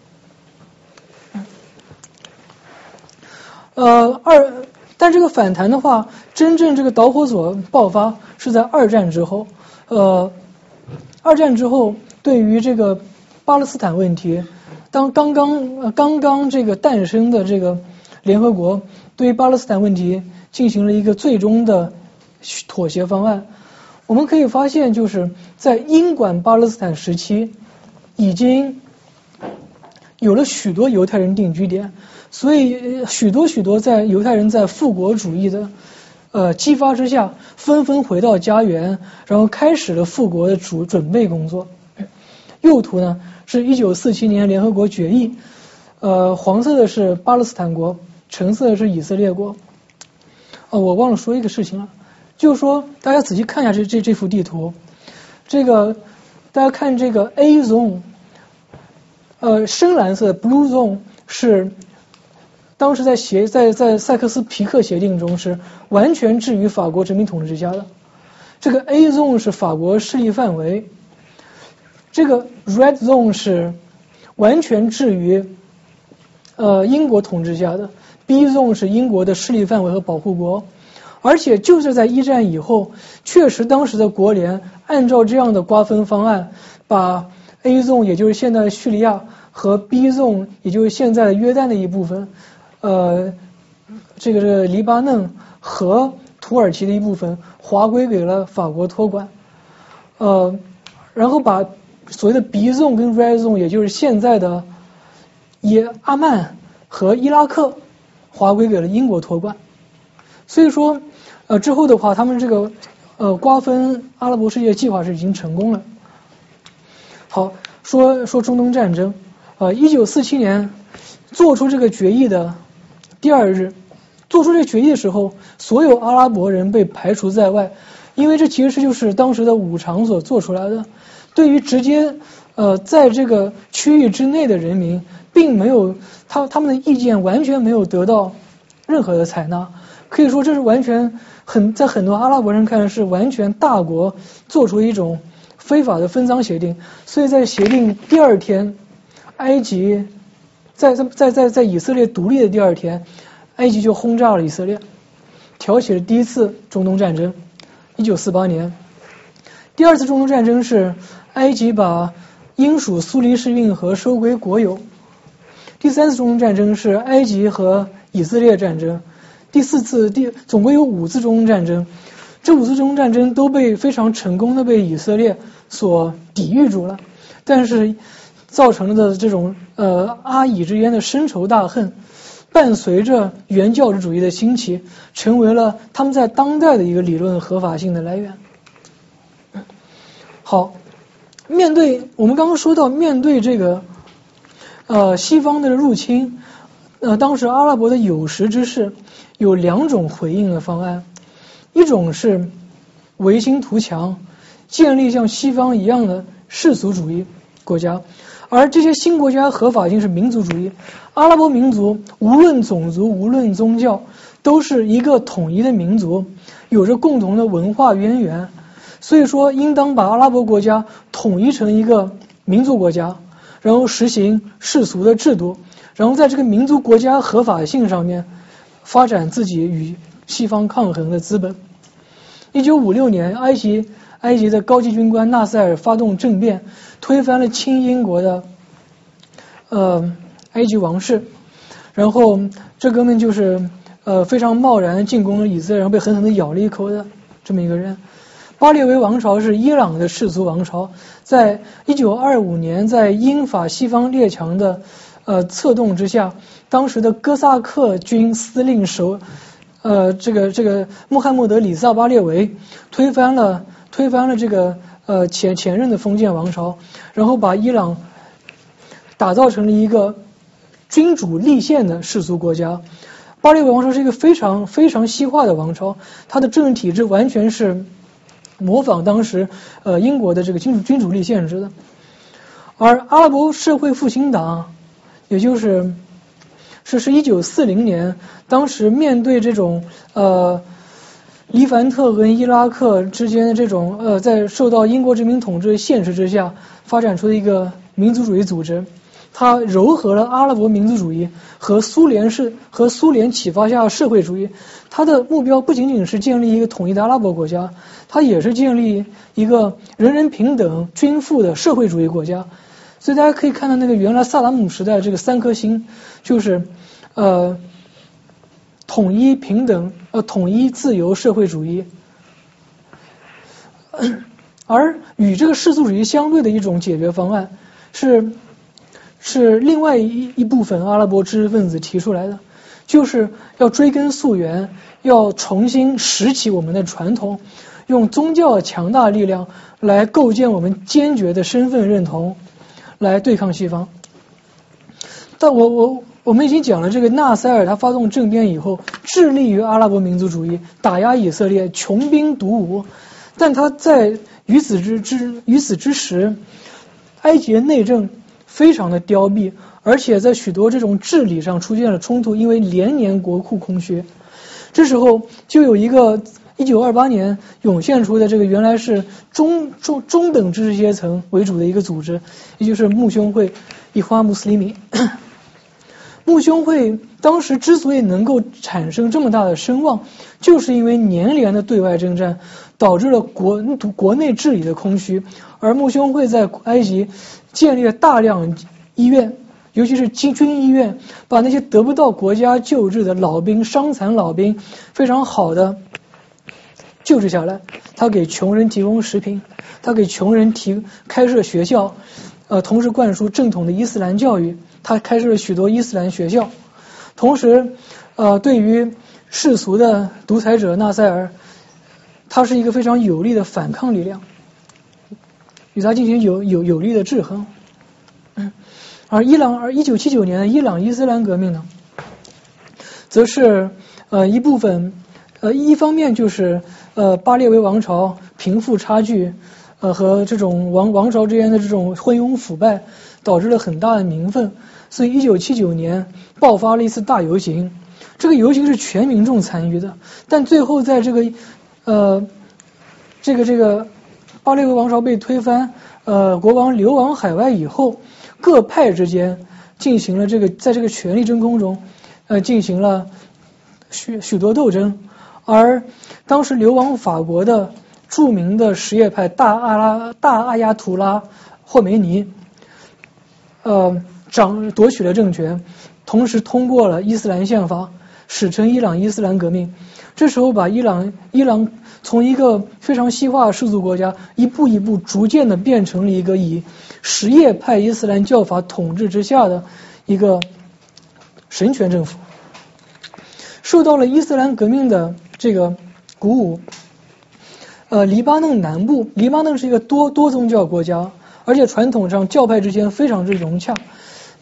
呃，二，但这个反弹的话，真正这个导火索爆发是在二战之后。呃，二战之后，对于这个巴勒斯坦问题，当刚刚、呃、刚刚这个诞生的这个联合国对于巴勒斯坦问题进行了一个最终的妥协方案。我们可以发现，就是在英管巴勒斯坦时期，已经有了许多犹太人定居点。所以许多许多在犹太人在复国主义的呃激发之下，纷纷回到家园，然后开始了复国的主准备工作。右图呢是一九四七年联合国决议，呃黄色的是巴勒斯坦国，橙色的是以色列国。哦，我忘了说一个事情了，就是说大家仔细看一下这这这幅地图，这个大家看这个 A zone， 呃深蓝色 blue zone 是当时在协在在塞克斯皮克协定中是完全置于法国殖民统治之下的。这个 A zone 是法国势力范围，这个 Red zone 是完全置于呃英国统治下的。B zone 是英国的势力范围和保护国。而且就是在一战以后，确实当时的国联按照这样的瓜分方案，把 A zone 也就是现在的叙利亚和 B zone 也就是现在的约旦的一部分，呃，这个这个黎巴嫩和土耳其的一部分划归给了法国托管，呃，然后把所谓的 B zone 跟 Red zone 也就是现在的也阿曼和伊拉克划归给了英国托管。所以说呃之后的话，他们这个呃瓜分阿拉伯世界计划是已经成功了。好，说说中东战争，呃一九四七年做出这个决议的第二日，做出这个决议的时候，所有阿拉伯人被排除在外，因为这其实就是当时的五常所做出来的，对于直接呃在这个区域之内的人民，并没有他他们的意见完全没有得到任何的采纳，可以说这是完全很在很多阿拉伯人看来是完全大国做出一种非法的分赃协定。所以在协定第二天，埃及在在在在在以色列独立的第二天，埃及就轰炸了以色列，挑起了第一次中东战争。一九四八年，第二次中东战争是埃及把英属苏黎世运河收归国有。第三次中东战争是埃及和以色列战争。第四次第总归有五次中东战争，这五次中东战争都被非常成功的被以色列所抵御住了，但是造成了的这种呃阿以之间的深仇大恨，伴随着原教旨主义的兴起，成为了他们在当代的一个理论合法性的来源。好，面对我们刚刚说到面对这个呃西方的入侵，呃当时阿拉伯的有识之士有两种回应的方案，一种是唯心图强，建立像西方一样的世俗主义国家，而这些新国家合法性是民族主义。阿拉伯民族无论种族无论宗教都是一个统一的民族，有着共同的文化渊源，所以说应当把阿拉伯国家统一成一个民族国家，然后实行世俗的制度，然后在这个民族国家合法性上面发展自己与西方抗衡的资本。一九五六年，埃及埃及的高级军官纳赛尔发动政变，推翻了亲英国的呃埃及王室，然后这哥们就是呃非常贸然进攻了以色列，然后被狠狠的咬了一口的这么一个人。巴列维王朝是伊朗的世俗王朝，在一九二五年在英法西方列强的呃策动之下，当时的哥萨克军司令首呃这个这个穆罕默德里萨巴列维推翻了推翻了这个呃前前任的封建王朝，然后把伊朗打造成了一个君主立宪的世俗国家。巴列维王朝是一个非常非常西化的王朝，它的政治体制完全是模仿当时呃英国的这个君主君主立宪制的。而阿拉伯社会复兴党，也就是是是一九四零年，当时面对这种呃黎凡特跟伊拉克之间的这种呃在受到英国殖民统治限制之下发展出的一个民族主义组织，它糅合了阿拉伯民族主义和苏联是和苏联启发下社会主义。它的目标不仅仅是建立一个统一的阿拉伯国家，它也是建立一个人人平等均富的社会主义国家。所以大家可以看到那个原来萨达姆时代这个三颗星，就是呃统一平等呃统一自由社会主义。而与这个世俗主义相对的一种解决方案是是另外一一部分阿拉伯知识分子提出来的，就是要追根溯源，要重新拾起我们的传统，用宗教强大力量来构建我们坚决的身份认同，来对抗西方。但我我我们已经讲了，这个纳赛尔他发动政变以后，致力于阿拉伯民族主义，打压以色列，穷兵黩武。但他在于此之之于此之时，埃及的内政非常的凋敝，而且在许多这种治理上出现了冲突，因为连年国库空虚。这时候就有一个一九二八年涌现出的这个原来是中中中等知识阶层为主的一个组织，也就是穆兄会伊花穆斯林米。穆兄会当时之所以能够产生这么大的声望，就是因为年连的对外征战导致了国国内治理的空虚，而穆兄会在埃及建立了大量医院，尤其是军医院，把那些得不到国家救治的老兵、伤残老兵非常好的救治下来。他给穷人提供食品，他给穷人提开设学校，呃，同时灌输正统的伊斯兰教育。他开设了许多伊斯兰学校，同时呃，对于世俗的独裁者纳赛尔，他是一个非常有力的反抗力量，与他进行有有有力的制衡。嗯，而伊朗而一九七九年的伊朗伊斯兰革命呢，则是呃一部分呃一方面就是呃巴列维王朝贫富差距呃和这种王王朝之间的这种昏庸腐败，导致了很大的民愤，所以一九七九年爆发了一次大游行。这个游行是全民众参与的，但最后在这个呃这个这个巴列维王朝被推翻，呃国王流亡海外以后，各派之间进行了这个在这个权力真空中呃进行了许许多斗争。而当时流亡法国的著名的什叶派大阿拉大阿亚图拉霍梅尼呃掌夺取了政权，同时通过了伊斯兰宪法，史称伊朗伊斯兰革命。这时候把伊朗伊朗从一个非常西化的世俗国家，一步一步逐渐的变成了一个以什叶派伊斯兰教法统治之下的一个神权政府。受到了伊斯兰革命的这个鼓舞，呃，黎巴嫩南部，黎巴嫩是一个多多宗教国家，而且传统上教派之间非常之融洽。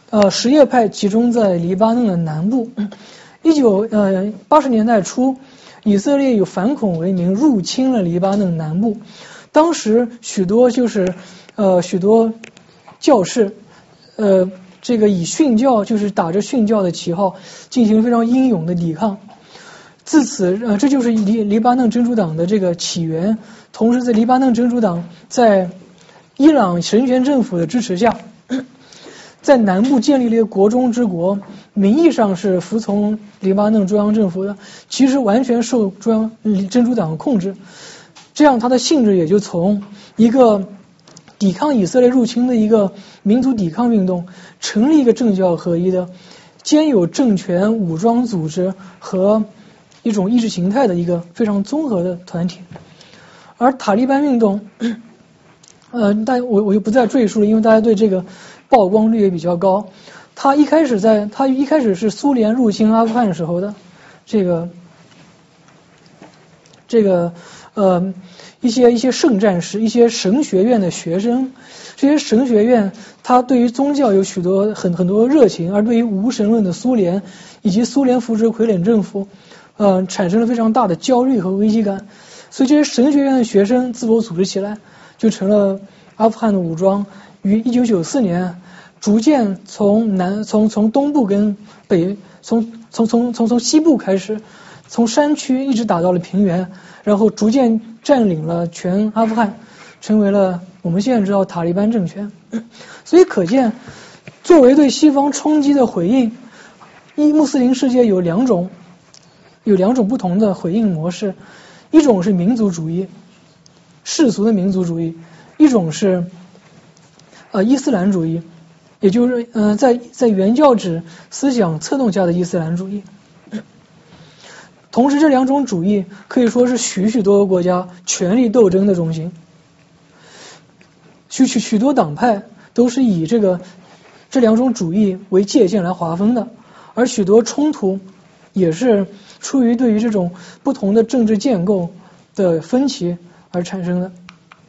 呃什叶派集中在黎巴嫩的南部。一九呃八十年代初，以色列以反恐为名入侵了黎巴嫩南部。当时许多就是呃许多教士呃这个以殉教就是打着殉教的旗号进行非常英勇的抵抗。自此呃这就是黎黎巴嫩真主党的这个起源。同时在黎巴嫩真主党在伊朗神权政府的支持下，在南部建立了一个国中之国，名义上是服从黎巴嫩中央政府的，其实完全受中央真主党控制。这样它的性质也就从一个抵抗以色列入侵的一个民族抵抗运动，成立一个政教合一的兼有政权、武装组织和一种意识形态的一个非常综合的团体。而塔利班运动呃，但我我就不再赘述了，因为大家对这个曝光率也比较高。他一开始在，他一开始是苏联入侵阿富汗时候的这个这个呃一些一些圣战士，一些神学院的学生。这些神学院他对于宗教有许多很很多热情，而对于无神论的苏联以及苏联扶持傀儡政府，呃产生了非常大的焦虑和危机感。所以这些神学院的学生自我组织起来，就成了阿富汗的武装。于一九九四年，逐渐从南从从东部跟北从从从从从西部开始，从山区一直打到了平原，然后逐渐占领了全阿富汗，成为了我们现在知道塔利班政权。所以可见，作为对西方冲击的回应，伊穆斯林世界有两种有两种不同的回应模式。一种是民族主义，世俗的民族主义；一种是呃伊斯兰主义，也就是呃在在原教旨思想策动下的伊斯兰主义。同时，这两种主义可以说是许许多多国家权力斗争的中心。许许许多党派都是以这个这两种主义为界限来划分的，而许多冲突也是出于对于这种不同的政治建构的分歧而产生的。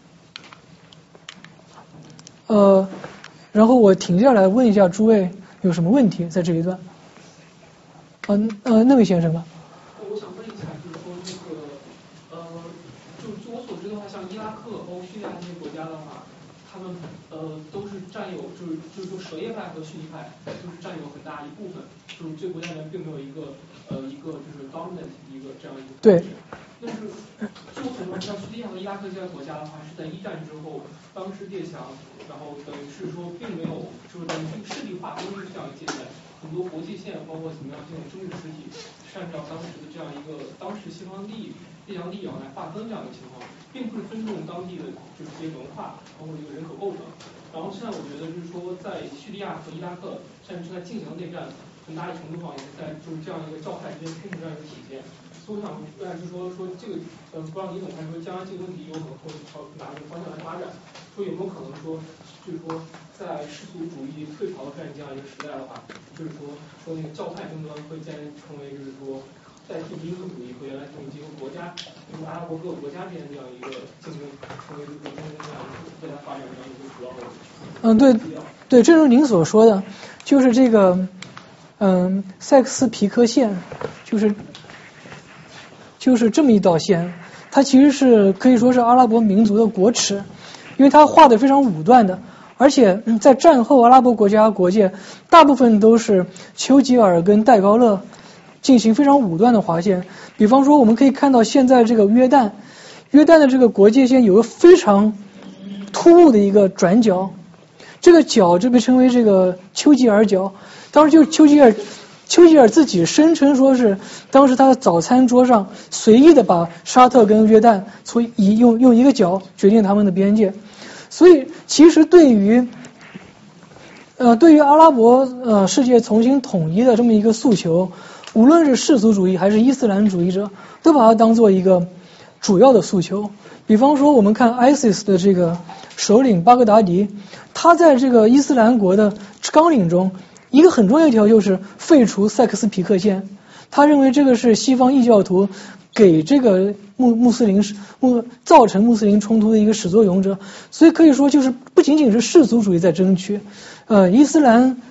呃，然后我停下来问一下诸位有什么问题在这一段。呃呃，那位先生吧。 我想问一下，就是说那个呃，就据我所知的话，像伊拉克、包括叙利亚这些国家的话，他们呃都是占有，就是就是说什叶派和逊尼派都是占有很大一部分，就是这个国家里面并没有一个呃一个就是 dominant 一个这样一个。 对。 但是据我所知，像叙利亚和伊拉克这样的国家的话，是在一战之后当时列强，然后等于是说并没有就是等于势力划分是这样一个阶段，很多国际线包括怎么样这种政治实体是按照当时的这样一个当时西方利益列强利益来划分这样的情况，并不是尊重当地的就是这些文化包括这个人口构成。然后现在我觉得就是说在叙利亚和伊拉克现在正在进行的内战，很大程度上也是在就是这样一个教派之间冲突这样一个体现。所以我想问，就是说说这个呃，不知道你怎么看，说将来这个问题有可能会朝哪个方向来发展？说有没有可能说，就是说在世俗主义退潮的这样一个时代的话，就是说说那个教派争端会渐成为就是说代替民族主义和原来这种几个国家，就是阿拉伯各个国家之间这样一个竞争，成为就是竞争这样一个未来发展这样一个主要的。 嗯，对对，正如您所说的，就是这个嗯塞克斯皮克线，就是就是这么一道线，它其实是可以说是阿拉伯民族的国耻，因为它画的非常武断的，而且在战后阿拉伯国家国界大部分都是丘吉尔跟戴高乐进行非常武断的划线。比方说我们可以看到现在这个约旦，约旦的这个国界线有个非常突兀的一个转角，这个角就被称为这个丘吉尔角。当时就丘吉尔丘吉尔自己声称说是当时他的早餐桌上随意的把沙特跟约旦从一用用一个角决定他们的边界。所以其实对于呃对于阿拉伯呃世界重新统一的这么一个诉求，无论是世俗主义还是伊斯兰主义者都把它当做一个主要的诉求。比方说我们看 I S I S 的这个首领巴格达迪，他在这个伊斯兰国的纲领中一个很重要一条就是废除塞克斯皮克线，他认为这个是西方异教徒给这个穆穆斯林穆造成穆斯林冲突的一个始作俑者。所以可以说就是不仅仅是世俗主义在争取，呃伊斯兰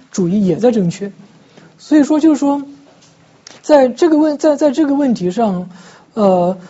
主义也在争取。所以说就是说，在这个问在在这个问题上，呃，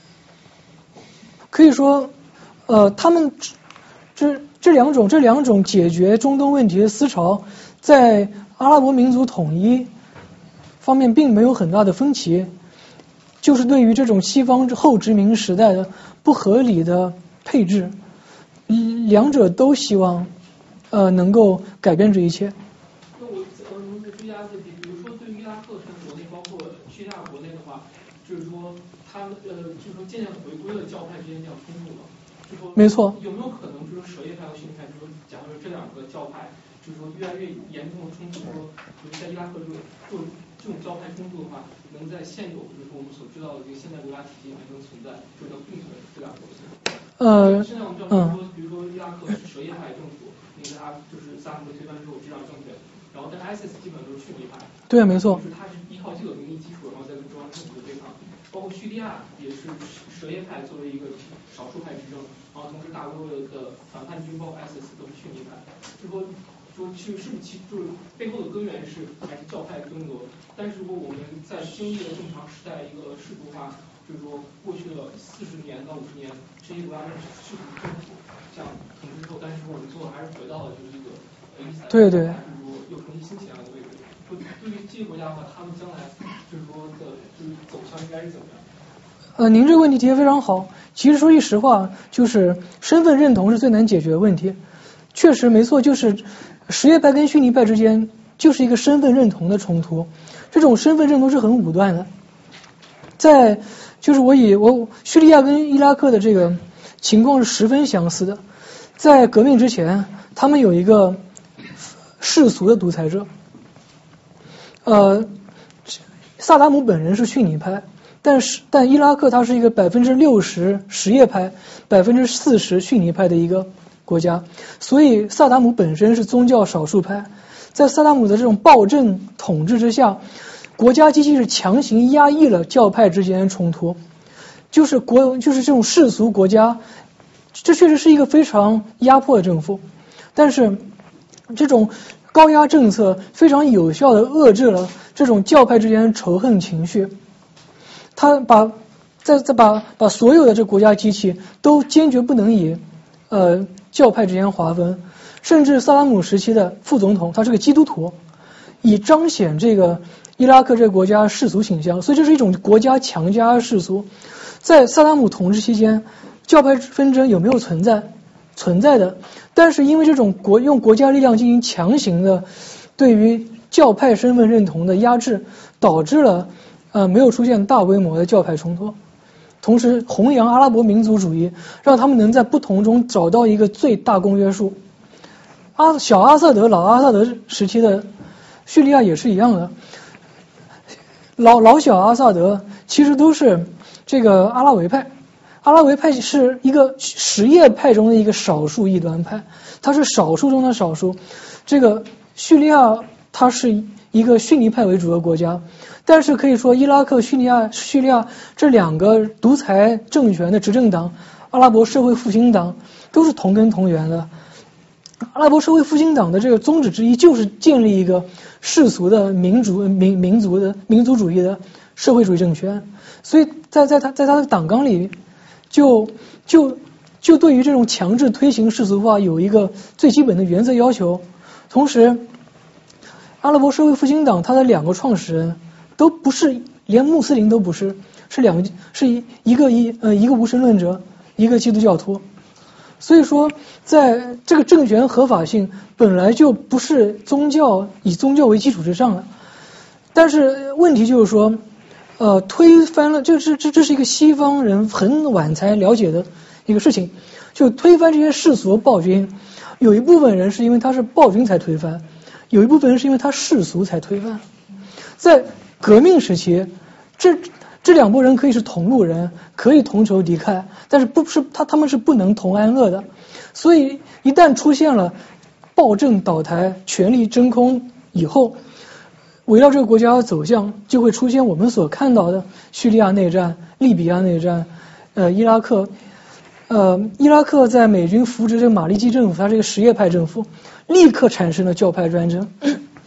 可以说，呃，他们这这两种这两种解决中东问题的思潮，在阿拉伯民族统一方面并没有很大的分歧，就是对于这种西方后殖民时代的不合理的配置，两者都希望呃能够改变这一切。 那我呃能再追加问题，比如说对于伊拉克他们国内，包括叙利亚国内的话，就是说他们呃就是说渐渐回归了教派之间这样冲突了，就是说没错， 有没有可能就是什叶派和逊尼派，就是说假如说这两个教派，就是说越来越严重的冲突，说就是在伊拉克这种这种这种教派冲突的话，能在现有就是说我们所知道的这个现代国家体系里面能存在，就能并存这两个东西。 呃， 现在我们知道说，比如说伊拉克是什叶派政府，那个他就是萨达姆推翻之后执掌政权，然后但 I S I S 基本都是逊尼派。 对，没错。 就是他是依靠这个民意基础，然后再跟中央政府的对抗。包括叙利亚也是什叶派作为一个少数派执政，然后同时大多数的反叛军包括 I S I S 都是逊尼派。就说说是是不是其就是背后的根源是还是教派争夺？但是如果我们在经历了这么长时代一个世俗化。就是说，过去了四十年到五十年，这些国家的世俗政府像统治之后，但是我们最后还是回到了就是一个伊斯兰， 对对， 就是说又重新兴起来的位置。就对于这些国家的话，他们将来就是说的，就是走向应该是怎么样？ 呃，您这个问题提得非常好。其实说句实话，就是身份认同是最难解决的问题。确实没错，就是什叶派跟逊尼派之间就是一个身份认同的冲突。这种身份认同是很武断的，在就是我以我叙利亚跟伊拉克的这个情况是十分相似的。在革命之前，他们有一个世俗的独裁者，呃，萨达姆本人是逊尼派，但是但伊拉克它是一个百分之六十什叶派，百分之四十逊尼派的一个国家，所以萨达姆本身是宗教少数派。在萨达姆的这种暴政统治之下，国家机器是强行压抑了教派之间的冲突，就是国就是这种世俗国家，这确实是一个非常压迫的政府，但是这种高压政策非常有效的遏制了这种教派之间的仇恨情绪，他把再再把把所有的这国家机器都坚决不能以呃教派之间划分，甚至萨达姆时期的副总统他是个基督徒，以彰显这个伊拉克这个国家世俗倾向，所以这是一种国家强加世俗。在萨达姆统治期间，教派纷争有没有存在？存在的，但是因为这种国用国家力量进行强行的对于教派身份认同的压制，导致了呃没有出现大规模的教派冲突。同时弘扬阿拉伯民族主义，让他们能在不同中找到一个最大公约数。阿小阿萨德老阿萨德时期的叙利亚也是一样的，老老小阿萨德其实都是这个阿拉维派。阿拉维派是一个什叶派中的一个少数异端派，它是少数中的少数。这个叙利亚它是一个逊尼派为主的国家，但是可以说伊拉克、叙利亚、叙利亚这两个独裁政权的执政党，阿拉伯社会复兴党都是同根同源的。阿拉伯社会复兴党的这个宗旨之一就是建立一个世俗的民主民民族的民族主义的社会主义政权，所以在在他在他的党纲里。就就就对于这种强制推行世俗化有一个最基本的原则要求。同时，阿拉伯社会复兴党它的两个创始人都不是，连穆斯林都不是，是两个是一一个一呃一个无神论者，一个基督教徒。所以说，在这个政权合法性本来就不是宗教以宗教为基础之上的。但是问题就是说。呃，推翻了，这是这这是一个西方人很晚才了解的一个事情，就推翻这些世俗暴君，有一部分人是因为他是暴君才推翻，有一部分人是因为他世俗才推翻。在革命时期，这这两拨人可以是同路人，可以同仇敌忾，但是不是他他们是不能同安乐的。所以一旦出现了暴政倒台、权力真空以后，围绕这个国家的走向，就会出现我们所看到的叙利亚内战、利比亚内战、呃伊拉克，呃伊拉克在美军扶植这个马利基政府，它是一个什叶派政府，立刻产生了教派专政。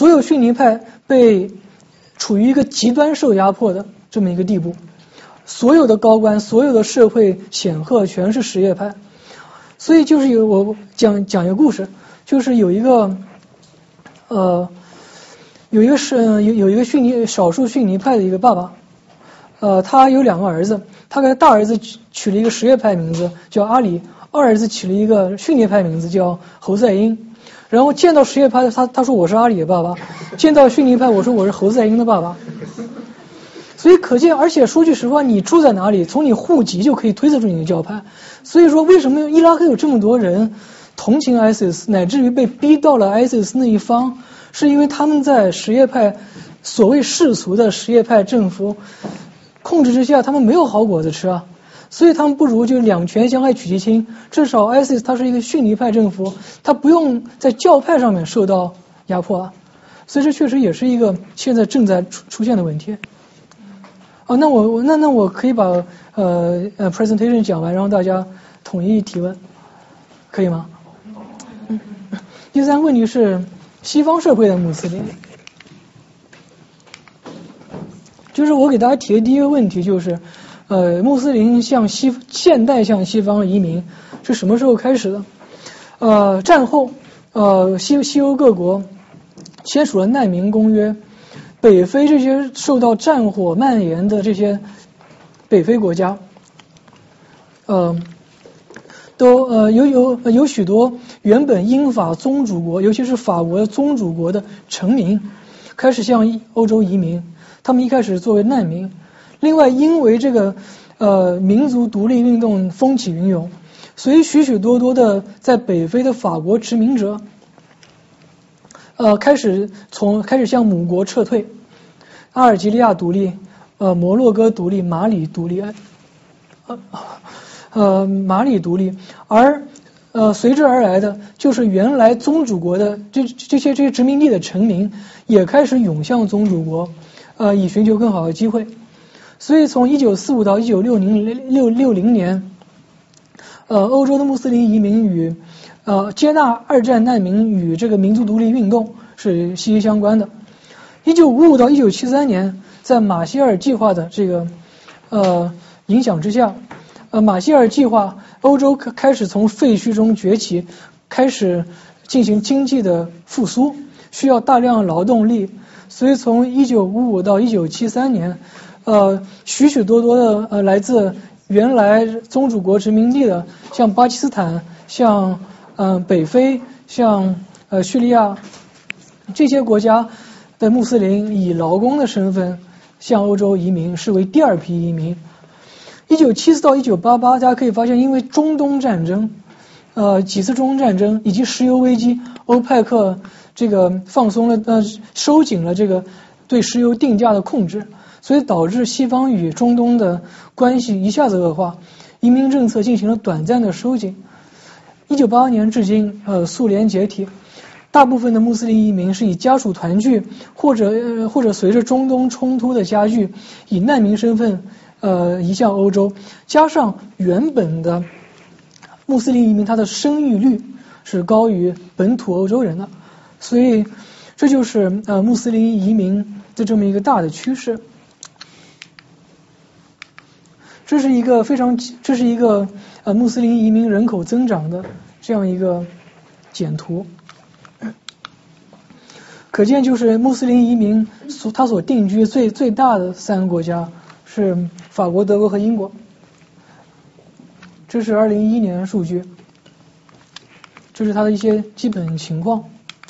所有逊尼派被处于一个极端受压迫的这么一个地步，所有的高官、所有的社会显赫全是什叶派。所以就是有我讲讲一个故事，就是有一个呃有一个是有有一个逊尼少数逊尼派的一个爸爸，呃他有两个儿子，他给大儿子取取了一个什叶派名字叫阿里，二儿子取了一个逊尼派名字叫侯赛因。然后见到什叶派，他他说我是阿里的爸爸；见到逊尼派，我说我是侯赛因的爸爸。所以可见，而且说句实话，你住在哪里，从你户籍就可以推测出你的教派。所以说，为什么伊拉克有这么多人同情 I S I S， 乃至于被逼到了 I S I S 那一方，是因为他们在什叶派所谓世俗的什叶派政府控制之下，他们没有好果子吃啊。所以他们不如就两权相害取其轻，至少 I S I S 它是一个逊尼派政府，它不用在教派上面受到压迫啊。所以这确实也是一个现在正在出出现的问题。哦，那我那那我可以把呃呃 presentation 讲完，然后大家统一提问，可以吗？嗯。第三个问题是西方社会的穆斯林，就是我给大家提的第一个问题就是。呃，穆斯林向西现代向西方移民是什么时候开始的？呃，战后，呃，西西欧各国签署了难民公约，北非这些受到战火蔓延的这些北非国家，呃，都呃有有有许多原本英法宗主国，尤其是法国的宗主国的臣民，开始向欧洲移民。他们一开始作为难民。另外，因为这个呃民族独立运动风起云涌，所以许许多多的在北非的法国殖民者，呃开始从开始向母国撤退，阿尔及利亚独立，呃摩洛哥独立，马里独立，呃呃马里独立，而呃随之而来的就是原来宗主国的这这些这些殖民地的臣民也开始涌向宗主国，呃以寻求更好的机会。所以从一九四五到一九六零六六零年，呃，欧洲的穆斯林移民与呃接纳二战难民与这个民族独立运动是息息相关的。一九五五到一九七三年，在马歇尔计划的这个呃影响之下，呃马歇尔计划，欧洲开始从废墟中崛起，开始进行经济的复苏，需要大量劳动力，所以从一九五五到一九七三年。呃，许许多多的呃来自原来宗主国殖民地的，像巴基斯坦、像嗯、呃、北非、像呃叙利亚这些国家的穆斯林以劳工的身份向欧洲移民，视为第二批移民。一九七四到一九八八，大家可以发现，因为中东战争，呃几次中东战争以及石油危机，欧派克这个放松了呃收紧了这个对石油定价的控制。所以导致西方与中东的关系一下子恶化，移民政策进行了短暂的收紧。一九八八年至今，呃，苏联解体，大部分的穆斯林移民是以家属团聚，或者、呃、或者随着中东冲突的加剧，以难民身份呃移向欧洲，加上原本的穆斯林移民他的生育率是高于本土欧洲人的，所以这就是呃穆斯林移民的这么一个大的趋势。这是一个非常，这是一个呃穆斯林移民人口增长的这样一个简图，可见就是穆斯林移民所他所定居最最大的三个国家是法国、德国和英国。这是二零一一年的数据，这是它的一些基本情况。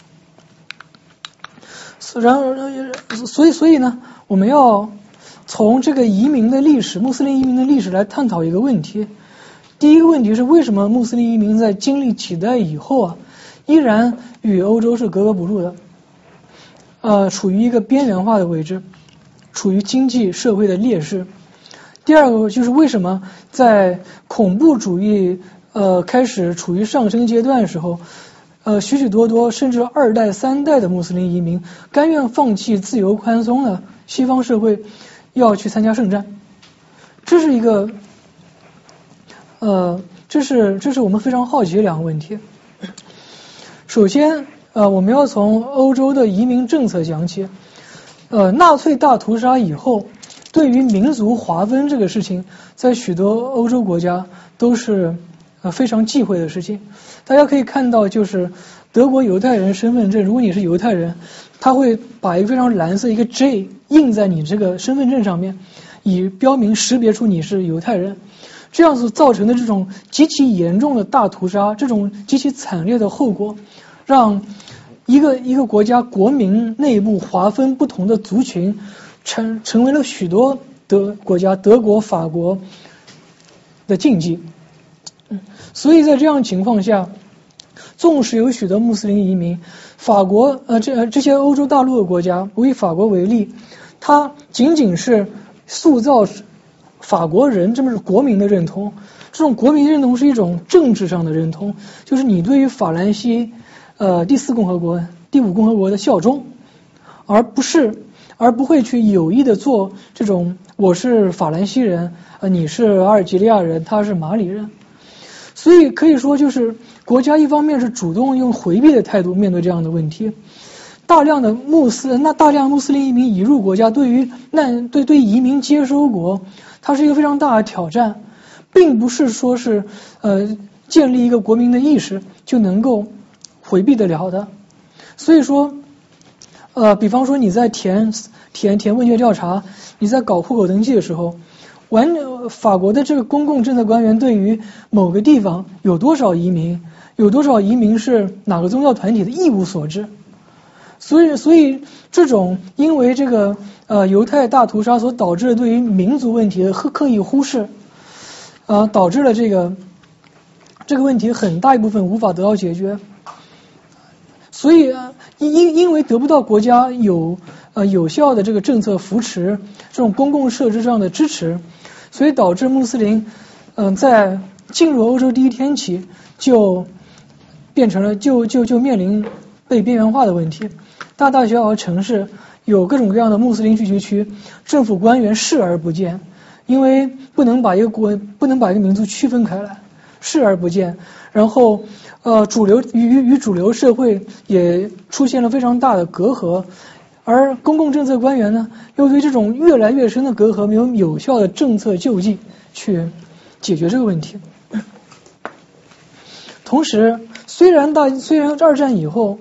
然后，所以所以呢，我们要从这个移民的历史，穆斯林移民的历史来探讨一个问题。第一个问题是，为什么穆斯林移民在经历几代以后啊，依然与欧洲是格格不入的，呃，处于一个边缘化的位置，处于经济社会的劣势。第二个就是为什么在恐怖主义呃开始处于上升阶段的时候，呃许许多多甚至二代三代的穆斯林移民甘愿放弃自由宽松的西方社会，要去参加圣战。这是一个呃这是这是我们非常好奇的两个问题。首先呃，我们要从欧洲的移民政策讲起。呃，纳粹大屠杀以后，对于民族划分这个事情，在许多欧洲国家都是呃非常忌讳的事情。大家可以看到，就是德国犹太人身份证，如果你是犹太人，他会把一个非常蓝色一个 J 印在你这个身份证上面，以标明识别出你是犹太人。这样子造成的这种极其严重的大屠杀，这种极其惨烈的后果，让一个一个国家国民内部划分不同的族群，成成为了许多德国家，德国、法国的禁忌。嗯，所以在这样情况下，纵使有许多穆斯林移民，法国呃这这些欧洲大陆的国家，我以法国为例，它仅仅是塑造法国人这么是国民的认同，这种国民认同是一种政治上的认同，就是你对于法兰西呃第四共和国、第五共和国的效忠，而不是而不会去有意的做这种我是法兰西人，呃你是阿尔及利亚人，他是马里人。所以可以说，就是国家一方面是主动用回避的态度面对这样的问题，大量的穆斯那大量穆斯林移民移入国家，对于难对对移民接收国，它是一个非常大的挑战，并不是说是呃建立一个国民的意识就能够回避得了的。所以说，呃，比方说你在填填填问卷调查，你在搞户口登记的时候，完法国的这个公共政策官员对于某个地方有多少移民，有多少移民是哪个宗教团体的一无所知。所以，所以这种因为这个呃犹太大屠杀所导致的对于民族问题的刻意忽视，呃，导致了这个这个问题很大一部分无法得到解决。所以，因因为得不到国家有呃有效的这个政策扶持，这种公共设施上的支持，所以导致穆斯林嗯、呃、在进入欧洲第一天起就变成了就就就面临被边缘化的问题。大大小小的城市有各种各样的穆斯林聚集区，政府官员视而不见，因为不能把一个国不能把一个民族区分开来，视而不见。然后呃主流与与主流社会也出现了非常大的隔阂，而公共政策官员呢，又对这种越来越深的隔阂没有有效的政策救济去解决这个问题。同时，虽然大虽然二战以后，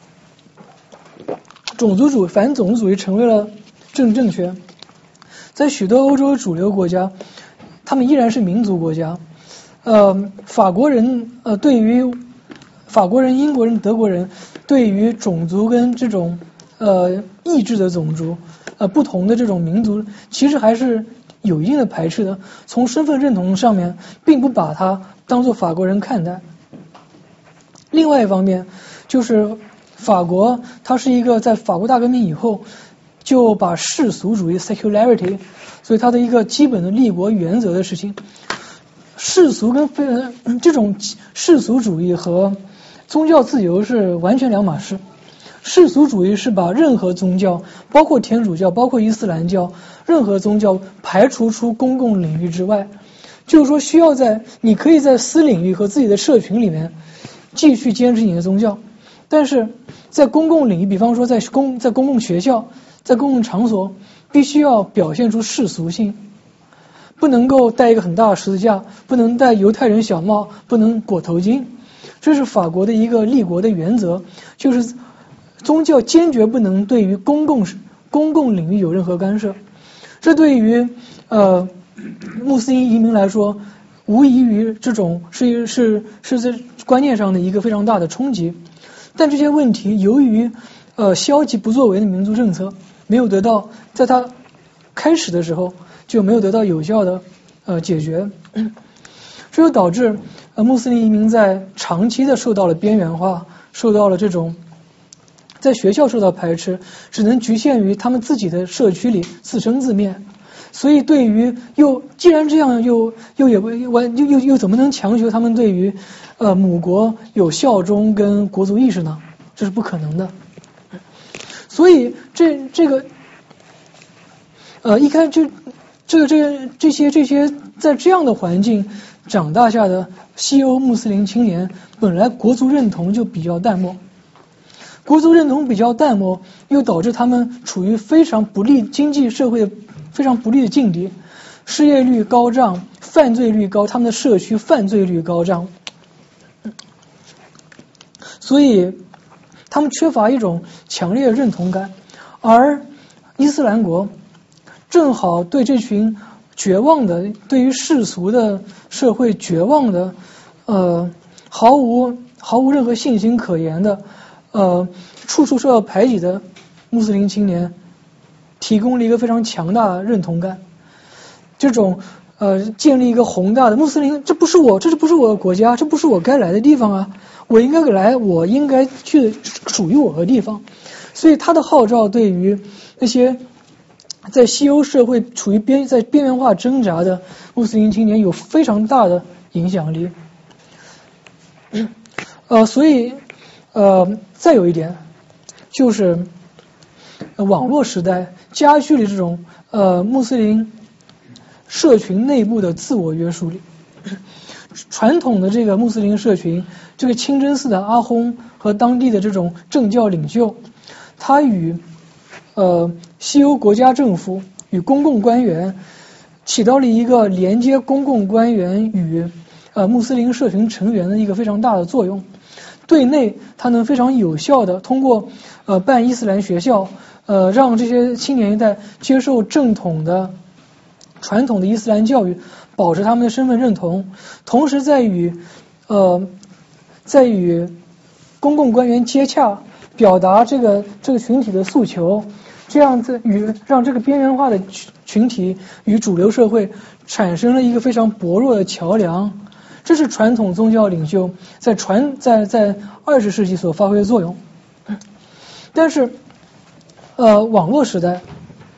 种族主反种族主义成为了政治正确，在许多欧洲主流国家，他们依然是民族国家。呃，法国人呃对于法国人、英国人、德国人对于种族跟这种呃异质的种族呃不同的这种民族，其实还是有一定的排斥的。从身份认同上面，并不把它当作法国人看待。另外一方面，就是法国它是一个在法国大革命以后就把世俗主义 secularity 所以它的一个基本的立国原则的事情。世俗跟非、呃、这种世俗主义和宗教自由是完全两码事。世俗主义是把任何宗教，包括天主教、包括伊斯兰教，任何宗教排除出公共领域之外，就是说需要在你可以在私领域和自己的社群里面继续坚持你的宗教，但是在公共领域，比方说在公在公共学校、在公共场所，必须要表现出世俗性，不能够戴一个很大的十字架，不能戴犹太人小帽，不能裹头巾。这是法国的一个立国的原则，就是宗教坚决不能对于公共公共领域有任何干涉。这对于呃穆斯林移民来说，无疑于这种是是是在观念上的一个非常大的冲击。但这些问题由于呃消极不作为的民族政策，没有得到在它开始的时候就没有得到有效的呃解决，这就导致呃穆斯林移民在长期的受到了边缘化，受到了这种在学校受到排斥，只能局限于他们自己的社区里自生自灭。所以对于又既然这样，又又也完又又又怎么能强求他们对于呃母国有效忠跟国族意识呢？这是不可能的。所以这这个呃一看就这个这个这些这些在这样的环境长大下的西欧穆斯林青年，本来国族认同就比较淡漠， 国族认同比较淡漠，又导致他们处于非常不利经济社会非常不利的境地，失业率高涨，犯罪率高，他们的社区犯罪率高涨，所以他们缺乏一种强烈的认同感，而伊斯兰国正好对这群绝望的，对于世俗的社会绝望的，呃，毫无毫无任何信心可言的，呃，处处受到排挤的穆斯林青年，提供了一个非常强大的认同感。这种呃，建立一个宏大的穆斯林，这不是我，这不是我的国家，这不是我该来的地方啊！我应该来，我应该去属于我的地方。所以他的号召对于那些在西欧社会处于边在边缘化挣扎的穆斯林青年有非常大的影响力。呃，所以呃，再有一点就是、呃、网络时代加剧了这种呃穆斯林社群内部的自我约束力。传统的这个穆斯林社群，这个清真寺的阿訇和当地的这种政教领袖，他与呃西欧国家政府与公共官员起到了一个连接公共官员与呃穆斯林社群成员的一个非常大的作用。对内，它能非常有效的通过呃办伊斯兰学校，呃让这些青年一代接受正统的传统的伊斯兰教育，保持他们的身份认同，同时在与呃在与公共官员接洽，表达这个这个群体的诉求，这样子与让这个边缘化的群体与主流社会产生了一个非常薄弱的桥梁。这是传统宗教领袖在传在在二十世纪所发挥的作用。但是呃网络时代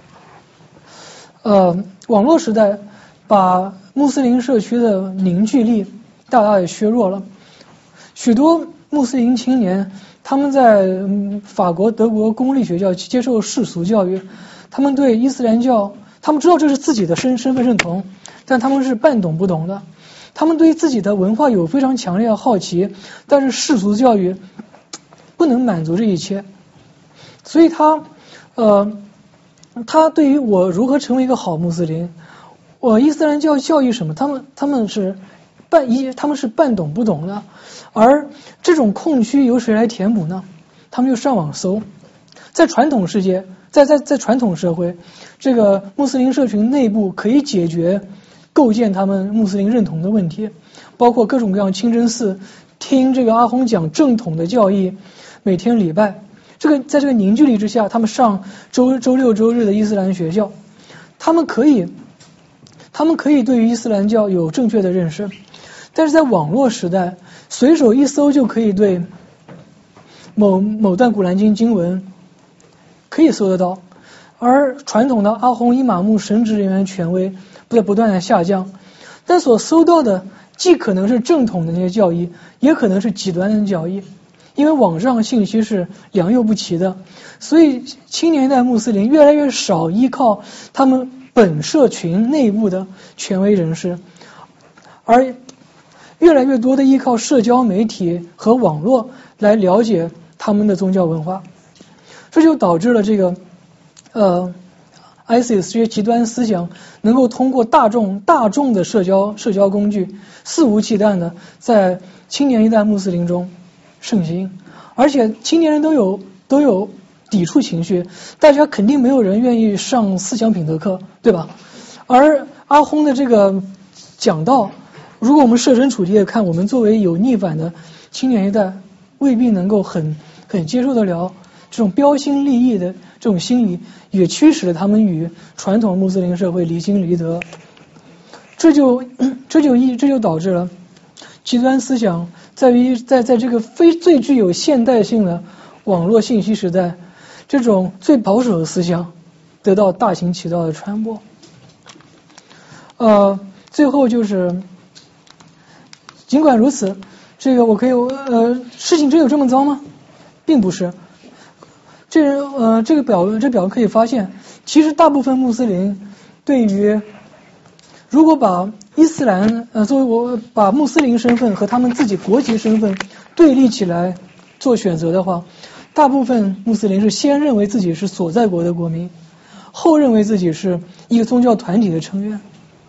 呃网络时代把穆斯林社区的凝聚力大大的削弱了。许多穆斯林青年他们在、嗯、法国德国公立学校接受世俗教育，他们对伊斯兰教他们知道这是自己的身身份认同，但他们是半懂不懂的。他们对自己的文化有非常强烈的好奇，但是世俗教育不能满足这一切，所以他呃他对于我如何成为一个好穆斯林，我伊斯兰教教育什么，他们他们是半一他们是半懂不懂的。而这种空虚由谁来填补呢？他们就上网搜。在传统世界，在在在传统社会，这个穆斯林社群内部可以解决构建他们穆斯林认同的问题，包括各种各样清真寺，听这个阿訇讲正统的教义，每天礼拜。这个在这个凝聚力之下，他们上周周六周日的伊斯兰学校，他们可以他们可以对于伊斯兰教有正确的认识。但是在网络时代，随手一搜就可以对某某段古兰经经文可以搜得到，而传统的阿訇伊玛目神职人员权威不在不断的下降，但所搜到的既可能是正统的那些教义，也可能是极端的教义，因为网上信息是良莠不齐的，所以青年代穆斯林越来越少依靠他们本社群内部的权威人士，而越来越多的依靠社交媒体和网络来了解他们的宗教文化。这就导致了这个呃 I S I S 这些极端思想能够通过大众大众的社交社交工具肆无忌惮的在青年一代穆斯林中盛行，而且青年人都有都有抵触情绪，大家肯定没有人愿意上思想品德课，对吧？而阿訇的这个讲道，如果我们设身处地的看，我们作为有逆反的青年一代，未必能够很很接受得了这种标新立异的这种心理，也驱使了他们与传统穆斯林社会离心离德。这就这就一这就导致了极端思想在于在在这个非最具有现代性的网络信息时代，这种最保守的思想得到大行其道的传播。呃，最后就是。尽管如此，这个我可以呃，事情真有这么糟吗？并不是。这呃，这个表这表可以发现，其实大部分穆斯林对于如果把伊斯兰呃作为我把穆斯林身份和他们自己国籍身份对立起来做选择的话， 大部分穆斯林是先认为自己是所在国的国民，后认为自己是一个宗教团体的成员。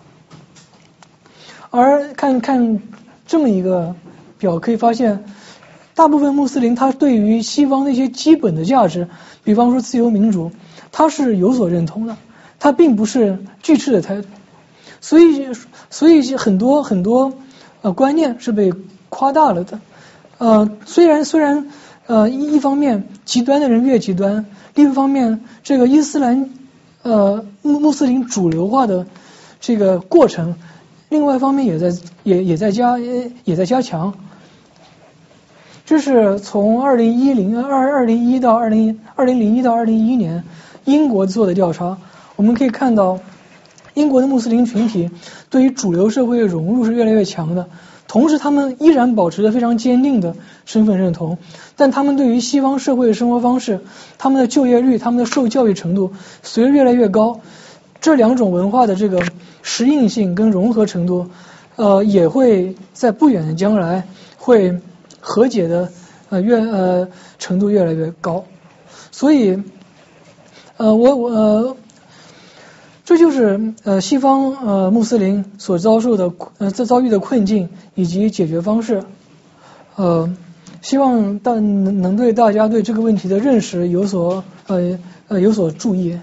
而看看这么一个表可以发现，大部分穆斯林他对于西方的一些基本的价值，比方说自由民主，他是有所认同的，他并不是拒斥的态度。所以所以很多很多呃观念是被夸大了的。呃虽然虽然呃一一方面极端的人越极端，另一方面这个伊斯兰呃穆穆斯林主流化的这个过程，另外一方面也在也也在加也在加强。这是从二零一零二二零一到二零二零零一到二零一一年英国做的调查，我们可以看到英国的穆斯林群体对于主流社会的融入是越来越强的，同时他们依然保持着非常坚定的身份认同，但他们对于西方社会的生活方式，他们的就业率，他们的受教育程度随着越来越高，这两种文化的这个适应性跟融合程度呃也会在不远的将来会和解的呃越呃程度越来越高。所以呃我我呃这就是呃西方呃穆斯林所遭受的呃遭遇的困境以及解决方式。呃希望大能能对大家对这个问题的认识有所呃呃有所注意。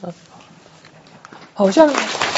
好，下面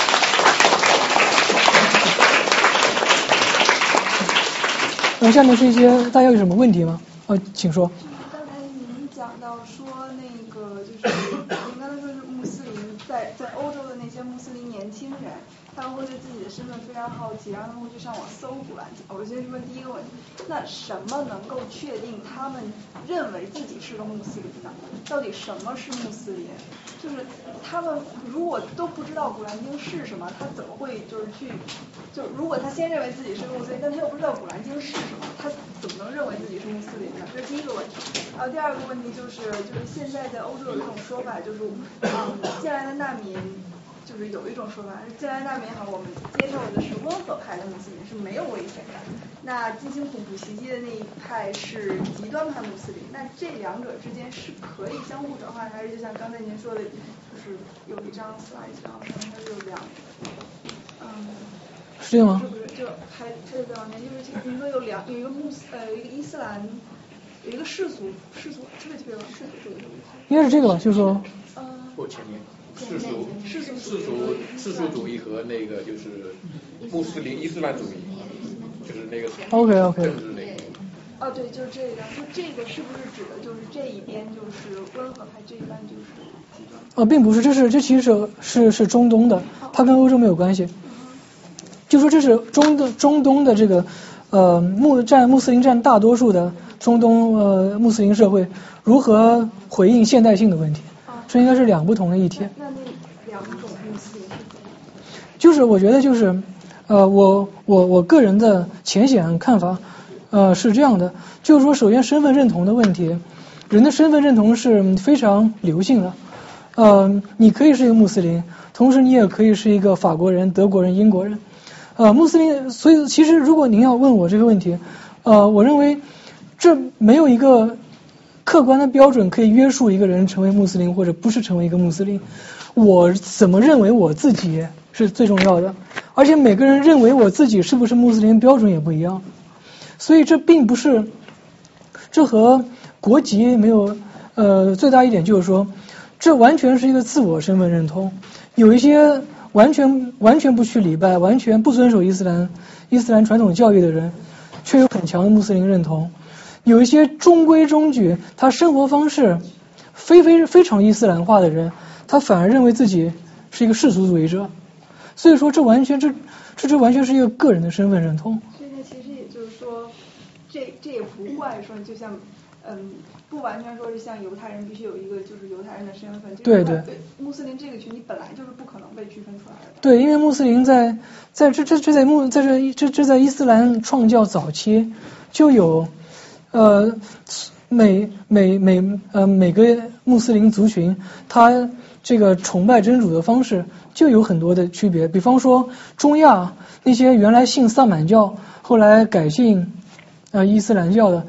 那下面是一些大家有什么问题吗？呃，请说。 刚才您讲到说那个就是您刚才说是穆斯林在在欧洲的那些穆斯林年轻人，他们会对自己的身份非常好奇，然后他们会去上网搜古兰经。我先问第一个问题，那什么能够确定他们认为自己是个穆斯林呢？到底什么是穆斯林？就是他们如果都不知道古兰经是什么，他怎么会就是去就如果他先认为自己是个穆斯林，但他又不知道古兰经是什么，他怎么能认为自己是穆斯林呢？这是第一个问题。然后第二个问题就是就是现在在欧洲有一种说法，就是嗯进来的难民。就是有一种说法，进来难民好，我们接受的是温和派的穆斯林，是没有危险的。那进行恐怖袭击的那一派是极端派穆斯林。那这两者之间是可以相互转换，还是就像刚才您说的，就是有一张 slide 上它是有两，嗯， 是这样吗？ 是不是就还还得再往前，就是您说有两有一个穆斯呃有一个伊斯兰，有一个世俗世俗特别特别往世俗主义。 应该是这个吧，就是说。 嗯。 不前面。世俗世俗世俗主义和那个就是穆斯林伊斯兰主义，就是那个 OK OK 政治那个。 哦，对，就是这个。就这个是不是指的就是这一边就是温和派，这一边就是极端？ 呃，并不是，这是这其实是是是中东的，它跟欧洲没有关系。就说这是中的中东的这个呃穆占穆斯林占大多数的中东呃穆斯林社会如何回应现代性的问题。这应该是两不同的议题。 那那两种穆斯林是怎样？ 就是我觉得就是呃我我我个人的浅显看法呃是这样的，就是说首先身份认同的问题，人的身份认同是非常流性的。呃你可以是一个穆斯林，同时你也可以是一个法国人、德国人、英国人。呃穆斯林，所以其实如果您要问我这个问题，呃我认为这没有一个客观的标准可以约束一个人成为穆斯林或者不是成为一个穆斯林。我怎么认为我自己是最重要的，而且每个人认为我自己是不是穆斯林标准也不一样，所以这并不是，这和国籍没有呃最大一点就是说，这完全是一个自我身份认同。有一些完全完全不去礼拜，完全不遵守伊斯兰伊斯兰传统教育的人，却有很强的穆斯林认同。有一些中规中矩，他生活方式非非非常伊斯兰化的人，他反而认为自己是一个世俗主义者。所以说，这完全这这这完全是一个个人的身份认同。 所以呢，其实也就是说，这这也不怪说，就像嗯，不完全说是像犹太人必须有一个就是犹太人的身份。 对对。 穆斯林这个群体本来就是不可能被区分出来的。 对，因为穆斯林在在这这这在穆在这这这在伊斯兰创教早期就有。呃，每每每呃每个穆斯林族群，他这个崇拜真主的方式就有很多的区别。比方说，中亚那些原来信萨满教，后来改信呃伊斯兰教的，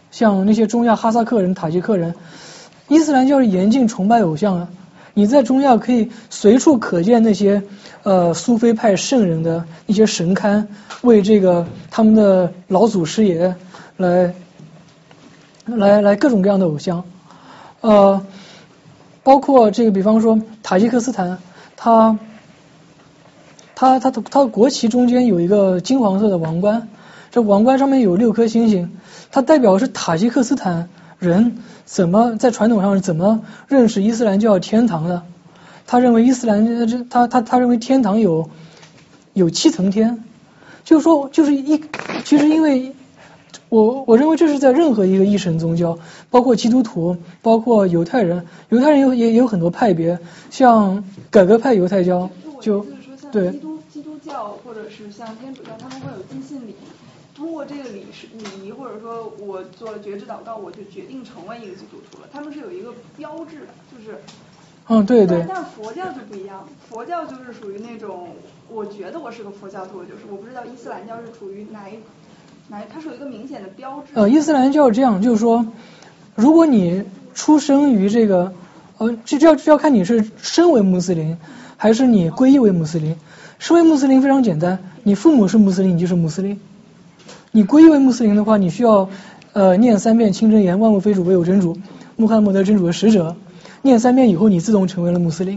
像那些中亚哈萨克人、塔吉克人，伊斯兰教是严禁崇拜偶像的。你在中亚可以随处可见那些呃苏菲派圣人的一些神龛，为这个他们的老祖师爷来来来各种各样的偶像，呃，包括这个比方说塔吉克斯坦，它它它的它的国旗中间有一个金黄色的王冠，这王冠上面有六颗星星，它代表的是塔吉克斯坦人怎么在传统上是怎么认识伊斯兰教天堂的。他认为伊斯兰他他他认为天堂有有七层天，就是说就是一其实因为我我认为这是在任何一个一神宗教，包括基督徒，包括犹太人，犹太人有也也有很多派别，像改革派犹太教就对。 基督基督教或者是像天主教，他们会有祭信礼，通过这个礼是礼仪，或者说我做了觉知祷告，我就决定成为一个基督徒了。他们是有一个标志的，就是嗯对对。 但佛教就不一样，佛教就是属于那种，我觉得我是个佛教徒，就是我不知道伊斯兰教是处于哪一哪一，它是有一个明显的标志。 呃，伊斯兰教是这样，就是说，如果你出生于这个，呃，这就要就要看你是生为穆斯林，还是你皈依为穆斯林。身为穆斯林非常简单，你父母是穆斯林，你就是穆斯林。你皈依为穆斯林的话，你需要呃念三遍清真言，万物非主，唯有真主，穆罕默德真主的使者。念三遍以后，你自动成为了穆斯林。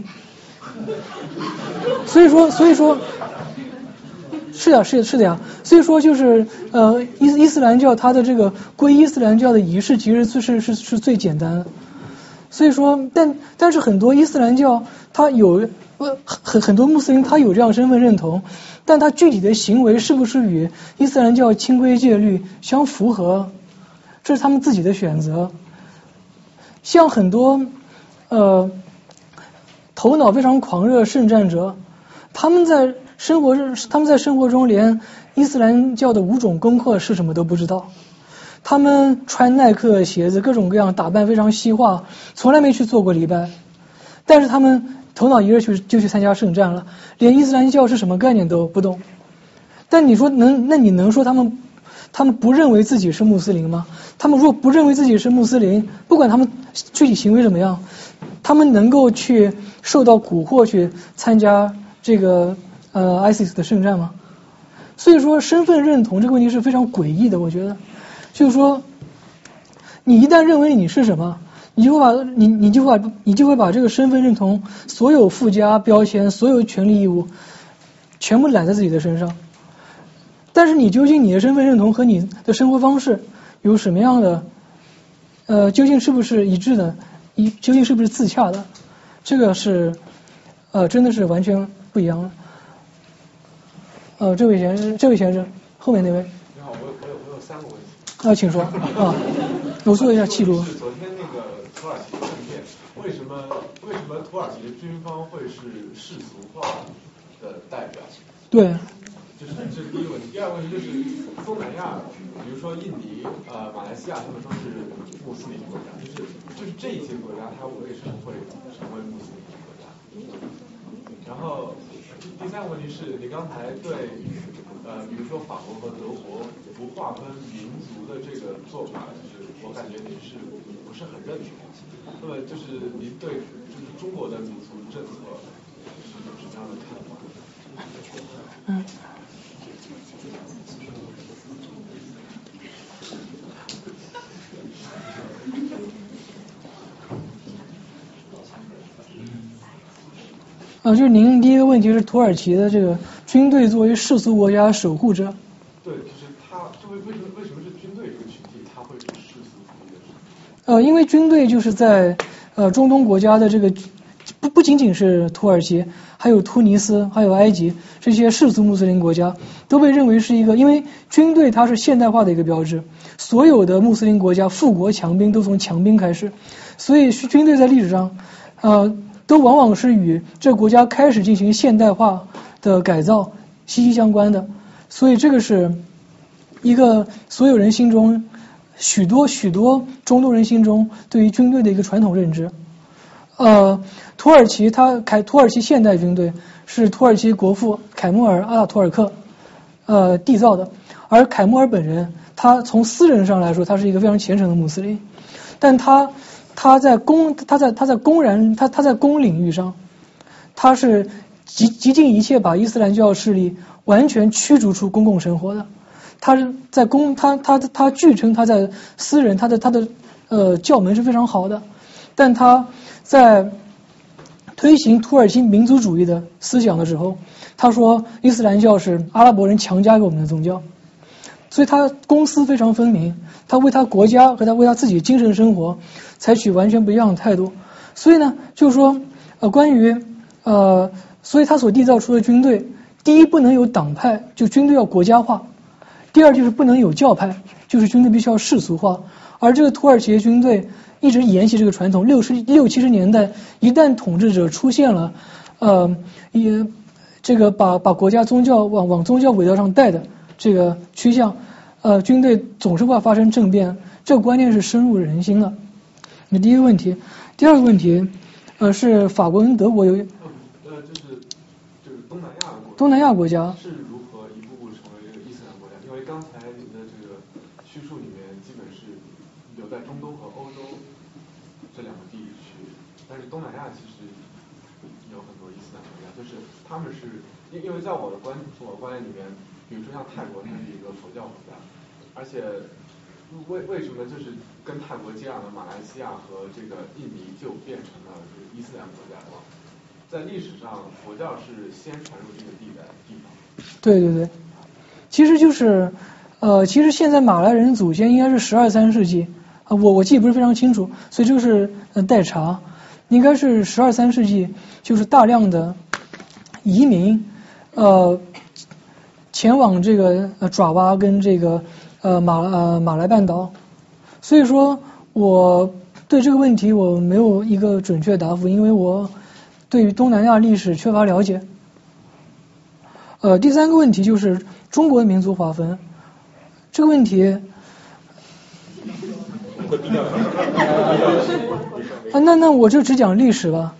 所以说，所以说，是的，是是的呀。所以说，就是呃，伊伊斯兰教它的这个皈依伊斯兰教的仪式，其实是是是是最简单的。所以说，但但是很多伊斯兰教它有呃很很多穆斯林他有这样身份认同，但他具体的行为是不是与伊斯兰教清规戒律相符合，这是他们自己的选择。像很多呃头脑非常狂热圣战者，他们在生活他们在生活中连伊斯兰教的五种功课是什么都不知道。他们穿耐克的鞋子，各种各样打扮非常西化，从来没去做过礼拜，但是他们头脑一热去就去参加圣战了，连伊斯兰教是什么概念都不懂。但你说能，那你能说他们他们不认为自己是穆斯林吗？他们如果不认为自己是穆斯林，不管他们具体行为怎么样，他们能够去受到蛊惑去参加这个呃 I S I S 的圣战吗？所以说身份认同这个问题是非常诡异的，我觉得就是说你一旦认为你是什么，你就会把你你就会把你就会把这个身份认同所有附加标签、所有权利义务全部揽在自己的身上。但是你究竟你的身份认同和你的生活方式有什么样的呃究竟是不是一致的，一究竟是不是自洽的，这个是呃真的是完全不一样的。呃这位先生这位先生后面那位。 你好，我我有我有三个问题。 啊请说啊，我做一下记录。 是昨天那个土耳其政变，为什么为什么土耳其的军方会是世俗化的代表？ 对。 就是这是第一个问题，第二个问题就是东南亚，比如说印尼、呃马来西亚，他们都是穆斯林国家，就是就是这一些国家，它为什么会成为穆斯林国家？然后第三个问题是你刚才对呃比如说法国和德国不划分民族的这个做法，就是我感觉你是不是很认同？那么就是您对就是中国的民族政策是有什么样的看法？ 嗯。啊，就是您第一个问题是土耳其的这个军队作为世俗国家守护者。 对，就是他，就为为什么为什么是军队这个群体，他会是世俗主义的？ 呃，因为军队就是在呃中东国家的这个不不仅仅是土耳其，还有突尼斯，还有埃及这些世俗穆斯林国家都被认为是一个，因为军队它是现代化的一个标志，所有的穆斯林国家富国强兵都从强兵开始，所以军队在历史上呃都往往是与这个国家开始进行现代化的改造息息相关的，所以这个是一个所有人心中许多许多中东人心中对于军队的一个传统认知。呃，土耳其它凯土耳其现代军队是土耳其国父凯穆尔阿塔图尔克呃缔造的，而而凯穆尔本人，他从私人上来说，他是一个非常虔诚的穆斯林，但他他在公他在他在公然他他在公领域上，他是极极尽一切把伊斯兰教势力完全驱逐出公共生活的。他是在公他他他据称他在私人他的他的呃教门是非常好的，但他在推行土耳其民族主义的思想的时候，他说伊斯兰教是阿拉伯人强加给我们的宗教，所以他公私非常分明，他为他国家和他为他自己精神生活采取完全不一样的态度。所以呢，就是说呃关于呃，所以他所缔造出的军队，第一不能有党派，就军队要国家化；第二就是不能有教派，就是军队必须要世俗化。而这个土耳其军队一直沿袭这个传统，六十六七十年代，一旦统治者出现了，呃，也这个把把国家宗教往往宗教轨道上带的这个趋向，呃，军队总是会发生政变，这个观念是深入人心的。那第一个问题，第二个问题，呃，是法国跟德国有， 呃，就是就是东南亚国东南亚国家是如何一步步成为这个伊斯兰国家？因为刚才您的这个叙述里面基本是留在中东和欧洲这两个地区，但是东南亚其实有很多伊斯兰国家，就是他们是因因为在我的观我的观念里面，比如说像泰国，它是一个佛教国家，而且为为什么就是跟泰国接壤的马来西亚和这个印尼就变成了这个伊斯兰国家呢？在历史上，佛教是先传入这个地带地方。 对对对，其实就是呃，其实现在马来人祖先应该是十二三世纪啊、呃，我我记得不是非常清楚，所以这个是呃待查，应该是十二三世纪，就是大量的移民呃前往这个呃爪哇跟这个呃马呃马来半岛，所以说我对这个问题我没有一个准确答复，因为我对于东南亚历史缺乏了解。呃，第三个问题就是中国的民族划分，这个问题，啊，那那我就只讲历史吧。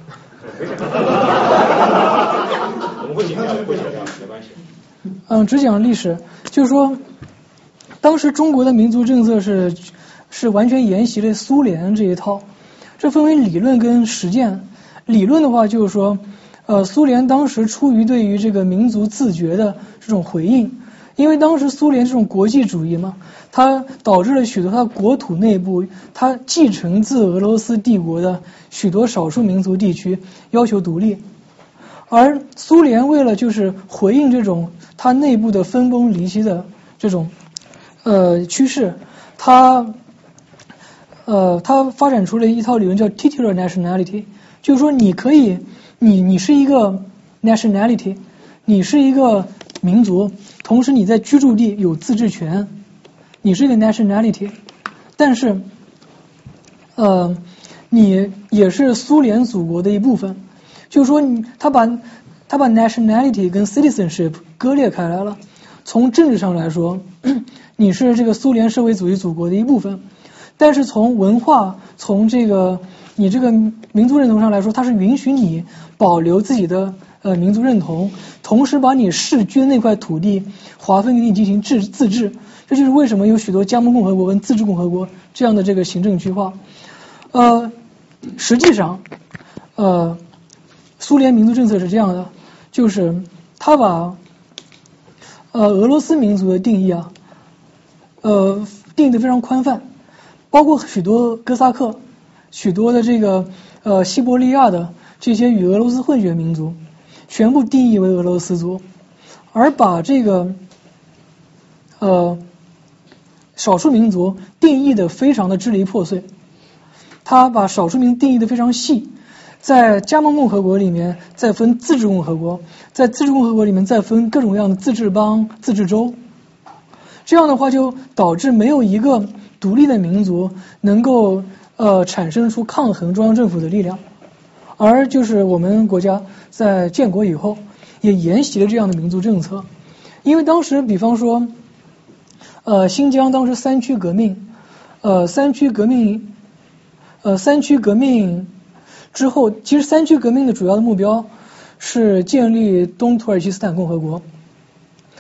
我们会讲，会讲，没关系。 嗯，只讲历史，就是说，当时中国的民族政策是是完全沿袭了苏联这一套，这分为理论跟实践。理论的话就是说，呃，苏联当时出于对于这个民族自觉的这种回应，因为当时苏联这种国际主义嘛，它导致了许多它国土内部，它继承自俄罗斯帝国的许多少数民族地区要求独立，而苏联为了就是回应这种它内部的分崩离析的这种呃趋势，它呃它发展出了一套理论叫 titular nationality。就是说，你可以，你你是一个 nationality， 你是一个民族，同时你在居住地有自治权，你是一个 nationality， 但是，呃，你也是苏联祖国的一部分。就是说你，他把他把 nationality 跟 citizenship 割裂开来了。从政治上来说，你是这个苏联社会主义祖国的一部分，但是从文化，从这个你这个民族认同上来说，它是允许你保留自己的呃民族认同，同时把你世居的那块土地划分给你进行自自治。这就是为什么有许多加盟共和国跟自治共和国这样的这个行政区划。呃，实际上，呃，苏联民族政策是这样的，就是他把呃俄罗斯民族的定义啊，呃定义的非常宽泛，包括许多哥萨克。许多的这个呃西伯利亚的这些与俄罗斯混血民族，全部定义为俄罗斯族，而把这个呃少数民族定义的非常的支离破碎。他把少数民定义的非常细，在加盟共和国里面再分自治共和国，在自治共和国里面再分各种各样的自治邦、自治州。这样的话就导致没有一个独立的民族能够呃，产生出抗衡中央政府的力量，而就是我们国家在建国以后也沿袭了这样的民族政策。因为当时比方说呃新疆当时三区革命，呃三区革命呃三区革命之后，其实三区革命的主要的目标是建立东土耳其斯坦共和国，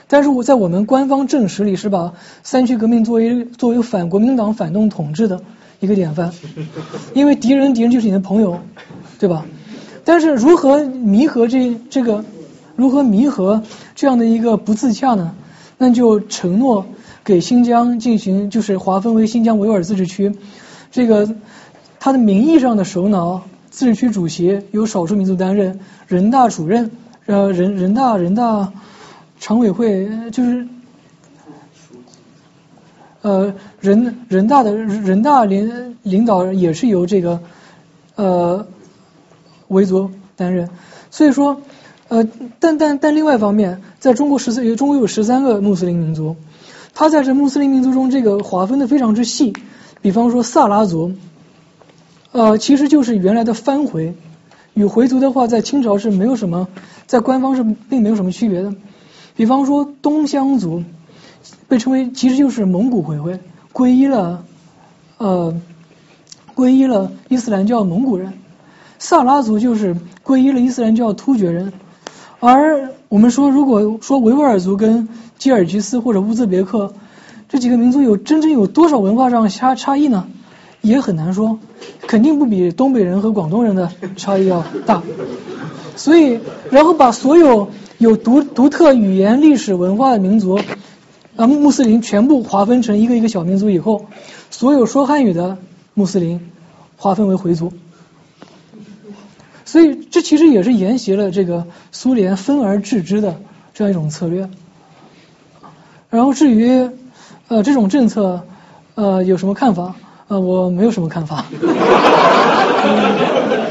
但是我在我们官方正史里是把三区革命作为作为反国民党反动统治的一个典范，因为敌人敌人就是你的朋友，对吧？但是如何弥合这这个如何弥合这样的一个不自洽呢？那就承诺给新疆进行就是划分为新疆维吾尔自治区，这个它的名义上的首脑自治区主席由少数民族担任，人大主任呃人人大人大常委会就是呃人人大的人大领领导也是由这个呃维族担任，所以说呃但但但另外一方面，在中国十四中国有十三个穆斯林民族，他在这穆斯林民族中这个划分的非常之细，比方说萨拉族呃其实就是原来的番回，与回族的话在清朝是没有什么，在官方是并没有什么区别的。比方说东乡族被称为其实就是蒙古回回，皈依了呃皈依了伊斯兰教蒙古人，萨拉族就是皈依了伊斯兰教突厥人。而我们说如果说维吾尔族跟吉尔吉斯或者乌兹别克这几个民族有真正有多少文化上差差异呢？也很难说，肯定不比东北人和广东人的差异要大。所以然后把所有有独独特语言历史文化的民族啊穆斯林全部划分成一个一个小民族以后，所有说汉语的穆斯林划分为回族。所以这其实也是沿袭了这个苏联分而治之的这样一种策略。然后至于呃这种政策呃有什么看法？呃我没有什么看法。